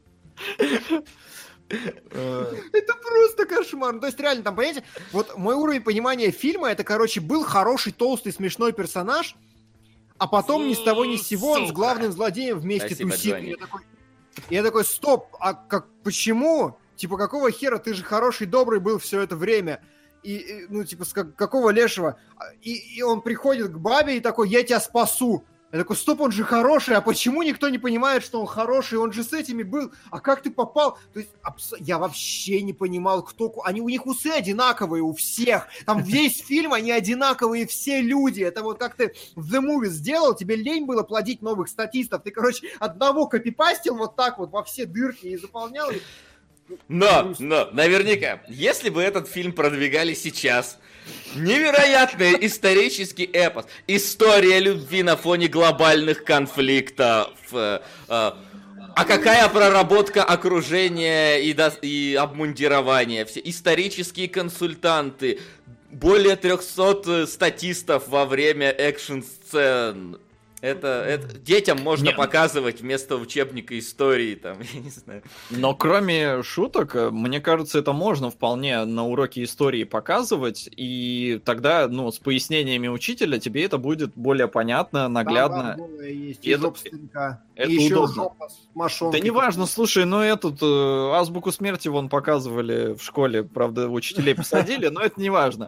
Это просто кошмар. Ну, то есть, реально, там, понимаете, вот мой уровень понимания фильма, это, короче, был хороший, толстый, смешной персонаж, а потом ни с того ни с сего он с главным злодеем вместе Спасибо, тусит. Джонни. Я такой, стоп, а почему? Типа, какого хера? Ты же хороший, добрый был все это время. И ну, типа, какого лешего? И он приходит к бабе и такой, я тебя спасу. Я такой, стоп, он же хороший, а почему никто не понимает, что он хороший? Он же с этими был. А как ты попал? То есть, я вообще не понимал, кто... У них усы одинаковые у всех. Там весь фильм, они одинаковые, все люди. Это вот как ты в The Movie сделал, тебе лень было плодить новых статистов. Ты, короче, одного копипастил вот так вот во все дырки и заполнял. Но, наверняка, если бы этот фильм продвигали сейчас, невероятный исторический эпос, история любви на фоне глобальных конфликтов, а какая проработка окружения и обмундирования, все исторические консультанты, более 300 статистов во время экшн-сцен. Это детям можно показывать вместо учебника истории, там, я не знаю. Но кроме шуток, мне кажется, это можно вполне на уроке истории показывать, и тогда, ну, с пояснениями учителя тебе это будет более понятно, наглядно. Да, есть. И это еще удобно. Мошонки. Да неважно, слушай, ну эту азбуку смерти вон показывали в школе, правда, учителей посадили, но это неважно.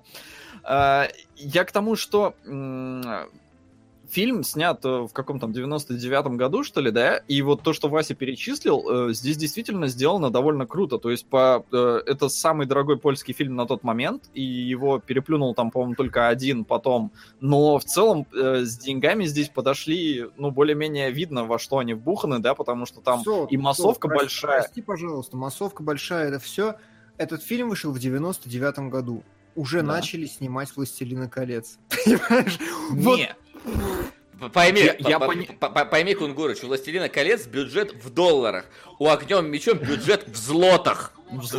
Я к тому, что... Фильм снят в каком там 99-м году, что ли, да? И вот то, что Вася перечислил, здесь действительно сделано довольно круто. То есть это самый дорогой польский фильм на тот момент, и его переплюнул там, по-моему, только один потом. Но в целом с деньгами здесь подошли, ну, более-менее видно, во что они вбуханы, да, потому что там и массовка большая. Прости, пожалуйста, массовка большая, это все. Этот фильм вышел в 99-м году. Уже начали снимать «Властелина колец». Понимаешь? Вот. Пойми, Кунгурыч, у «Властелина колец» бюджет в долларах, у «Огнем мечом» бюджет в злотах.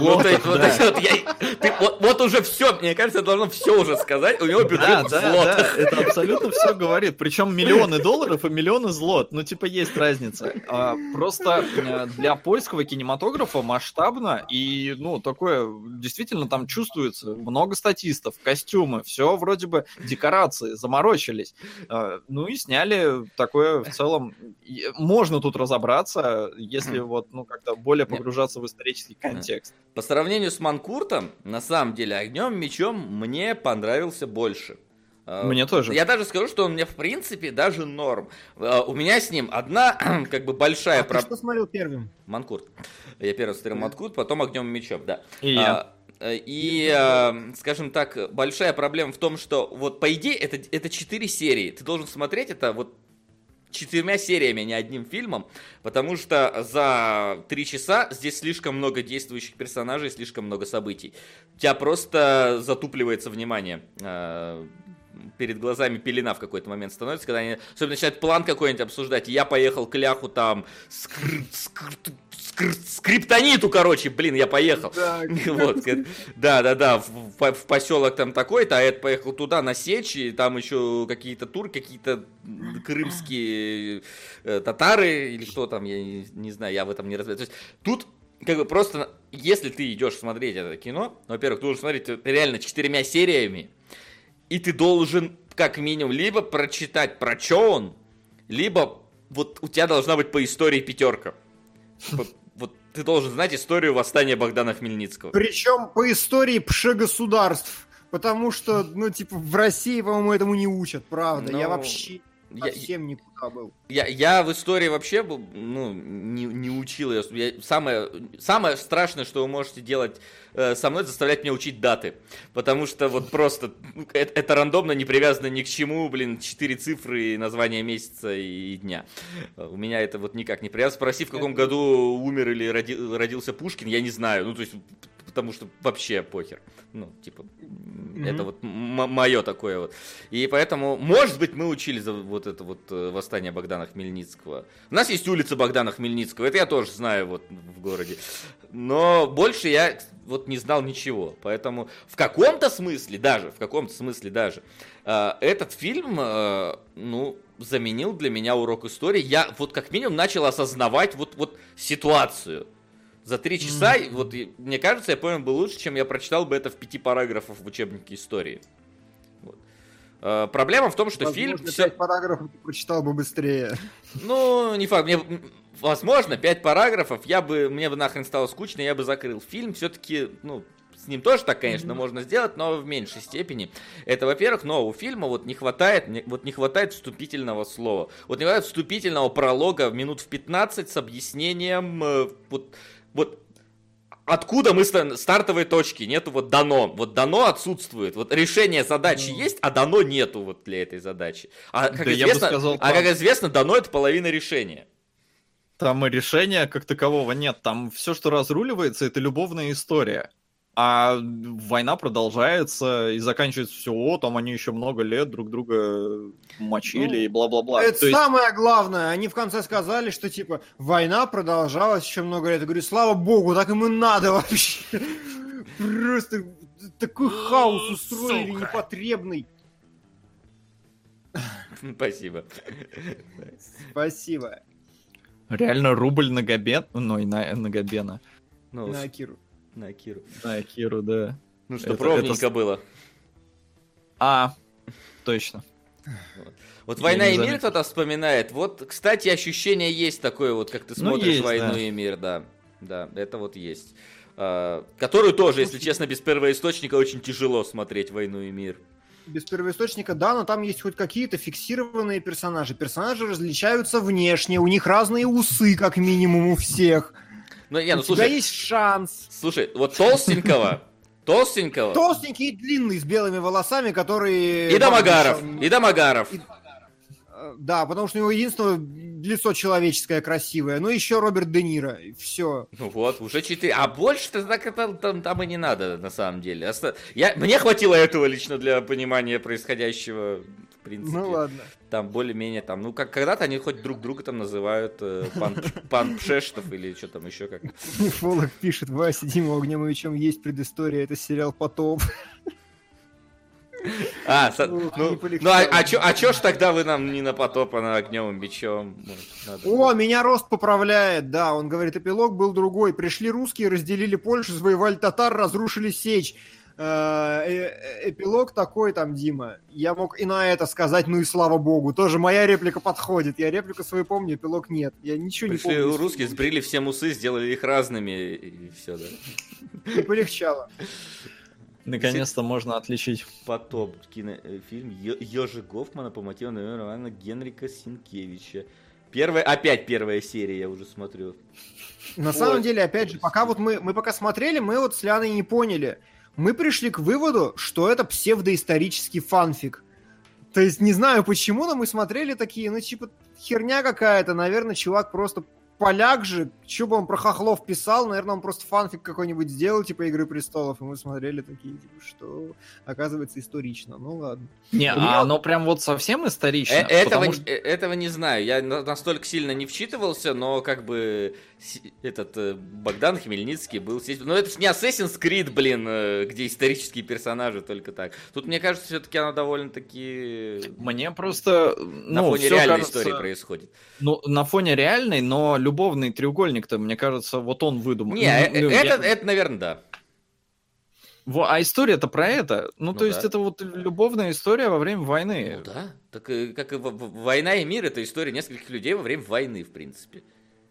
Вот уже все, мне кажется, должно все уже сказать, у него бюджет в злотах. Да, это абсолютно все говорит, причем миллионы долларов и миллионы злот, ну типа есть разница. Просто для польского кинематографа масштабно и, ну, такое, действительно там чувствуется, много статистов, костюмы, все вроде бы декорации, заморочились. Ну и сняли такое в целом, можно тут разобраться, если вот, ну, как-то более погружаться в исторический контекст. По сравнению с Манкуртом, на самом деле, «Огнем мечом» мне понравился больше. Мне тоже. Я даже скажу, что он мне, в принципе, даже норм. У меня с ним одна, как бы, большая проблема. Ты что смотрел первым? Манкурт. Я первым смотрел Манкурт, потом «Огнем мечом», да. И я. Скажем так, большая проблема в том, что, вот, по идее, это 4 серии. Ты должен смотреть это вот 4 сериями, а не одним фильмом, потому что за 3 часа здесь слишком много действующих персонажей, слишком много событий. У тебя просто затупливается внимание. Перед глазами пелена в какой-то момент становится, когда они особенно начинают план какой-нибудь обсуждать. Я поехал к ляху там скриптониту, короче, блин, я поехал. Да, в поселок там такой-то, а это поехал туда на Сечь, и там еще какие-то турки, какие-то крымские татары, или кто там, я не знаю, я в этом не разбираюсь. То есть тут как бы просто, если ты идешь смотреть это кино, во-первых, ты должен смотреть реально 4 сериями, и ты должен, как минимум, либо прочитать, про что он, либо вот у тебя должна быть по истории 5. Вот ты должен знать историю восстания Богдана Хмельницкого. Причем по истории пше-государств. Потому что, ну, типа, в России, по-моему, этому не учат, правда. Я вообще совсем никуда был. Я в истории вообще, ну, не учил ее. Самое страшное, что вы можете делать со мной, заставлять меня учить даты. Потому что вот просто это рандомно, не привязано ни к чему, 4 цифры, название месяца и дня. У меня это вот никак не привязано. Спроси, в каком году умер или родился Пушкин, я не знаю. Ну, то есть, потому что вообще похер. Ну, типа, это вот мое такое вот. И поэтому, может быть, мы учили за вот это вот восстание Богдана Хмельницкого. У нас есть улица Богдана Хмельницкого, это я тоже знаю вот в городе. Но больше я вот не знал ничего. Поэтому в каком-то смысле даже, этот фильм, ну, заменил для меня урок истории. Я вот как минимум начал осознавать вот ситуацию. За 3 часа, вот, мне кажется, я понял бы лучше, чем я прочитал бы это в 5 параграфах в учебнике истории. Вот. Проблема в том, что возможно, фильм... 5 параграфов ты прочитал бы быстрее. Ну, не факт. Возможно, 5 параграфов, мне бы нахрен стало скучно, я бы закрыл фильм. Все-таки, ну, с ним тоже так, конечно, можно сделать, но в меньшей степени. Это, во-первых, но у фильма вот не хватает вступительного слова. Вот не хватает вступительного пролога минут в 15 с объяснением... Вот откуда мы стартовой точки нету вот дано. Вот дано отсутствует. Вот решение задачи есть, а дано нету вот для этой задачи. Как известно, дано это половина решения. Там и решения как такового нет. Там все, что разруливается, это любовная история. А война продолжается и заканчивается все, там они еще много лет друг друга мочили и бла-бла-бла. Это самое главное. Они в конце сказали, что типа война продолжалась еще много лет. Я говорю, слава богу, так им и надо вообще. Просто такой хаос устроили непотребный. Спасибо. Спасибо. Реально рубль на Габен, ну и на Габена. На Акиру. На Акиру. На Акиру, да. Ну, чтоб ровненько было. Точно. Вот «Война и мир» кто-то вспоминает. Вот, кстати, ощущение есть такое, вот как ты смотришь «Войну и мир», да. Да, это вот есть. Которую тоже, если честно, без первоисточника очень тяжело смотреть «Войну и мир». Без первоисточника, да, но там есть хоть какие-то фиксированные персонажи. Персонажи различаются внешне, у них разные усы, как минимум, у всех. Ну, у тебя есть шанс. Слушай, вот толстенького. Толстенький и длинный, с белыми волосами, которые... И Домогаров. Да, потому что у него единственное лицо человеческое красивое. Ну, еще Роберт Де Ниро. И все. Ну вот, уже 4. А больше-то там и не надо, на самом деле. Мне хватило этого лично для понимания происходящего, в принципе. Ну ладно. Там более-менее там. Ну, когда-то они хоть друг друга там называют пан Пшештов или что там еще как. Мифолог пишет: Вася, Дима, «Огнем и мечом» есть предыстория, это сериал «Потоп». А чё ж тогда вы нам не на «Потоп», а на «Огнем и мечом»? О, меня Рост поправляет, да, он говорит, эпилог был другой. Пришли русские, разделили Польшу, завоевали татар, разрушили Сечь. Эпилог такой там, Дима. Я мог и на это сказать, ну и слава богу. Тоже моя реплика подходит. Я реплику свою помню, эпилог нет. Я ничего не помню. Пришли русские, сбрили всем усы, сделали их разными, и все, да. И полегчало. Наконец-то можно отличить. «Потоп», кинофильм Ёжи Гофмана по мотивам романа Генрика Сенкевича. Опять первая серия, я уже смотрю. На самом деле, опять же, пока вот мы пока смотрели, мы вот с Ляной не поняли. Мы пришли к выводу, что это псевдоисторический фанфик. То есть, не знаю почему, но мы смотрели такие, ну, типа, херня какая-то. Наверное, чувак просто поляк же. Че бы он про хохлов писал? Наверное, он просто фанфик какой-нибудь сделал, типа «Игры престолов». И мы смотрели такие, типа, что оказывается исторично. Ну, ладно. Не, оно прям вот совсем исторично. Этого не знаю. Я настолько сильно не вчитывался, но как бы Богдан Хмельницкий был... Ну, это же не Assassin's Creed, блин, где исторические персонажи только так. Тут, мне кажется, все-таки оно довольно-таки... Мне просто... На фоне реальной истории происходит. Ну, на фоне реальной, но любовный треугольник-то, мне кажется, вот он выдуман. Не, это, наверное, да. А история-то про это. Ну, то есть, это вот любовная история во время войны. Ну, да. Так как и «Война и мир» — это история нескольких людей во время войны, в принципе.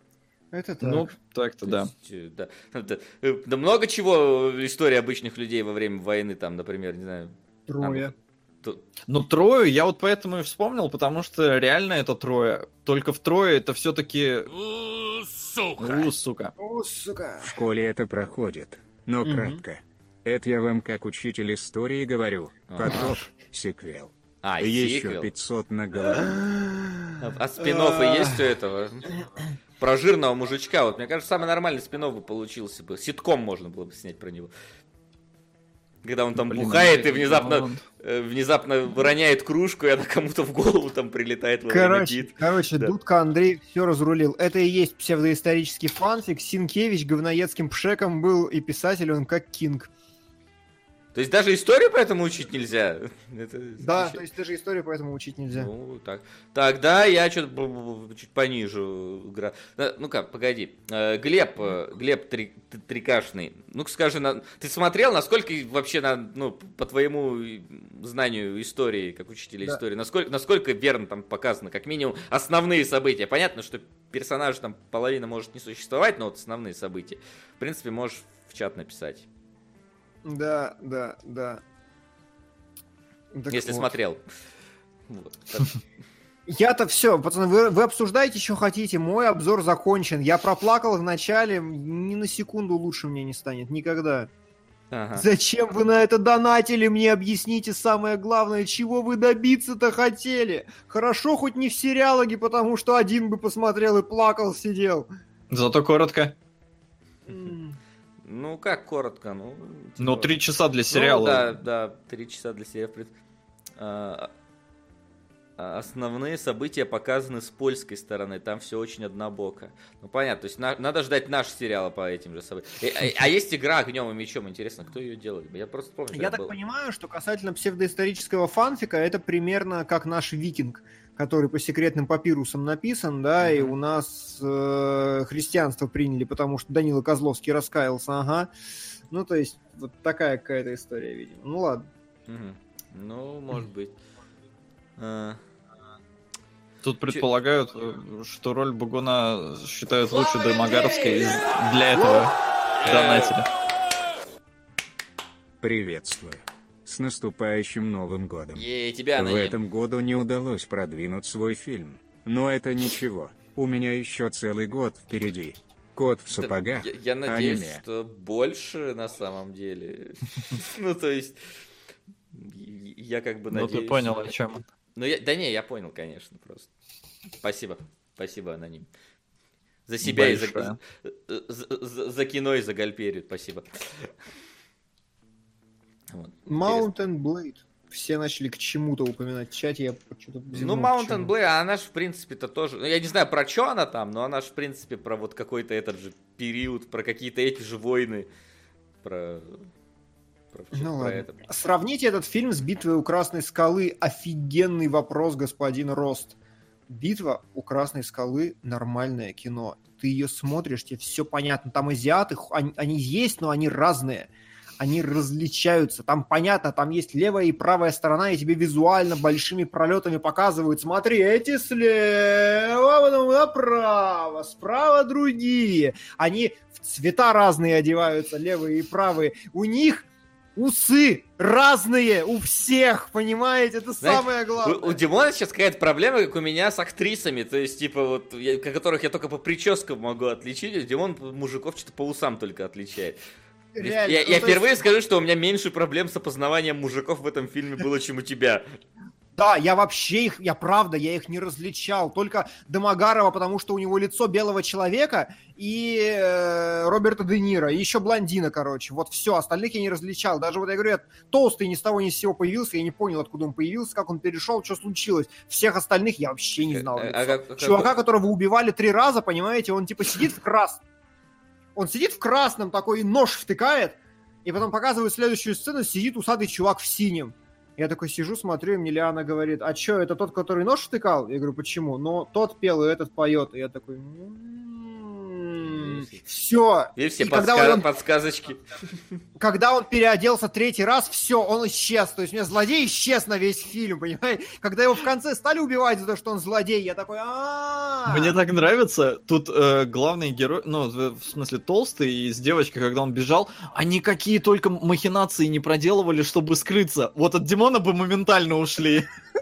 Это так. Ну, так-то да. Да много чего истории обычных людей во время войны, там, например, не знаю. Трое. Ну, Трою я вот поэтому и вспомнил, потому что реально это Троя. Только в Трое это все-таки... Сука! Сука. О, сука. В школе это проходит, но кратко. Это я вам как учитель истории говорю. Потоп, сиквел. И Еще сиквел. 500 на голову. А спин-оффы есть у этого? Про жирного мужичка. Вот, мне кажется, самый нормальный спин-офф бы получился бы. Ситком можно было бы снять про него. Когда он там бухает и внезапно роняет кружку, и она кому-то в голову там прилетает во время битвы. Короче, Да. Дудка Андрей все разрулил. Это и есть псевдоисторический фанфик. Синкевич говноедским пшеком был, и писатель он как Кинг. То есть даже историю поэтому учить нельзя? Да, то есть даже историю поэтому учить нельзя. Ну, так. Тогда я что-то чуть понижу. Ну-ка, погоди. Глеб Трикашный. Ну-ка скажи, ты смотрел, насколько вообще, по твоему знанию истории, как учителя истории, насколько верно там показано, как минимум, основные события? Понятно, что персонажа там половина может не существовать, но вот основные события. В принципе, можешь в чат написать. Да. Так если вот. смотрел. Вот. Я-то все, пацаны, вы обсуждаете, что хотите. Мой обзор закончен. Я проплакал в начале, ни на секунду лучше мне не станет. Никогда. Ага. Зачем вы на это донатили? Мне объясните самое главное, чего вы добиться-то хотели? Хорошо, хоть не в сериалоге, потому что один бы посмотрел и плакал, сидел. Зато коротко. Ну, как коротко, Ну, 3 часа для сериала. Да, 3 часа для сериала. Основные события показаны с польской стороны, там все очень однобоко. Ну, понятно, то есть надо ждать наш сериал по этим же событиям. А есть игра «Огнем и мечом», интересно, кто ее делал? Я просто помню, что Я так понимаю, что касательно псевдоисторического фанфика, это примерно как наш «Викинг», который по секретным папирусам написан, да, и у нас христианство приняли, потому что Данила Козловский раскаялся, ага. Ну, то есть, вот такая какая-то история, видимо. Ну, ладно. Ну, может быть. Тут предполагают, что роль Багуна считают лучше Дымогарской, и для этого донатили. Приветствую. С наступающим Новым годом. Тебя, В этом году не удалось продвинуть свой фильм. Но это ничего. У меня еще целый год впереди. Кот в сапогах. Я надеюсь, аниме. что больше на самом деле. Ну, то есть, я как бы надеюсь. Ну, ты понял, о чем. Я понял, конечно, просто. Спасибо, Аноним. За себя большое. и за кино и за Гальперию, спасибо. Вот. Mountain Blade. Все начали к чему-то упоминать в чате, я что-то... Mountain Blade, она же, в принципе-то тоже... Я не знаю, про что она там, но она же, в принципе, про вот какой-то этот же период, про какие-то эти же войны, про ладно. это. Сравните этот фильм с «Битвой у Красной скалы». Офигенный вопрос, господин Рост. «Битва у Красной скалы» — нормальное кино. Ты ее смотришь, тебе все понятно. Там азиаты, они есть, но они разные. Они различаются. Там понятно, там есть левая и правая сторона, и тебе визуально большими пролетами показывают. Смотри, эти слева, потом направо, справа другие. Они в цвета разные одеваются, левые и правые. У них усы разные у всех, понимаете? Это самое главное. У Димона сейчас какая-то проблема, как у меня, с актрисами. То есть, типа, вот, которых я только по прическам могу отличить. Димон мужиков что-то по усам только отличает. Реально, я впервые скажу, что у меня меньше проблем с опознаванием мужиков в этом фильме было, чем у тебя. Да, я вообще их, я их не различал. Только Домогарова, потому что у него лицо белого человека, и Роберта Де Ниро, и еще блондина, короче. Вот все, остальных я не различал. Даже вот я говорю, толстый ни с того ни с сего появился, я не понял, откуда он появился, как он перешел, что случилось. Всех остальных я вообще не знал. Чувака, которого убивали 3 раза, понимаете, он типа сидит в красном. Он сидит в красном такой, нож втыкает, и потом показывает следующую сцену, сидит усатый чувак в синем. Я такой сижу, смотрю, и мне Лиана говорит, а что, это тот, который нож втыкал? Я говорю, почему? Но тот пел, и этот поет. И я такой... Все. И все он, подсказочки. Когда он переоделся третий раз, все, он исчез. То есть у меня злодей исчез на весь фильм, понимаете? Когда его в конце стали убивать за то, что он злодей, я такой... Мне так нравится, тут главный герой, ну, в смысле, толстый и с девочкой, когда он бежал, они какие только махинации не проделывали, чтобы скрыться. Вот от Димона бы моментально ушли.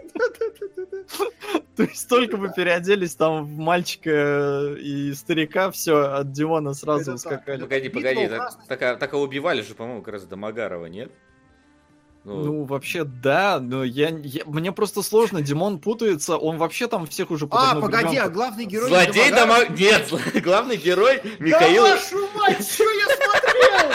То есть только бы переоделись там в мальчика и старика, все, от Димона сразу ускакали. Погоди, так убивали же, по-моему, как раз Домогарова, нет? Ну, вообще, да, но мне просто сложно, Димон путается, он вообще там всех уже погоди, а главный герой... Злодей Домогаров? Нет, главный герой Михаил... Да вашу мать, что я смотрел?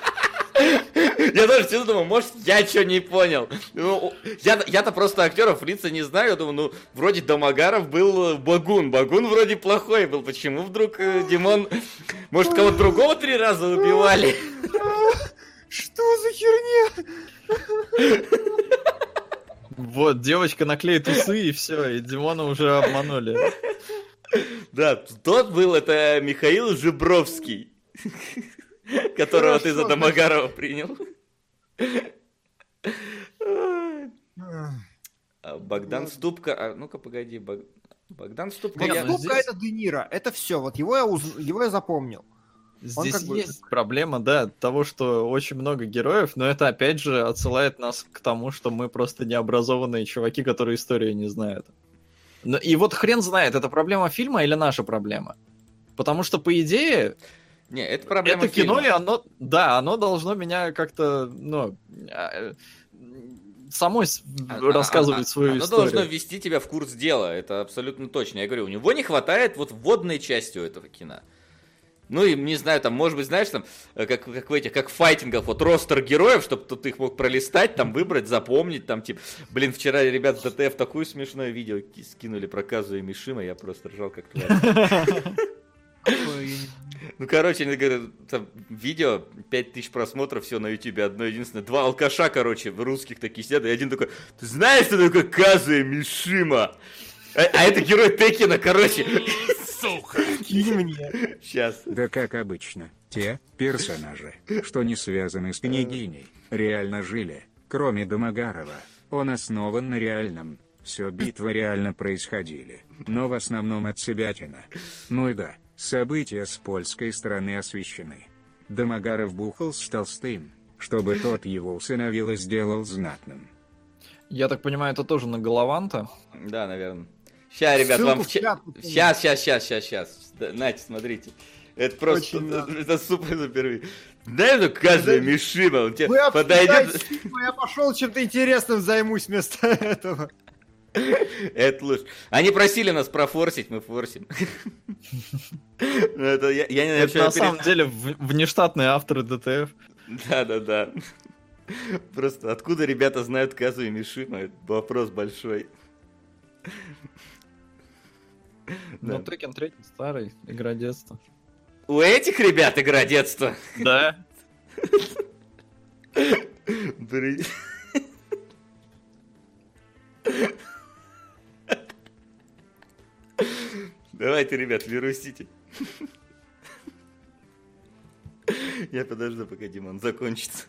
Я тоже всегда думал, может, я что не понял. Ну, я-то просто актеров лица не знаю. Я думаю, ну, вроде Домогаров был Багун. Багун вроде плохой был. Почему вдруг Димон... Может, кого-то другого 3 раза убивали? Что за херня? Вот, девочка наклеит усы, и все, и Димона уже обманули. Да, тот был, это Михаил Жибровский. Которого ты за Домогарова принял. Богдан Ступка. Ну-ка, погоди. Богдан Ступка. Ступка это Де Ниро. Это все. Вот его я запомнил. Здесь есть проблема, да, того, что очень много героев, но это опять же отсылает нас к тому, что мы просто необразованные чуваки, которые историю не знают. И вот хрен знает, это проблема фильма или наша проблема? Потому что, по идее... Не, это проблема это кино, фильма. И оно должно меня как-то, ну, самой рассказывать свою историю. Оно должно ввести тебя в курс дела, это абсолютно точно. Я говорю, у него не хватает вот вводной части у этого кино. Ну и, не знаю, там, может быть, знаешь, там, как в этих, как в файтингах, вот ростер героев, чтобы ты их мог пролистать, там, выбрать, запомнить, там, типа, блин, вчера ребят с ДТФ такое смешное видео скинули про Казу и Мишима, я просто ржал как тварь. Ну, короче, они говорят, там, видео, 5000 просмотров, все на ютубе, одно единственное, 2 алкаша, короче, в русских такие сидят, и один такой, ты знаешь, что такое Казу и Мишима? А это герой Текина, короче. Сука! Кинь мне. Сейчас. Да как обычно, те персонажи, что не связаны с княгиней, реально жили, кроме Домогарова. Он основан на реальном. Все битвы реально происходили, но в основном от себятина. Ну и да, события с польской стороны освещены. Домогаров бухал с Толстым, чтобы тот его усыновил и сделал знатным. Я так понимаю, это тоже на Голованта? Да, наверное. Сейчас, ребят, вам... Сейчас. Нате, смотрите. Это просто... Это супер-супер. Дай ну Казу Мишима, он тебе подойдет... Я пошел чем-то интересным займусь вместо этого. Это лучше. Они просили нас профорсить, мы форсим. Это на самом деле внештатные авторы ДТФ. Да. Просто откуда ребята знают Казу и Мишима? Это вопрос большой. Ну, Tekken 3 старый, игра детства. У этих ребят игра детства? Да. Блин. Давайте, ребят, вирусите. Я подожду, пока Димон закончится.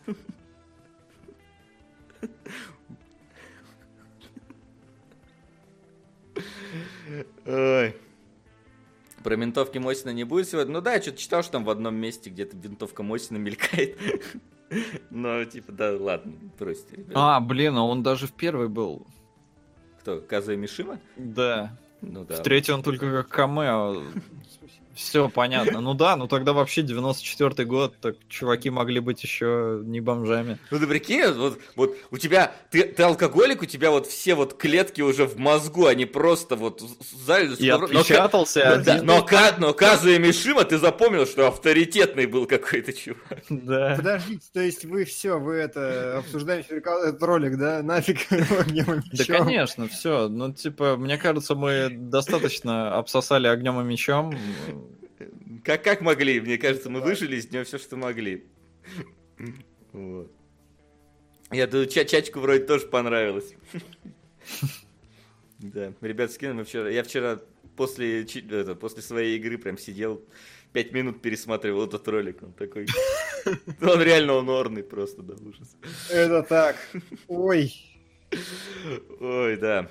Ой. Про ментовки Мосина не будет сегодня. Ну да, я что-то читал, что там в одном месте где-то винтовка Мосина мелькает. Но, типа, да, ладно, бросьте, ребята. Блин, а он даже в первой был. Кто, Казу и Мишима? Да. Ну да. В третьей он только как камео. Все понятно. Ну да, ну тогда вообще 94-й год, так чуваки могли быть еще не бомжами. Ну ты прикинь, вот у тебя, ты алкоголик, у тебя вот все вот клетки уже в мозгу, они просто вот залились. И отпечатался. Но Казу и Мишима ты запомнил, что авторитетный был какой-то чувак. Да. Подождите, то есть вы это обсуждаете этот ролик, да? Нафиг огнем и мечом? Да, конечно, все. Ну, типа, мне кажется, мы достаточно обсосали огнем и мечом. Как могли, мне кажется, мы выжили из него все, что могли. Вот. Я думаю, чачку вроде тоже понравилось. Да, ребят, скинули я вчера после своей игры прям сидел 5 минут пересматривал этот ролик. Он такой... Он реально норный просто, да, ужас. Это так. Ой. Ой, да.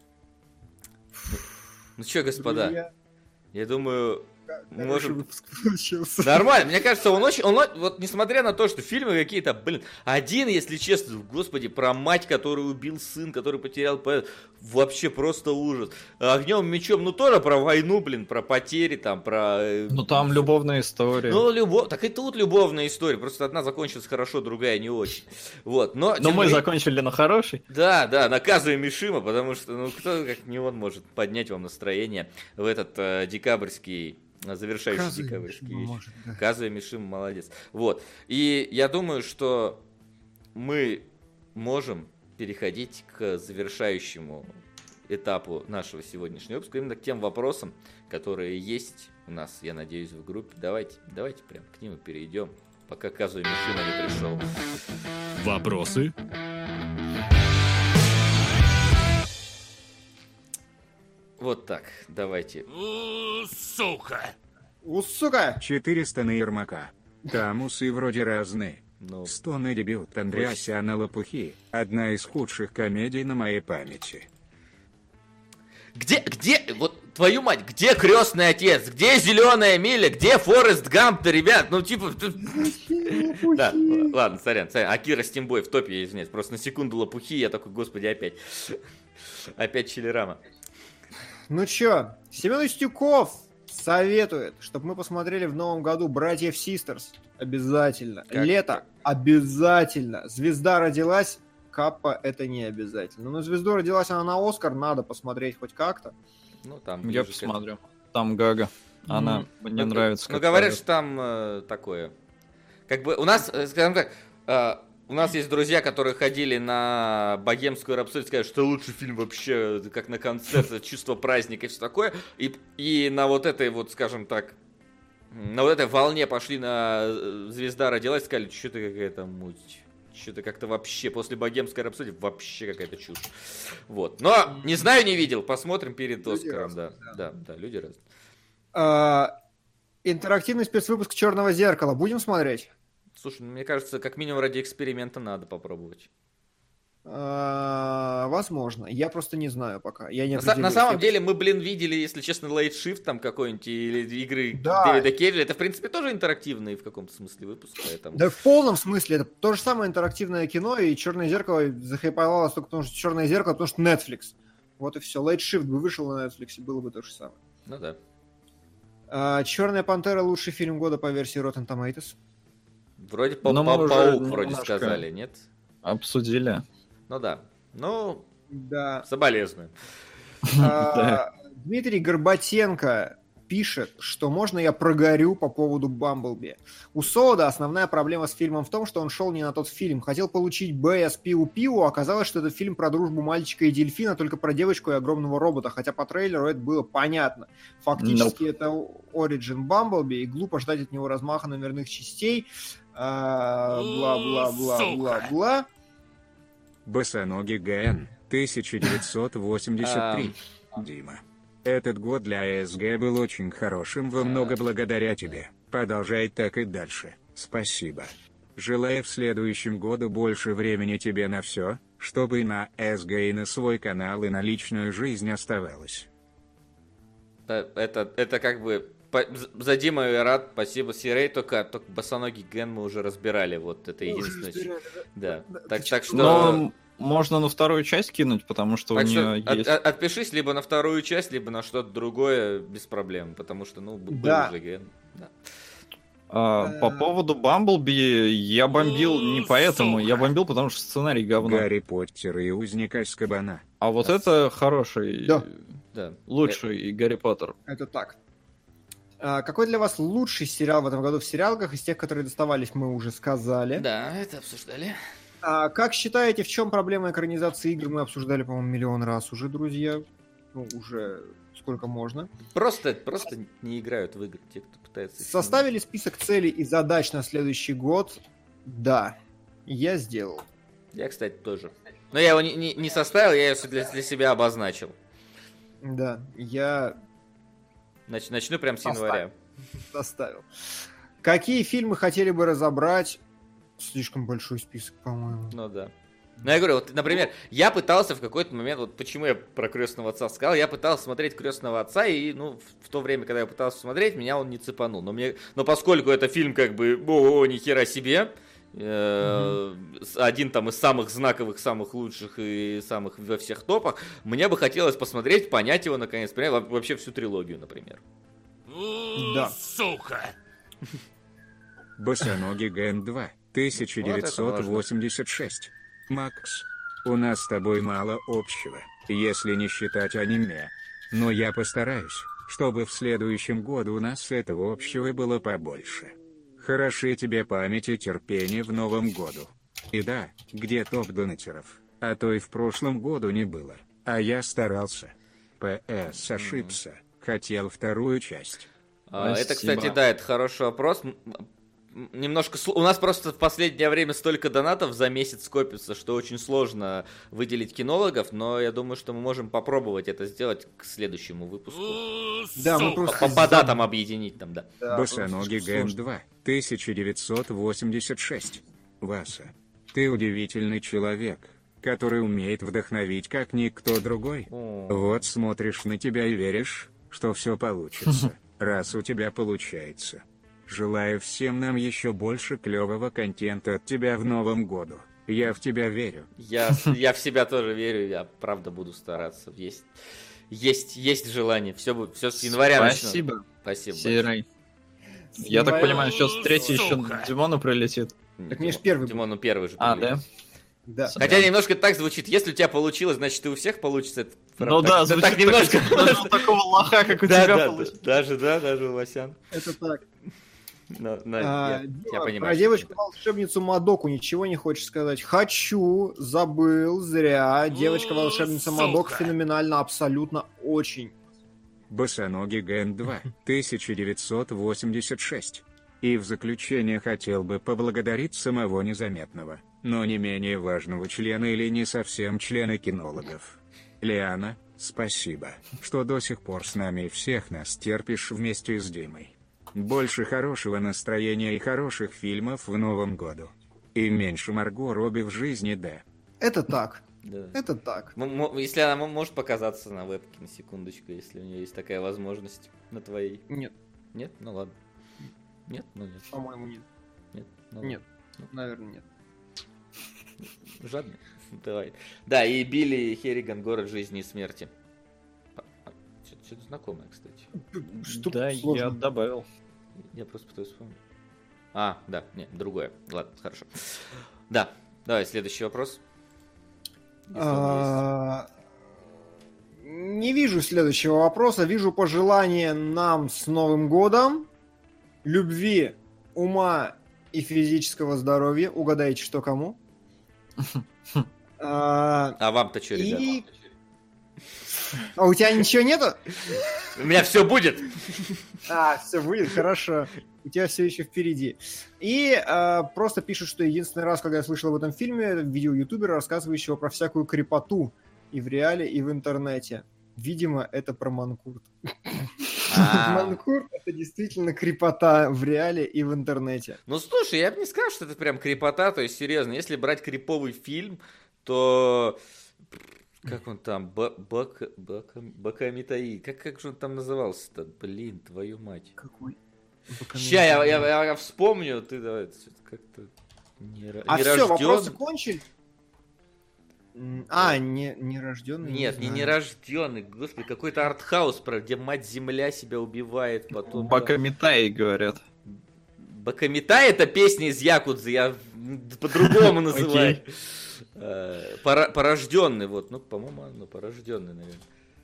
Ну что, господа, Друзья, я думаю... хороший выпуск получился. Нормально, мне кажется, вот несмотря на то, что фильмы какие-то, один, если честно, господи, про мать, которую убил сын, который потерял, вообще просто ужас. Огнем, мечом, ну тоже про войну, про потери, там, про... Ну там любовная история. Ну, так и тут любовная история, просто одна закончилась хорошо, другая не очень. Вот, но мы закончили на хорошей. Да, наказываем Мишима, потому что, ну, кто, как не он, может поднять вам настроение в этот декабрьский... Завершающий декабрьский вечер. Казуя Мишима молодец. Вот. И я думаю, что мы можем переходить к завершающему этапу нашего сегодняшнего выпуска, именно к тем вопросам, которые есть у нас, я надеюсь, в группе. Давайте прям к ним и перейдем, пока Казуя Мишима не пришел. Вопросы? Вот так, давайте. Сука! Сука! 400 на Ермака. Там усы вроде разные. Ну, 100 на дебют Андреасяна Лопухи. Одна из худших комедий на моей памяти. Где, вот твою мать, где Крестный отец, где Зеленая миля, где Форест Гамп-то, ребят, ну типа... Да, ладно, сорян, Акира Стимбой в топе, я извиняюсь, просто на секунду Лопухи, я такой, господи, опять Чилерама. Ну чё, Семен Устюков советует, чтобы мы посмотрели в новом году «Братьев Систерс». Обязательно. Как? Лето. Обязательно. «Звезда родилась». Каппа это не обязательно. Но «Звезду родилась» она на Оскар, надо посмотреть хоть как-то. Ну, там Я посмотрю. Там Гага. Она мне нравится. Ну, говорят, что там такое. Как бы у нас, скажем так, у нас есть друзья, которые ходили на «Богемскую рапсодию», сказали, что лучший фильм вообще, как на концерт, чувство праздника и все такое. И на вот этой вот, скажем так, на вот этой волне пошли на «Звезда родилась», сказали, что-то какая-то муть. Что-то как-то вообще после «Богемской рапсодии» вообще какая-то чушь. Вот. Но не знаю, не видел. Посмотрим перед Оскаром. Да, люди разные. Интерактивный спецвыпуск «Черного зеркала». Будем смотреть? Слушай, мне кажется, как минимум ради эксперимента надо попробовать. Возможно. Я просто не знаю пока. Я не на самом деле мы, видели, если честно, Late Shift там какой-нибудь или игры Дэвида Кейджа. Это, в принципе, тоже интерактивный в каком-то смысле выпуск. Поэтому... Да в полном смысле. Это то же самое интерактивное кино, и «Черное зеркало» захайповалось только потому, что «Черное зеркало», потому что Netflix. Вот и все. Late Shift бы вышел на Netflix, было бы то же самое. Ну да. «Черная пантера» лучший фильм года по версии Rotten Tomatoes. Вроде «Паук» вроде сказали, нет? Обсудили. Ну да. Ну, да. Соболезную. Дмитрий Горбатенко пишет, что можно я прогорю по поводу «Бамблби». У Соуда основная проблема с фильмом в том, что он шел не на тот фильм. Хотел получить Б с Пиу-Пиу, оказалось, что это фильм про дружбу мальчика и дельфина, только про девочку и огромного робота, хотя по трейлеру это было понятно. Фактически это Origin Бамблби, и глупо ждать от него размаха номерных частей. Бла-бла-бла-бла-бла. Босоногий ГН, 1983. Дима. Этот год для СГ был очень хорошим во много благодаря тебе. Продолжай так и дальше. Спасибо. Желаю в следующем году больше времени тебе на все, чтобы и на СГ, и на свой канал, и на личную жизнь оставалось. Это как бы... За Диму я рад, спасибо, Сирей, только босоногий ген мы уже разбирали, вот это единственное. Да. Так что... Но можно на вторую часть кинуть, потому что у нее есть... Отпишись либо на вторую часть, либо на что-то другое без проблем, потому что, был уже ген. Да. По поводу Бамблби я бомбил не поэтому, я бомбил, потому что сценарий говно. Гарри Поттер и Узник Азкабана. А вот это хороший, лучший Гарри Поттер. Это так. Какой для вас лучший сериал в этом году в сериалках? Из тех, которые доставались, мы уже сказали. Да, это обсуждали. Как считаете, в чем проблема экранизации игр? Мы обсуждали, по-моему, миллион раз уже, друзья. Ну, уже сколько можно. Просто не играют в игры те, кто пытается... Составили список целей и задач на следующий год? Да, я сделал. Я, кстати, тоже. Но я его не составил, я его для себя обозначил. Да, я Начну прям с января. доставил. Какие фильмы хотели бы разобрать? Слишком большой список, по-моему. Ну да. Ну, я говорю, вот, например, я пытался в какой-то момент, вот почему я про «Крестного отца» сказал, я пытался смотреть «Крестного отца», и, ну, в то время, когда я пытался смотреть, меня он не цепанул. Но поскольку это фильм, как бы, ни хера себе, один там из самых знаковых, самых лучших и самых во всех топах, мне бы хотелось посмотреть, понять его, наконец, понять вообще всю трилогию, например. Да. Сука! Босоногий Ген 2, 1986. Макс, у нас с тобой мало общего, если не считать аниме. Но я постараюсь, чтобы в следующем году у нас этого общего было побольше. Хорошей тебе памяти и терпения в новом году. И да, где топ донатеров? А то и в прошлом году не было. А я старался. П.С. ошибся. Хотел вторую часть. Это, кстати, да, это хороший вопрос. Немножко у нас просто в последнее время столько донатов за месяц копится, что очень сложно выделить кинологов, но я думаю, что мы можем попробовать это сделать к следующему выпуску. Да, мы просто По датам объединить там, да. Босоногий Ген 2, 1986. Васа, ты удивительный человек, который умеет вдохновить, как никто другой. Вот смотришь на тебя и веришь, что все получится, раз у тебя получается. Желаю всем нам еще больше клевого контента от тебя в новом году. Я в тебя верю. Я в себя тоже верю, я правда буду стараться. Есть желание. Все с января начну. Спасибо. Спасибо. Серый. Я так понимаю, сейчас третий еще Димону прилетит. Так мне ж первый был. Димону первый же. А, прилетел. Да. Хотя немножко так звучит. Если у тебя получилось, значит и у всех получится. Ну да, звучит так немножко. Даже у такого лоха, как у тебя получилось. Даже у Васян. Это так. Я понимаю. Про девочку-волшебницу Мадоку ничего не хочешь сказать? Хочу, забыл, зря. Девочка-волшебница Мадока феноменально, абсолютно, очень. Босоногий Ген 2, 1986. И в заключение хотел бы поблагодарить самого незаметного, но не менее важного члена или не совсем члена кинологов. Лиана, спасибо, что до сих пор с нами и всех нас терпишь вместе с Димой. Больше хорошего настроения и хороших фильмов в новом году. И меньше Марго Робби в жизни, да. Это так. Да. Это так. Если она может показаться на вебке, на секундочку, если у нее есть такая возможность на твоей. Нет. Нет? Ну ладно. Нет? Ну нет. По-моему, нет. Нет? Ну, Нет. Наверное, нет. Жадный? Давай. Да, и Билли Херриган «Город жизни и смерти». Что-то знакомое, кстати. Что Да, сложно? я добавил. Я просто пытаюсь вспомнить. Да, нет, другое. Ладно, хорошо. Да, давай, следующий вопрос. Не вижу следующего вопроса. Вижу пожелание нам с Новым годом. Любви, ума и физического здоровья. Угадайте, что кому. А вам-то что, ребята? А у тебя ничего нету? У меня все будет. Все будет, хорошо. У тебя все еще впереди. И просто пишут, что единственный раз, когда я слышал об этом фильме, видел ютубера, рассказывающего про всякую крепоту и в реале, и в интернете. Видимо, это про Манкурт. Манкурт — это действительно крепота в реале и в интернете. Ну, слушай, я бы не сказал, что это прям крепота, то есть, серьезно, если брать криповый фильм, то... Как он там? Бакамитаи. Как же он там назывался-то? Блин, твою мать. Какой? Ща, я вспомню, ты давай как-то... все, вопросы кончили? Нерожденный? Нет, не нерожденный. Господи, какой-то артхаус, где мать-земля себя убивает потом. Бакамитаи, говорят. Бакамитай — это песня из Якудзы, я по-другому называю. Порожденный, вот, ну, по-моему, порожденный, наверное.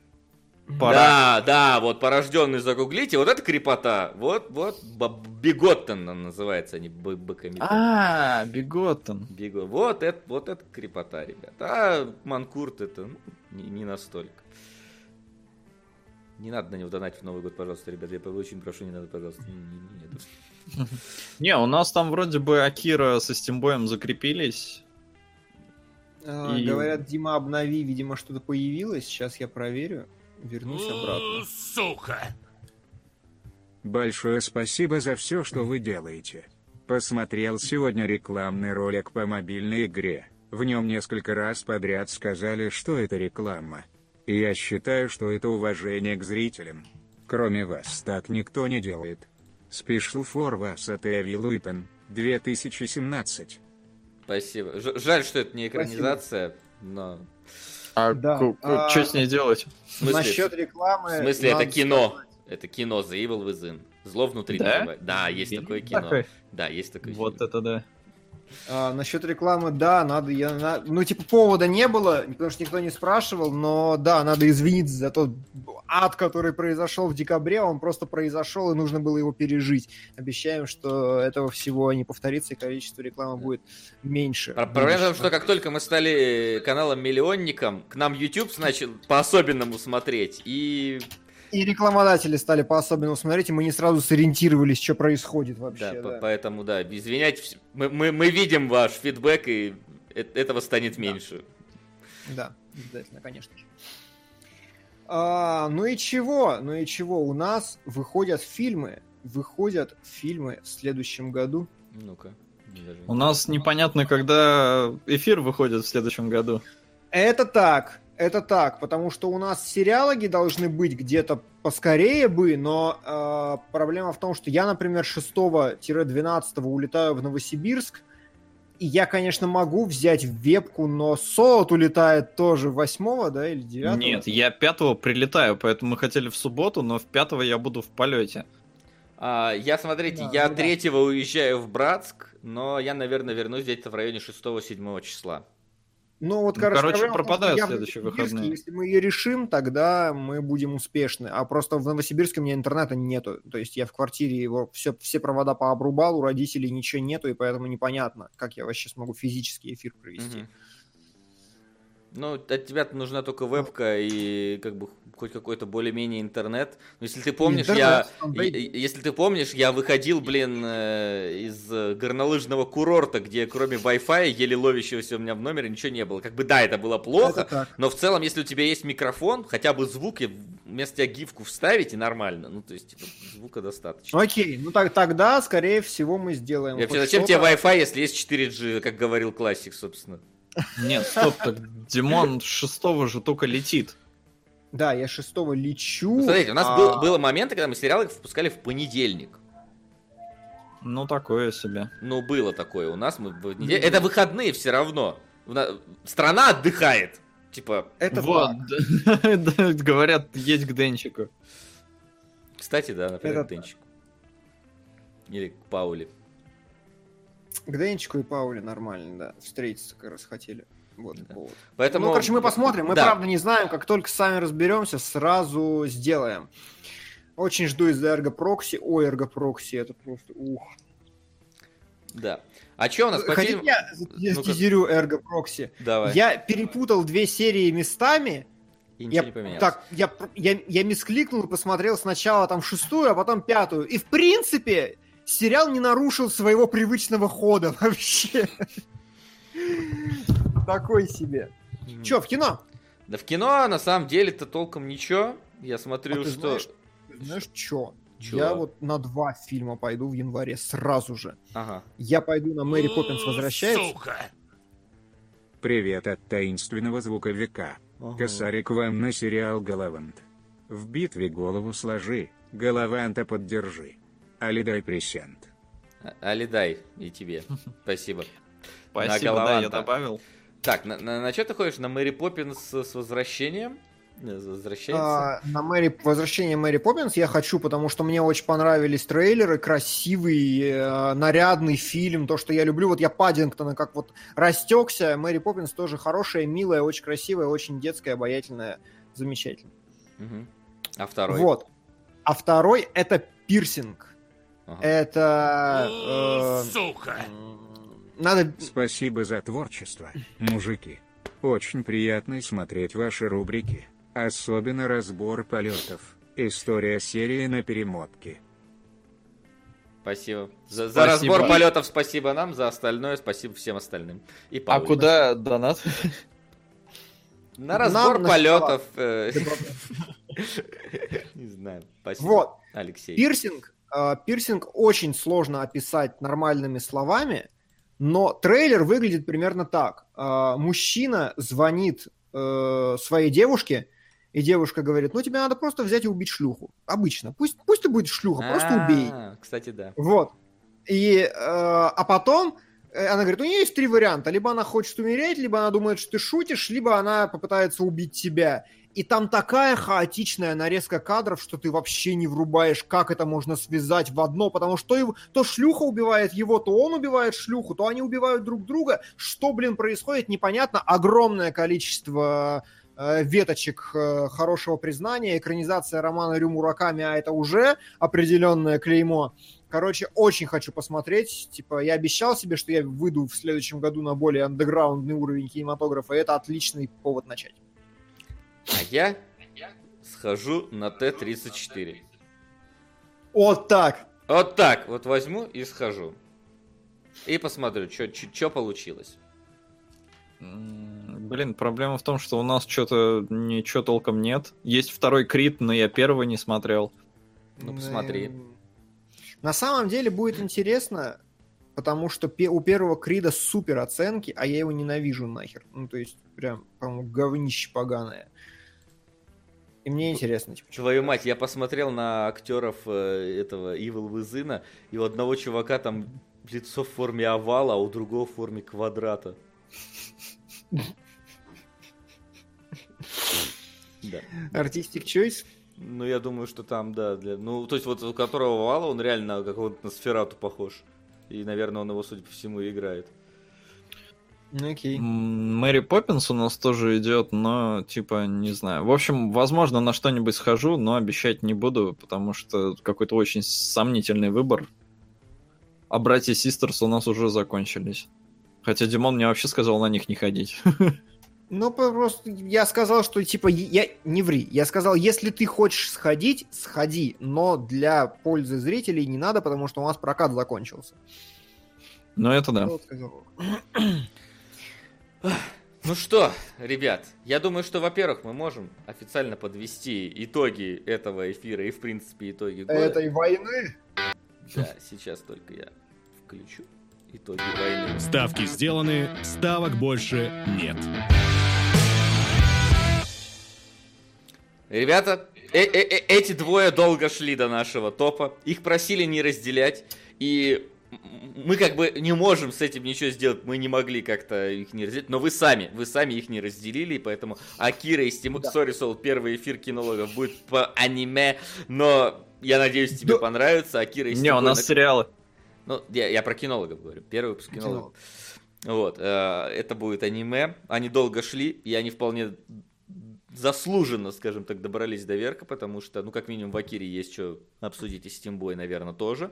Да, вот, порожденный загуглите, вот это крепота, вот, Биготтен называется, они Бакамитай. Биготтен. Вот это крепота, ребят. А Манкурт это не настолько. Не надо на него донатить в Новый год, пожалуйста, ребят. Я очень прошу, не надо, пожалуйста. Не, у нас там вроде бы Акира со Стимбоем закрепились. Говорят, Дима, обнови, видимо, что-то появилось. Сейчас я проверю. Вернусь обратно. Сука! Большое спасибо за все, что вы делаете. Посмотрел сегодня рекламный ролик по мобильной игре. В нем несколько раз подряд сказали, что это реклама. И я считаю, что это уважение к зрителям. Кроме вас так никто не делает. Special for вас от Evil Weapon, 2017. Спасибо. Жаль, что это не экранизация, но... Да. Что с ней делать? В смысле, Насчет рекламы... в смысле это надо кино. сказать. Это кино The Evil Within. Зло внутри. Да? называется. Да, есть Есть такое кино. такое? Да, есть такое Вот кино. это да. Насчет рекламы, да, надо, ну, типа, повода не было, потому что никто не спрашивал, но, да, надо извиниться за тот ад, который произошел в декабре, он просто произошел, и нужно было его пережить. Обещаем, что этого всего не повторится, и количество рекламы будет меньше. Проблема в том, что как только мы стали каналом-миллионником, к нам YouTube начал по-особенному смотреть, и... И рекламодатели стали по-особенному смотреть, и мы не сразу сориентировались, что происходит вообще. Да, поэтому, да, извиняйтесь, мы видим ваш фидбэк, и этого станет меньше. Да, обязательно, конечно же. Ну и чего, у нас выходят фильмы в следующем году. Ну-ка. У нас непонятно, когда эфир выходит в следующем году. Это так, потому что у нас сериалоги должны быть где-то поскорее бы, но проблема в том, что я, например, 6-12 улетаю в Новосибирск, и я, конечно, могу взять вебку, но Солод улетает тоже 8, да, или 9? Нет, я 5 прилетаю, поэтому мы хотели в субботу, но в 5 я буду в полете. Я, смотрите, Да, я ну 3 уезжаю в Братск, но я, наверное, вернусь где-то в районе 6-7 числа. Ну вот, короче, проблема в том, пропадают что я в следующие Новосибирске, выходные. если мы ее решим, тогда мы будем успешны. А просто в Новосибирске у меня интернета нету. То есть я в квартире его все провода пообрубал, у родителей ничего нету, и поэтому непонятно, как я вообще смогу физический эфир провести. Мгм. Ну, от тебя нужна только вебка и как бы хоть какой-то более-менее интернет. Но если ты помнишь, Интернет, если ты помнишь, я выходил, из горнолыжного курорта, где кроме Wi-Fi, еле ловящегося у меня в номере, ничего не было. Как бы да, это было плохо, Это так. но в целом, если у тебя есть микрофон, хотя бы звук, и вместо тебя гифку вставить, и нормально. Ну, то есть, типа, звука достаточно. Окей, ну тогда, скорее всего, мы сделаем. И вообще, хоть зачем тебе что-то. Wi-Fi, если есть 4G, как говорил классик, собственно? Нет, стоп, так Димон 6 же только летит. Да, я 6 лечу. Ну, смотрите, у нас было моменты, когда мы сериалы выпускали в понедельник. Ну, такое себе. Ну, было такое. У нас это выходные все равно. Страна отдыхает. Типа, Это Вот, так. да, говорят, едь к Денчику. кстати, да, например, Это к Денчику. Или к Пауле. К Денчику и Пауле нормально, да. Встретиться как раз хотели. Вот. Да. Вот. Поэтому... Ну, короче, мы посмотрим. Мы, Да. правда, не знаем. Как только сами разберемся, сразу сделаем. Очень жду из-за Ergo Proxy. Ой, Ergo Proxy, это просто ух. Да. А что у нас по Хотите, фильму? я Ну-ка. стизерю Ergo Proxy? Давай. Я перепутал 2 серии местами. И ничего не поменялось. Так, я мискликнул и посмотрел сначала там 6-ю, а потом 5-ю. И, в принципе, сериал не нарушил своего привычного хода вообще. Такой себе. Че, в кино? Да в кино, на самом деле-то толком ничего. Я смотрю, ты что... знаешь, что? Чё? Я вот на 2 фильма пойду в январе сразу же. Ага. Я пойду на Мэри Поппинс возвращается. Сука! Привет от таинственного звуковика. Ага. Косарик вам на сериал «Галавант». В битве голову сложи, Галаванта поддержи. Алидай пресент. Алидай, и тебе. Спасибо. Спасибо, да, Галаванта. я добавил. Так, на что ты ходишь? На Мэри Поппинс с возвращением? Возвращается? На возвращение Мэри Поппинс я хочу, потому что мне очень понравились трейлеры, красивый, нарядный фильм, то, что я люблю. Вот я Паддингтона как вот растекся, Мэри Поппинс тоже хорошая, милая, очень красивая, очень детская, обаятельная, замечательно. Мгм. А второй? Вот. А второй это пирсинг. Ага. Это... Сука! Надо... Спасибо за творчество, мужики. Очень приятно смотреть ваши рубрики, особенно разбор полетов, история серии на перемотке. Спасибо. За Спасибо. разбор полетов спасибо нам, за остальное спасибо всем остальным. И А Павлу. куда донат? На разбор Нам на полетов. Не знаю. Спасибо, Вот. Алексей. Пирсинг очень сложно описать нормальными словами, но трейлер выглядит примерно так. Мужчина звонит своей девушке, и девушка говорит, ну тебе надо просто взять и убить шлюху. Обычно. Пусть ты будешь шлюха, просто убей. Кстати, да. Вот. А потом она говорит, у нее есть 3 варианта. Либо она хочет умереть, либо она думает, что ты шутишь, либо она попытается убить тебя. И там такая хаотичная нарезка кадров, что ты вообще не врубаешь, как это можно связать в одно, потому что то шлюха убивает его, то он убивает шлюху, то они убивают друг друга. Что, происходит, непонятно. Огромное количество веточек хорошего признания, экранизация романа Рю Мураками, а это уже определенное клеймо. Короче, очень хочу посмотреть. Типа, я обещал себе, что я выйду в следующем году на более андеграундный уровень кинематографа, и это отличный повод начать. А я схожу на Т-34. Вот так. Вот так вот возьму и схожу. И посмотрю, что получилось. Блин, проблема в том, что у нас что-то ничего толком нет. Есть второй Крид, но я первого не смотрел. Ну, посмотри. На самом деле будет интересно, потому что у первого Крида супер оценки, а я его ненавижу нахер. Ну, то есть, прям, по-моему, говнище поганое. И мне интересно. Типа, твою мать, я посмотрел на актеров этого Evil Within, и у одного чувака там лицо в форме овала, а у другого в форме квадрата. Да. Artistic choice? Ну, я думаю, что там, да. Ну, то есть, вот у которого овала, он реально какого-то на Сферату похож. И, наверное, он его, судя по всему, и играет. Окей. Мэри Поппинс у нас тоже идет, но, типа, не знаю. В общем, возможно, на что-нибудь схожу, но обещать не буду, потому что какой-то очень сомнительный выбор. А братья Систерс у нас уже закончились. Хотя Димон мне вообще сказал на них не ходить. Ну, просто я сказал, что, типа, не ври. Я сказал, если ты хочешь сходить, сходи. Но для пользы зрителей не надо, потому что у нас прокат закончился. Ну, это да. Ну что, ребят, я думаю, что, во-первых, мы можем официально подвести итоги этого эфира и, в принципе, итоги года. Этой войны? Да, сейчас только я включу итоги войны. Ставки сделаны, ставок больше нет. Ребята, эти двое долго шли до нашего топа. Их просили не разделять. И мы как бы не можем с этим ничего сделать. Мы не могли как-то их не разделить. Но вы сами их не разделили. И поэтому Акира и Story Soul, первый эфир кинологов, будет по аниме. Но я надеюсь, тебе понравится. Акира и Не, у нас сериалы. Ну, я про кинологов говорю. Первый выпуск кинологов. Вот. Это будет аниме. Они долго шли. И они вполне заслуженно, скажем так, добрались до верха, потому что, ну, как минимум, в Акире есть что обсудить, и Steamboy, наверное, тоже.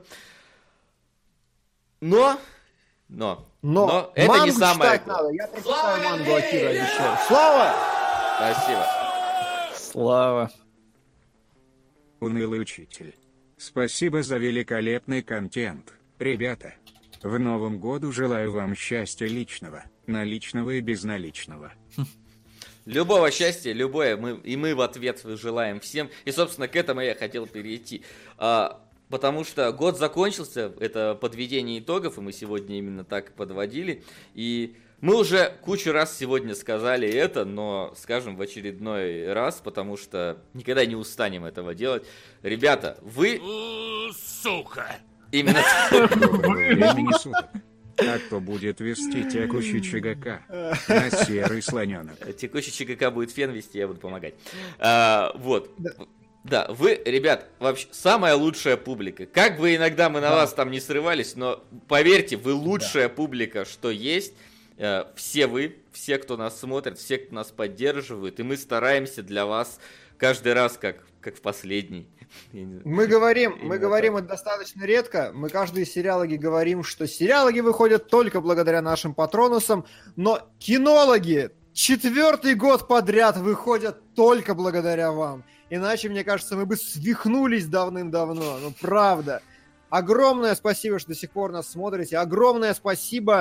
Но это не самое главное. Я прочитаю мангу Акира, обещаю. Слава! Спасибо. Слава. Унылый учитель. Спасибо за великолепный контент, ребята. В новом году желаю вам счастья личного, наличного и безналичного. Любого счастья, любое, мы в ответ желаем всем. И, собственно, к этому я хотел перейти. Потому что год закончился, это подведение итогов, и мы сегодня именно так подводили. И мы уже кучу раз сегодня сказали это, но скажем в очередной раз, потому что никогда не устанем этого делать. Ребята, вы... Сука! Именно Времени суток. А кто будет вести текущий ЧГК? На серый слоненок. Текущий ЧГК будет Фен вести, я буду помогать. Вот. Да, вы, ребят, вообще самая лучшая публика. Как бы иногда мы на вас там не срывались, но поверьте, вы лучшая публика, что есть. Все вы, все, кто нас смотрит, все, кто нас поддерживает, и мы стараемся для вас каждый раз, как в последний. Мы говорим это достаточно редко. Мы каждые сериалоги говорим, что сериалоги выходят только благодаря нашим патронусам, но кинологи 4-й год подряд выходят только благодаря вам. Иначе, мне кажется, мы бы свихнулись давным-давно. Ну, правда. Огромное спасибо, что до сих пор нас смотрите. Огромное спасибо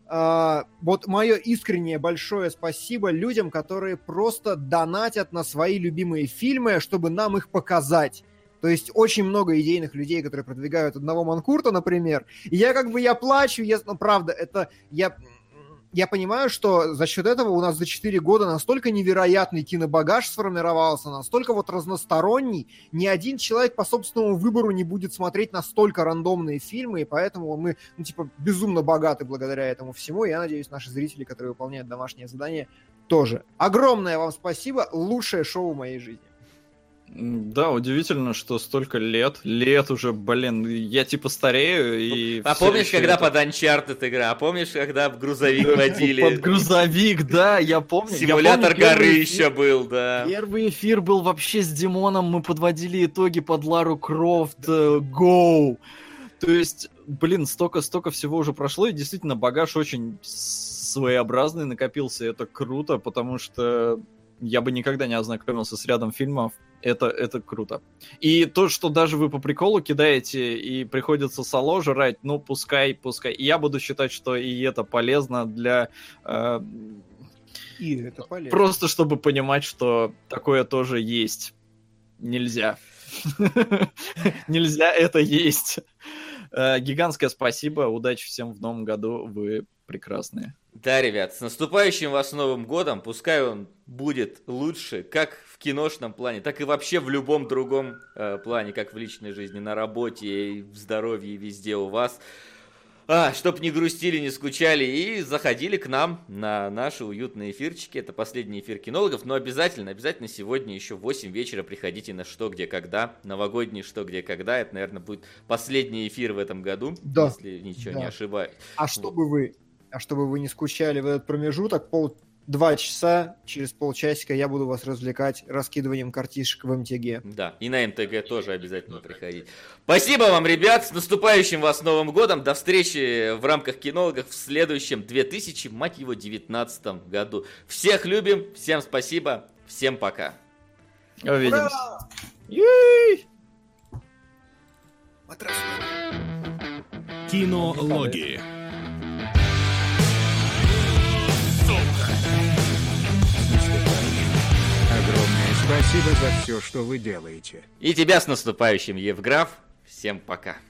вот мое искреннее большое спасибо людям, которые просто донатят на свои любимые фильмы, чтобы нам их показать. То есть очень много идейных людей, которые продвигают одного Манкурта, например. И я плачу, правда, это я понимаю, что за счет этого у нас за 4 года настолько невероятный кинобагаж сформировался, настолько вот разносторонний, ни один человек по собственному выбору не будет смотреть настолько рандомные фильмы, и поэтому мы, безумно богаты благодаря этому всему, и я надеюсь, наши зрители, которые выполняют домашнее задание, тоже. Огромное вам спасибо, лучшее шоу в моей жизни. Да, удивительно, что столько лет уже, я старею и... А помнишь, когда под Uncharted игра? А помнишь, когда в грузовик водили? Под грузовик, да, я помню. Симулятор горы еще был, да. Первый эфир был вообще с Димоном, мы подводили итоги под Лару Крофт, Go. То есть, столько всего уже прошло, и действительно багаж очень своеобразный накопился, это круто, потому что я бы никогда не ознакомился с рядом фильмов. Это круто. И то, что даже вы по приколу кидаете и приходится сало жрать, пускай. И я буду считать, что и это полезно для... И это полезно. Просто чтобы понимать, что такое тоже есть. Нельзя. Нельзя это есть. Гигантское спасибо. Удачи всем в новом году. Вы прекрасные. Да, ребят, с наступающим вас Новым годом. Пускай он будет лучше, как в киношном плане, так и вообще в любом другом плане, как в личной жизни, на работе, и в здоровье, и везде у вас. Чтоб не грустили, не скучали и заходили к нам на наши уютные эфирчики. Это последний эфир кинологов, но обязательно сегодня еще в 8 вечера приходите на «Что, где, когда». Новогодний «Что, где, когда». Это, наверное, будет последний эфир в этом году, да, если ничего не ошибаюсь. Чтобы вы не скучали в этот промежуток, 2 часа, через полчасика я буду вас развлекать раскидыванием картишек в МТГ. Да, и на МТГ тоже обязательно приходить. Спасибо вам, ребят, с наступающим вас Новым годом. До встречи в рамках кинологов в следующем 2019 году. Всех любим, всем спасибо, всем пока. Увидимся. Кинологии. Огромное спасибо за все, что вы делаете. И тебя с наступающим, Евграф. Всем пока.